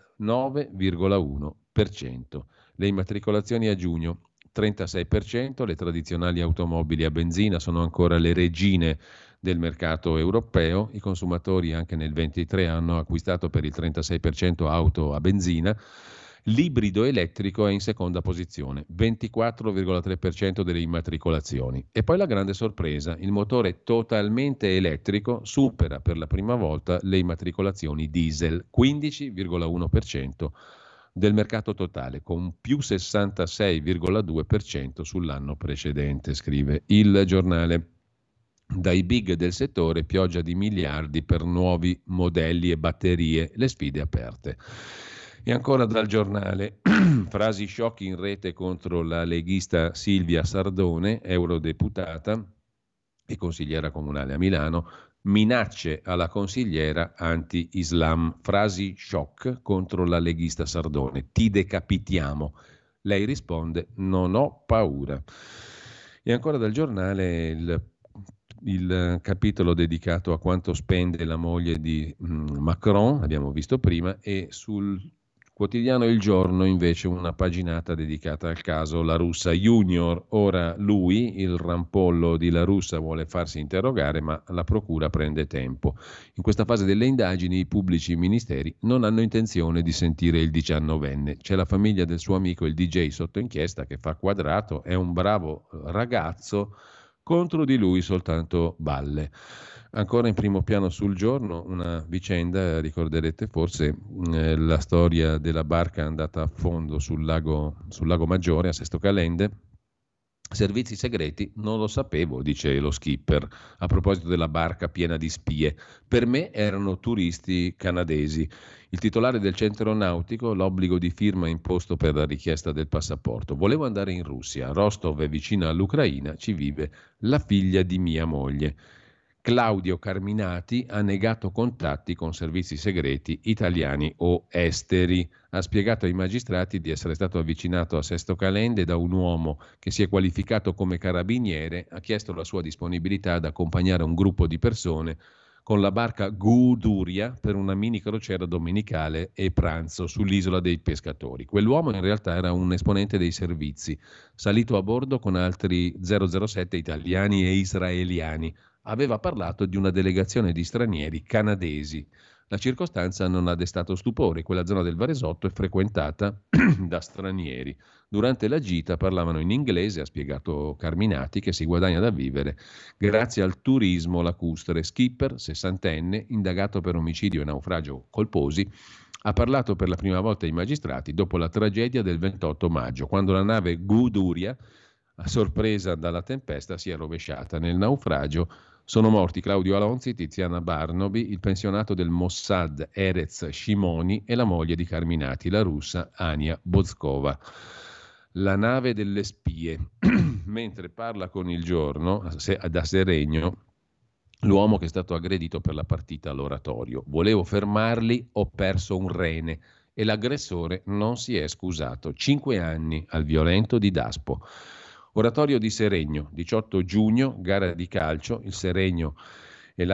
Speaker 3: 9,1%. Le immatricolazioni a giugno 36%, le tradizionali automobili a benzina sono ancora le regine del mercato europeo, i consumatori anche nel 23 hanno acquistato per il 36% auto a benzina, l'ibrido elettrico è in seconda posizione, 24,3% delle immatricolazioni. E poi la grande sorpresa, il motore totalmente elettrico supera per la prima volta le immatricolazioni diesel, 15,1% del mercato totale, con più 66,2% sull'anno precedente, scrive il giornale. Dai big del settore, pioggia di miliardi per nuovi modelli e batterie, le sfide aperte. E ancora dal giornale, frasi shock in rete contro la leghista Silvia Sardone, eurodeputata e consigliera comunale a Milano, minacce alla consigliera anti-Islam, frasi shock contro la leghista Sardone, ti decapitiamo. Lei risponde, non ho paura. E ancora dal giornale il capitolo dedicato a quanto spende la moglie di Macron, abbiamo visto prima, e sul quotidiano Il Giorno invece una paginata dedicata al caso La Russa Junior. Ora lui, il rampollo di La Russa, vuole farsi interrogare, ma la procura prende tempo. In questa fase delle indagini i pubblici ministeri non hanno intenzione di sentire il 19enne. C'è la famiglia del suo amico il DJ sotto inchiesta che fa quadrato, è un bravo ragazzo, contro di lui soltanto balle. Ancora in primo piano sul Giorno una vicenda, ricorderete forse la storia della barca andata a fondo sul lago Maggiore a Sesto Calende. Servizi segreti, non lo sapevo, dice lo skipper, a proposito della barca piena di spie. Per me erano turisti canadesi. Il titolare del centro nautico, l'obbligo di firma imposto per la richiesta del passaporto. Volevo andare in Russia, Rostov è vicino all'Ucraina, ci vive la figlia di mia moglie. Claudio Carminati ha negato contatti con servizi segreti italiani o esteri. Ha spiegato ai magistrati di essere stato avvicinato a Sesto Calende da un uomo che si è qualificato come carabiniere, ha chiesto la sua disponibilità ad accompagnare un gruppo di persone con la barca Guduria per una mini crociera domenicale e pranzo sull'isola dei pescatori. Quell'uomo in realtà era un esponente dei servizi, salito a bordo con altri 007 italiani e israeliani. Aveva parlato di una delegazione di stranieri canadesi. La circostanza non ha destato stupore, quella zona del Varesotto è frequentata da stranieri. Durante la gita parlavano in inglese, ha spiegato Carminati, che si guadagna da vivere grazie al turismo lacustre. Skipper, 60enne, indagato per omicidio e naufragio colposi, ha parlato per la prima volta ai magistrati dopo la tragedia del 28 maggio, quando la nave Guduria, a sorpresa dalla tempesta, si è rovesciata. Nel naufragio sono morti Claudio Alonzi, Tiziana Barnobi, il pensionato del Mossad Erez Shimoni e la moglie di Carminati, la russa Ania Bozkova. La nave delle spie. Mentre parla con Il Giorno, da Seregno, l'uomo che è stato aggredito per la partita all'oratorio. Volevo fermarli, ho perso un rene e l'aggressore non si è scusato. 5 anni al violento di Daspo. Oratorio di Seregno, 18 giugno, gara di calcio, il Seregno e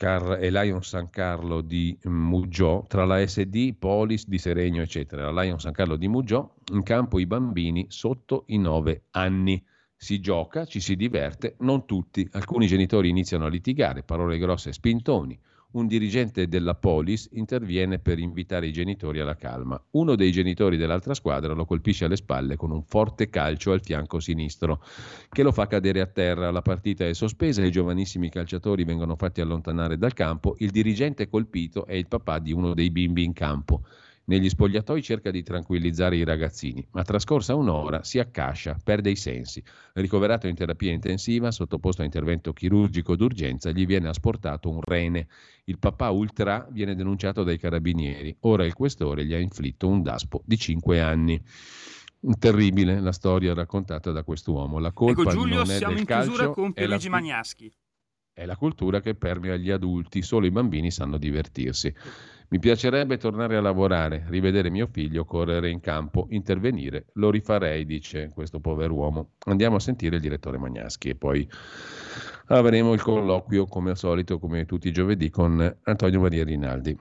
Speaker 3: Lion San Carlo di Muggiò, tra la SD, Polis di Seregno, eccetera. La Lion San Carlo di Muggiò, in campo i bambini sotto i 9 anni. Si gioca, ci si diverte, non tutti. Alcuni genitori iniziano a litigare, parole grosse e spintoni. Un dirigente della Polis interviene per invitare i genitori alla calma. Uno dei genitori dell'altra squadra lo colpisce alle spalle con un forte calcio al fianco sinistro, che lo fa cadere a terra. La partita è sospesa, i giovanissimi calciatori vengono fatti allontanare dal campo. Il dirigente colpito è il papà di uno dei bimbi in campo. Negli spogliatoi cerca di tranquillizzare i ragazzini, ma trascorsa un'ora si accascia, perde i sensi. Ricoverato in terapia intensiva, sottoposto a intervento chirurgico d'urgenza, gli viene asportato un rene. Il papà ultra viene denunciato dai carabinieri. Ora il questore gli ha inflitto un daspo di 5 anni. Terribile la storia raccontata da quest'uomo. La colpa
Speaker 2: Giulio,
Speaker 3: non è
Speaker 2: siamo
Speaker 3: del
Speaker 2: in
Speaker 3: calcio,
Speaker 2: chiusura con Pierluigi Magnaschi.
Speaker 3: È la cultura che permea gli adulti, solo i bambini sanno divertirsi. Mi piacerebbe tornare a lavorare, rivedere mio figlio correre in campo, intervenire, lo rifarei, dice questo pover'uomo. Andiamo a sentire il direttore Magnaschi e poi avremo il colloquio come al solito, come tutti i giovedì, con Antonio Maria Rinaldi.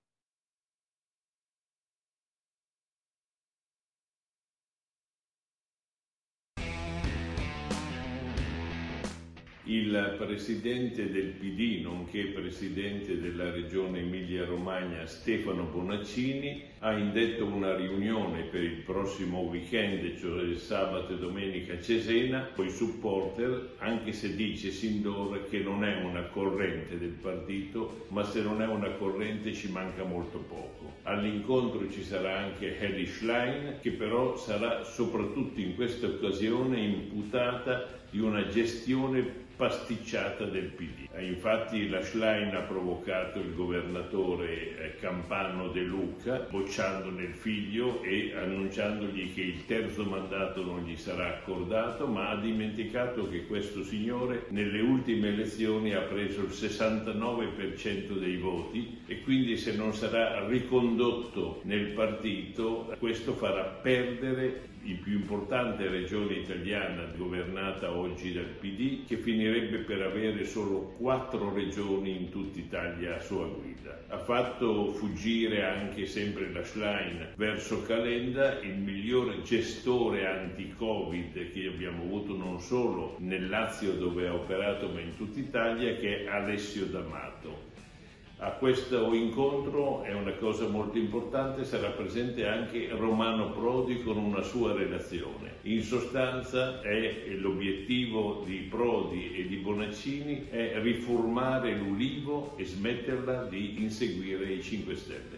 Speaker 5: Il presidente del PD, nonché presidente della regione Emilia-Romagna, Stefano Bonaccini, ha indetto una riunione per il prossimo weekend, cioè sabato e domenica a Cesena, con i supporter, anche se dice sin d'ora che non è una corrente del partito, ma se non è una corrente ci manca molto poco. All'incontro ci sarà anche Hedy Schlein, che però sarà soprattutto in questa occasione imputata di una gestione pasticciata del PD. Infatti la Schlein ha provocato il governatore campano De Luca, bocciandone il figlio e annunciandogli che il terzo mandato non gli sarà accordato, ma ha dimenticato che questo signore nelle ultime elezioni ha preso il 69% dei voti e quindi se non sarà ricondotto nel partito questo farà perdere la più importante regione italiana governata oggi dal PD, che finirebbe per avere solo 4 regioni in tutta Italia a sua guida. Ha fatto fuggire anche sempre la Schlein verso Calenda, il migliore gestore anti-Covid che abbiamo avuto non solo nel Lazio dove ha operato ma in tutta Italia, che è Alessio D'Amato. A questo incontro, è una cosa molto importante, sarà presente anche Romano Prodi con una sua relazione. In sostanza l'obiettivo di Prodi e di Bonaccini è riformare l'Ulivo e smetterla di inseguire i 5 Stelle.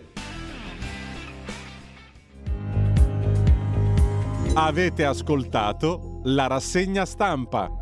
Speaker 1: Avete ascoltato la rassegna stampa.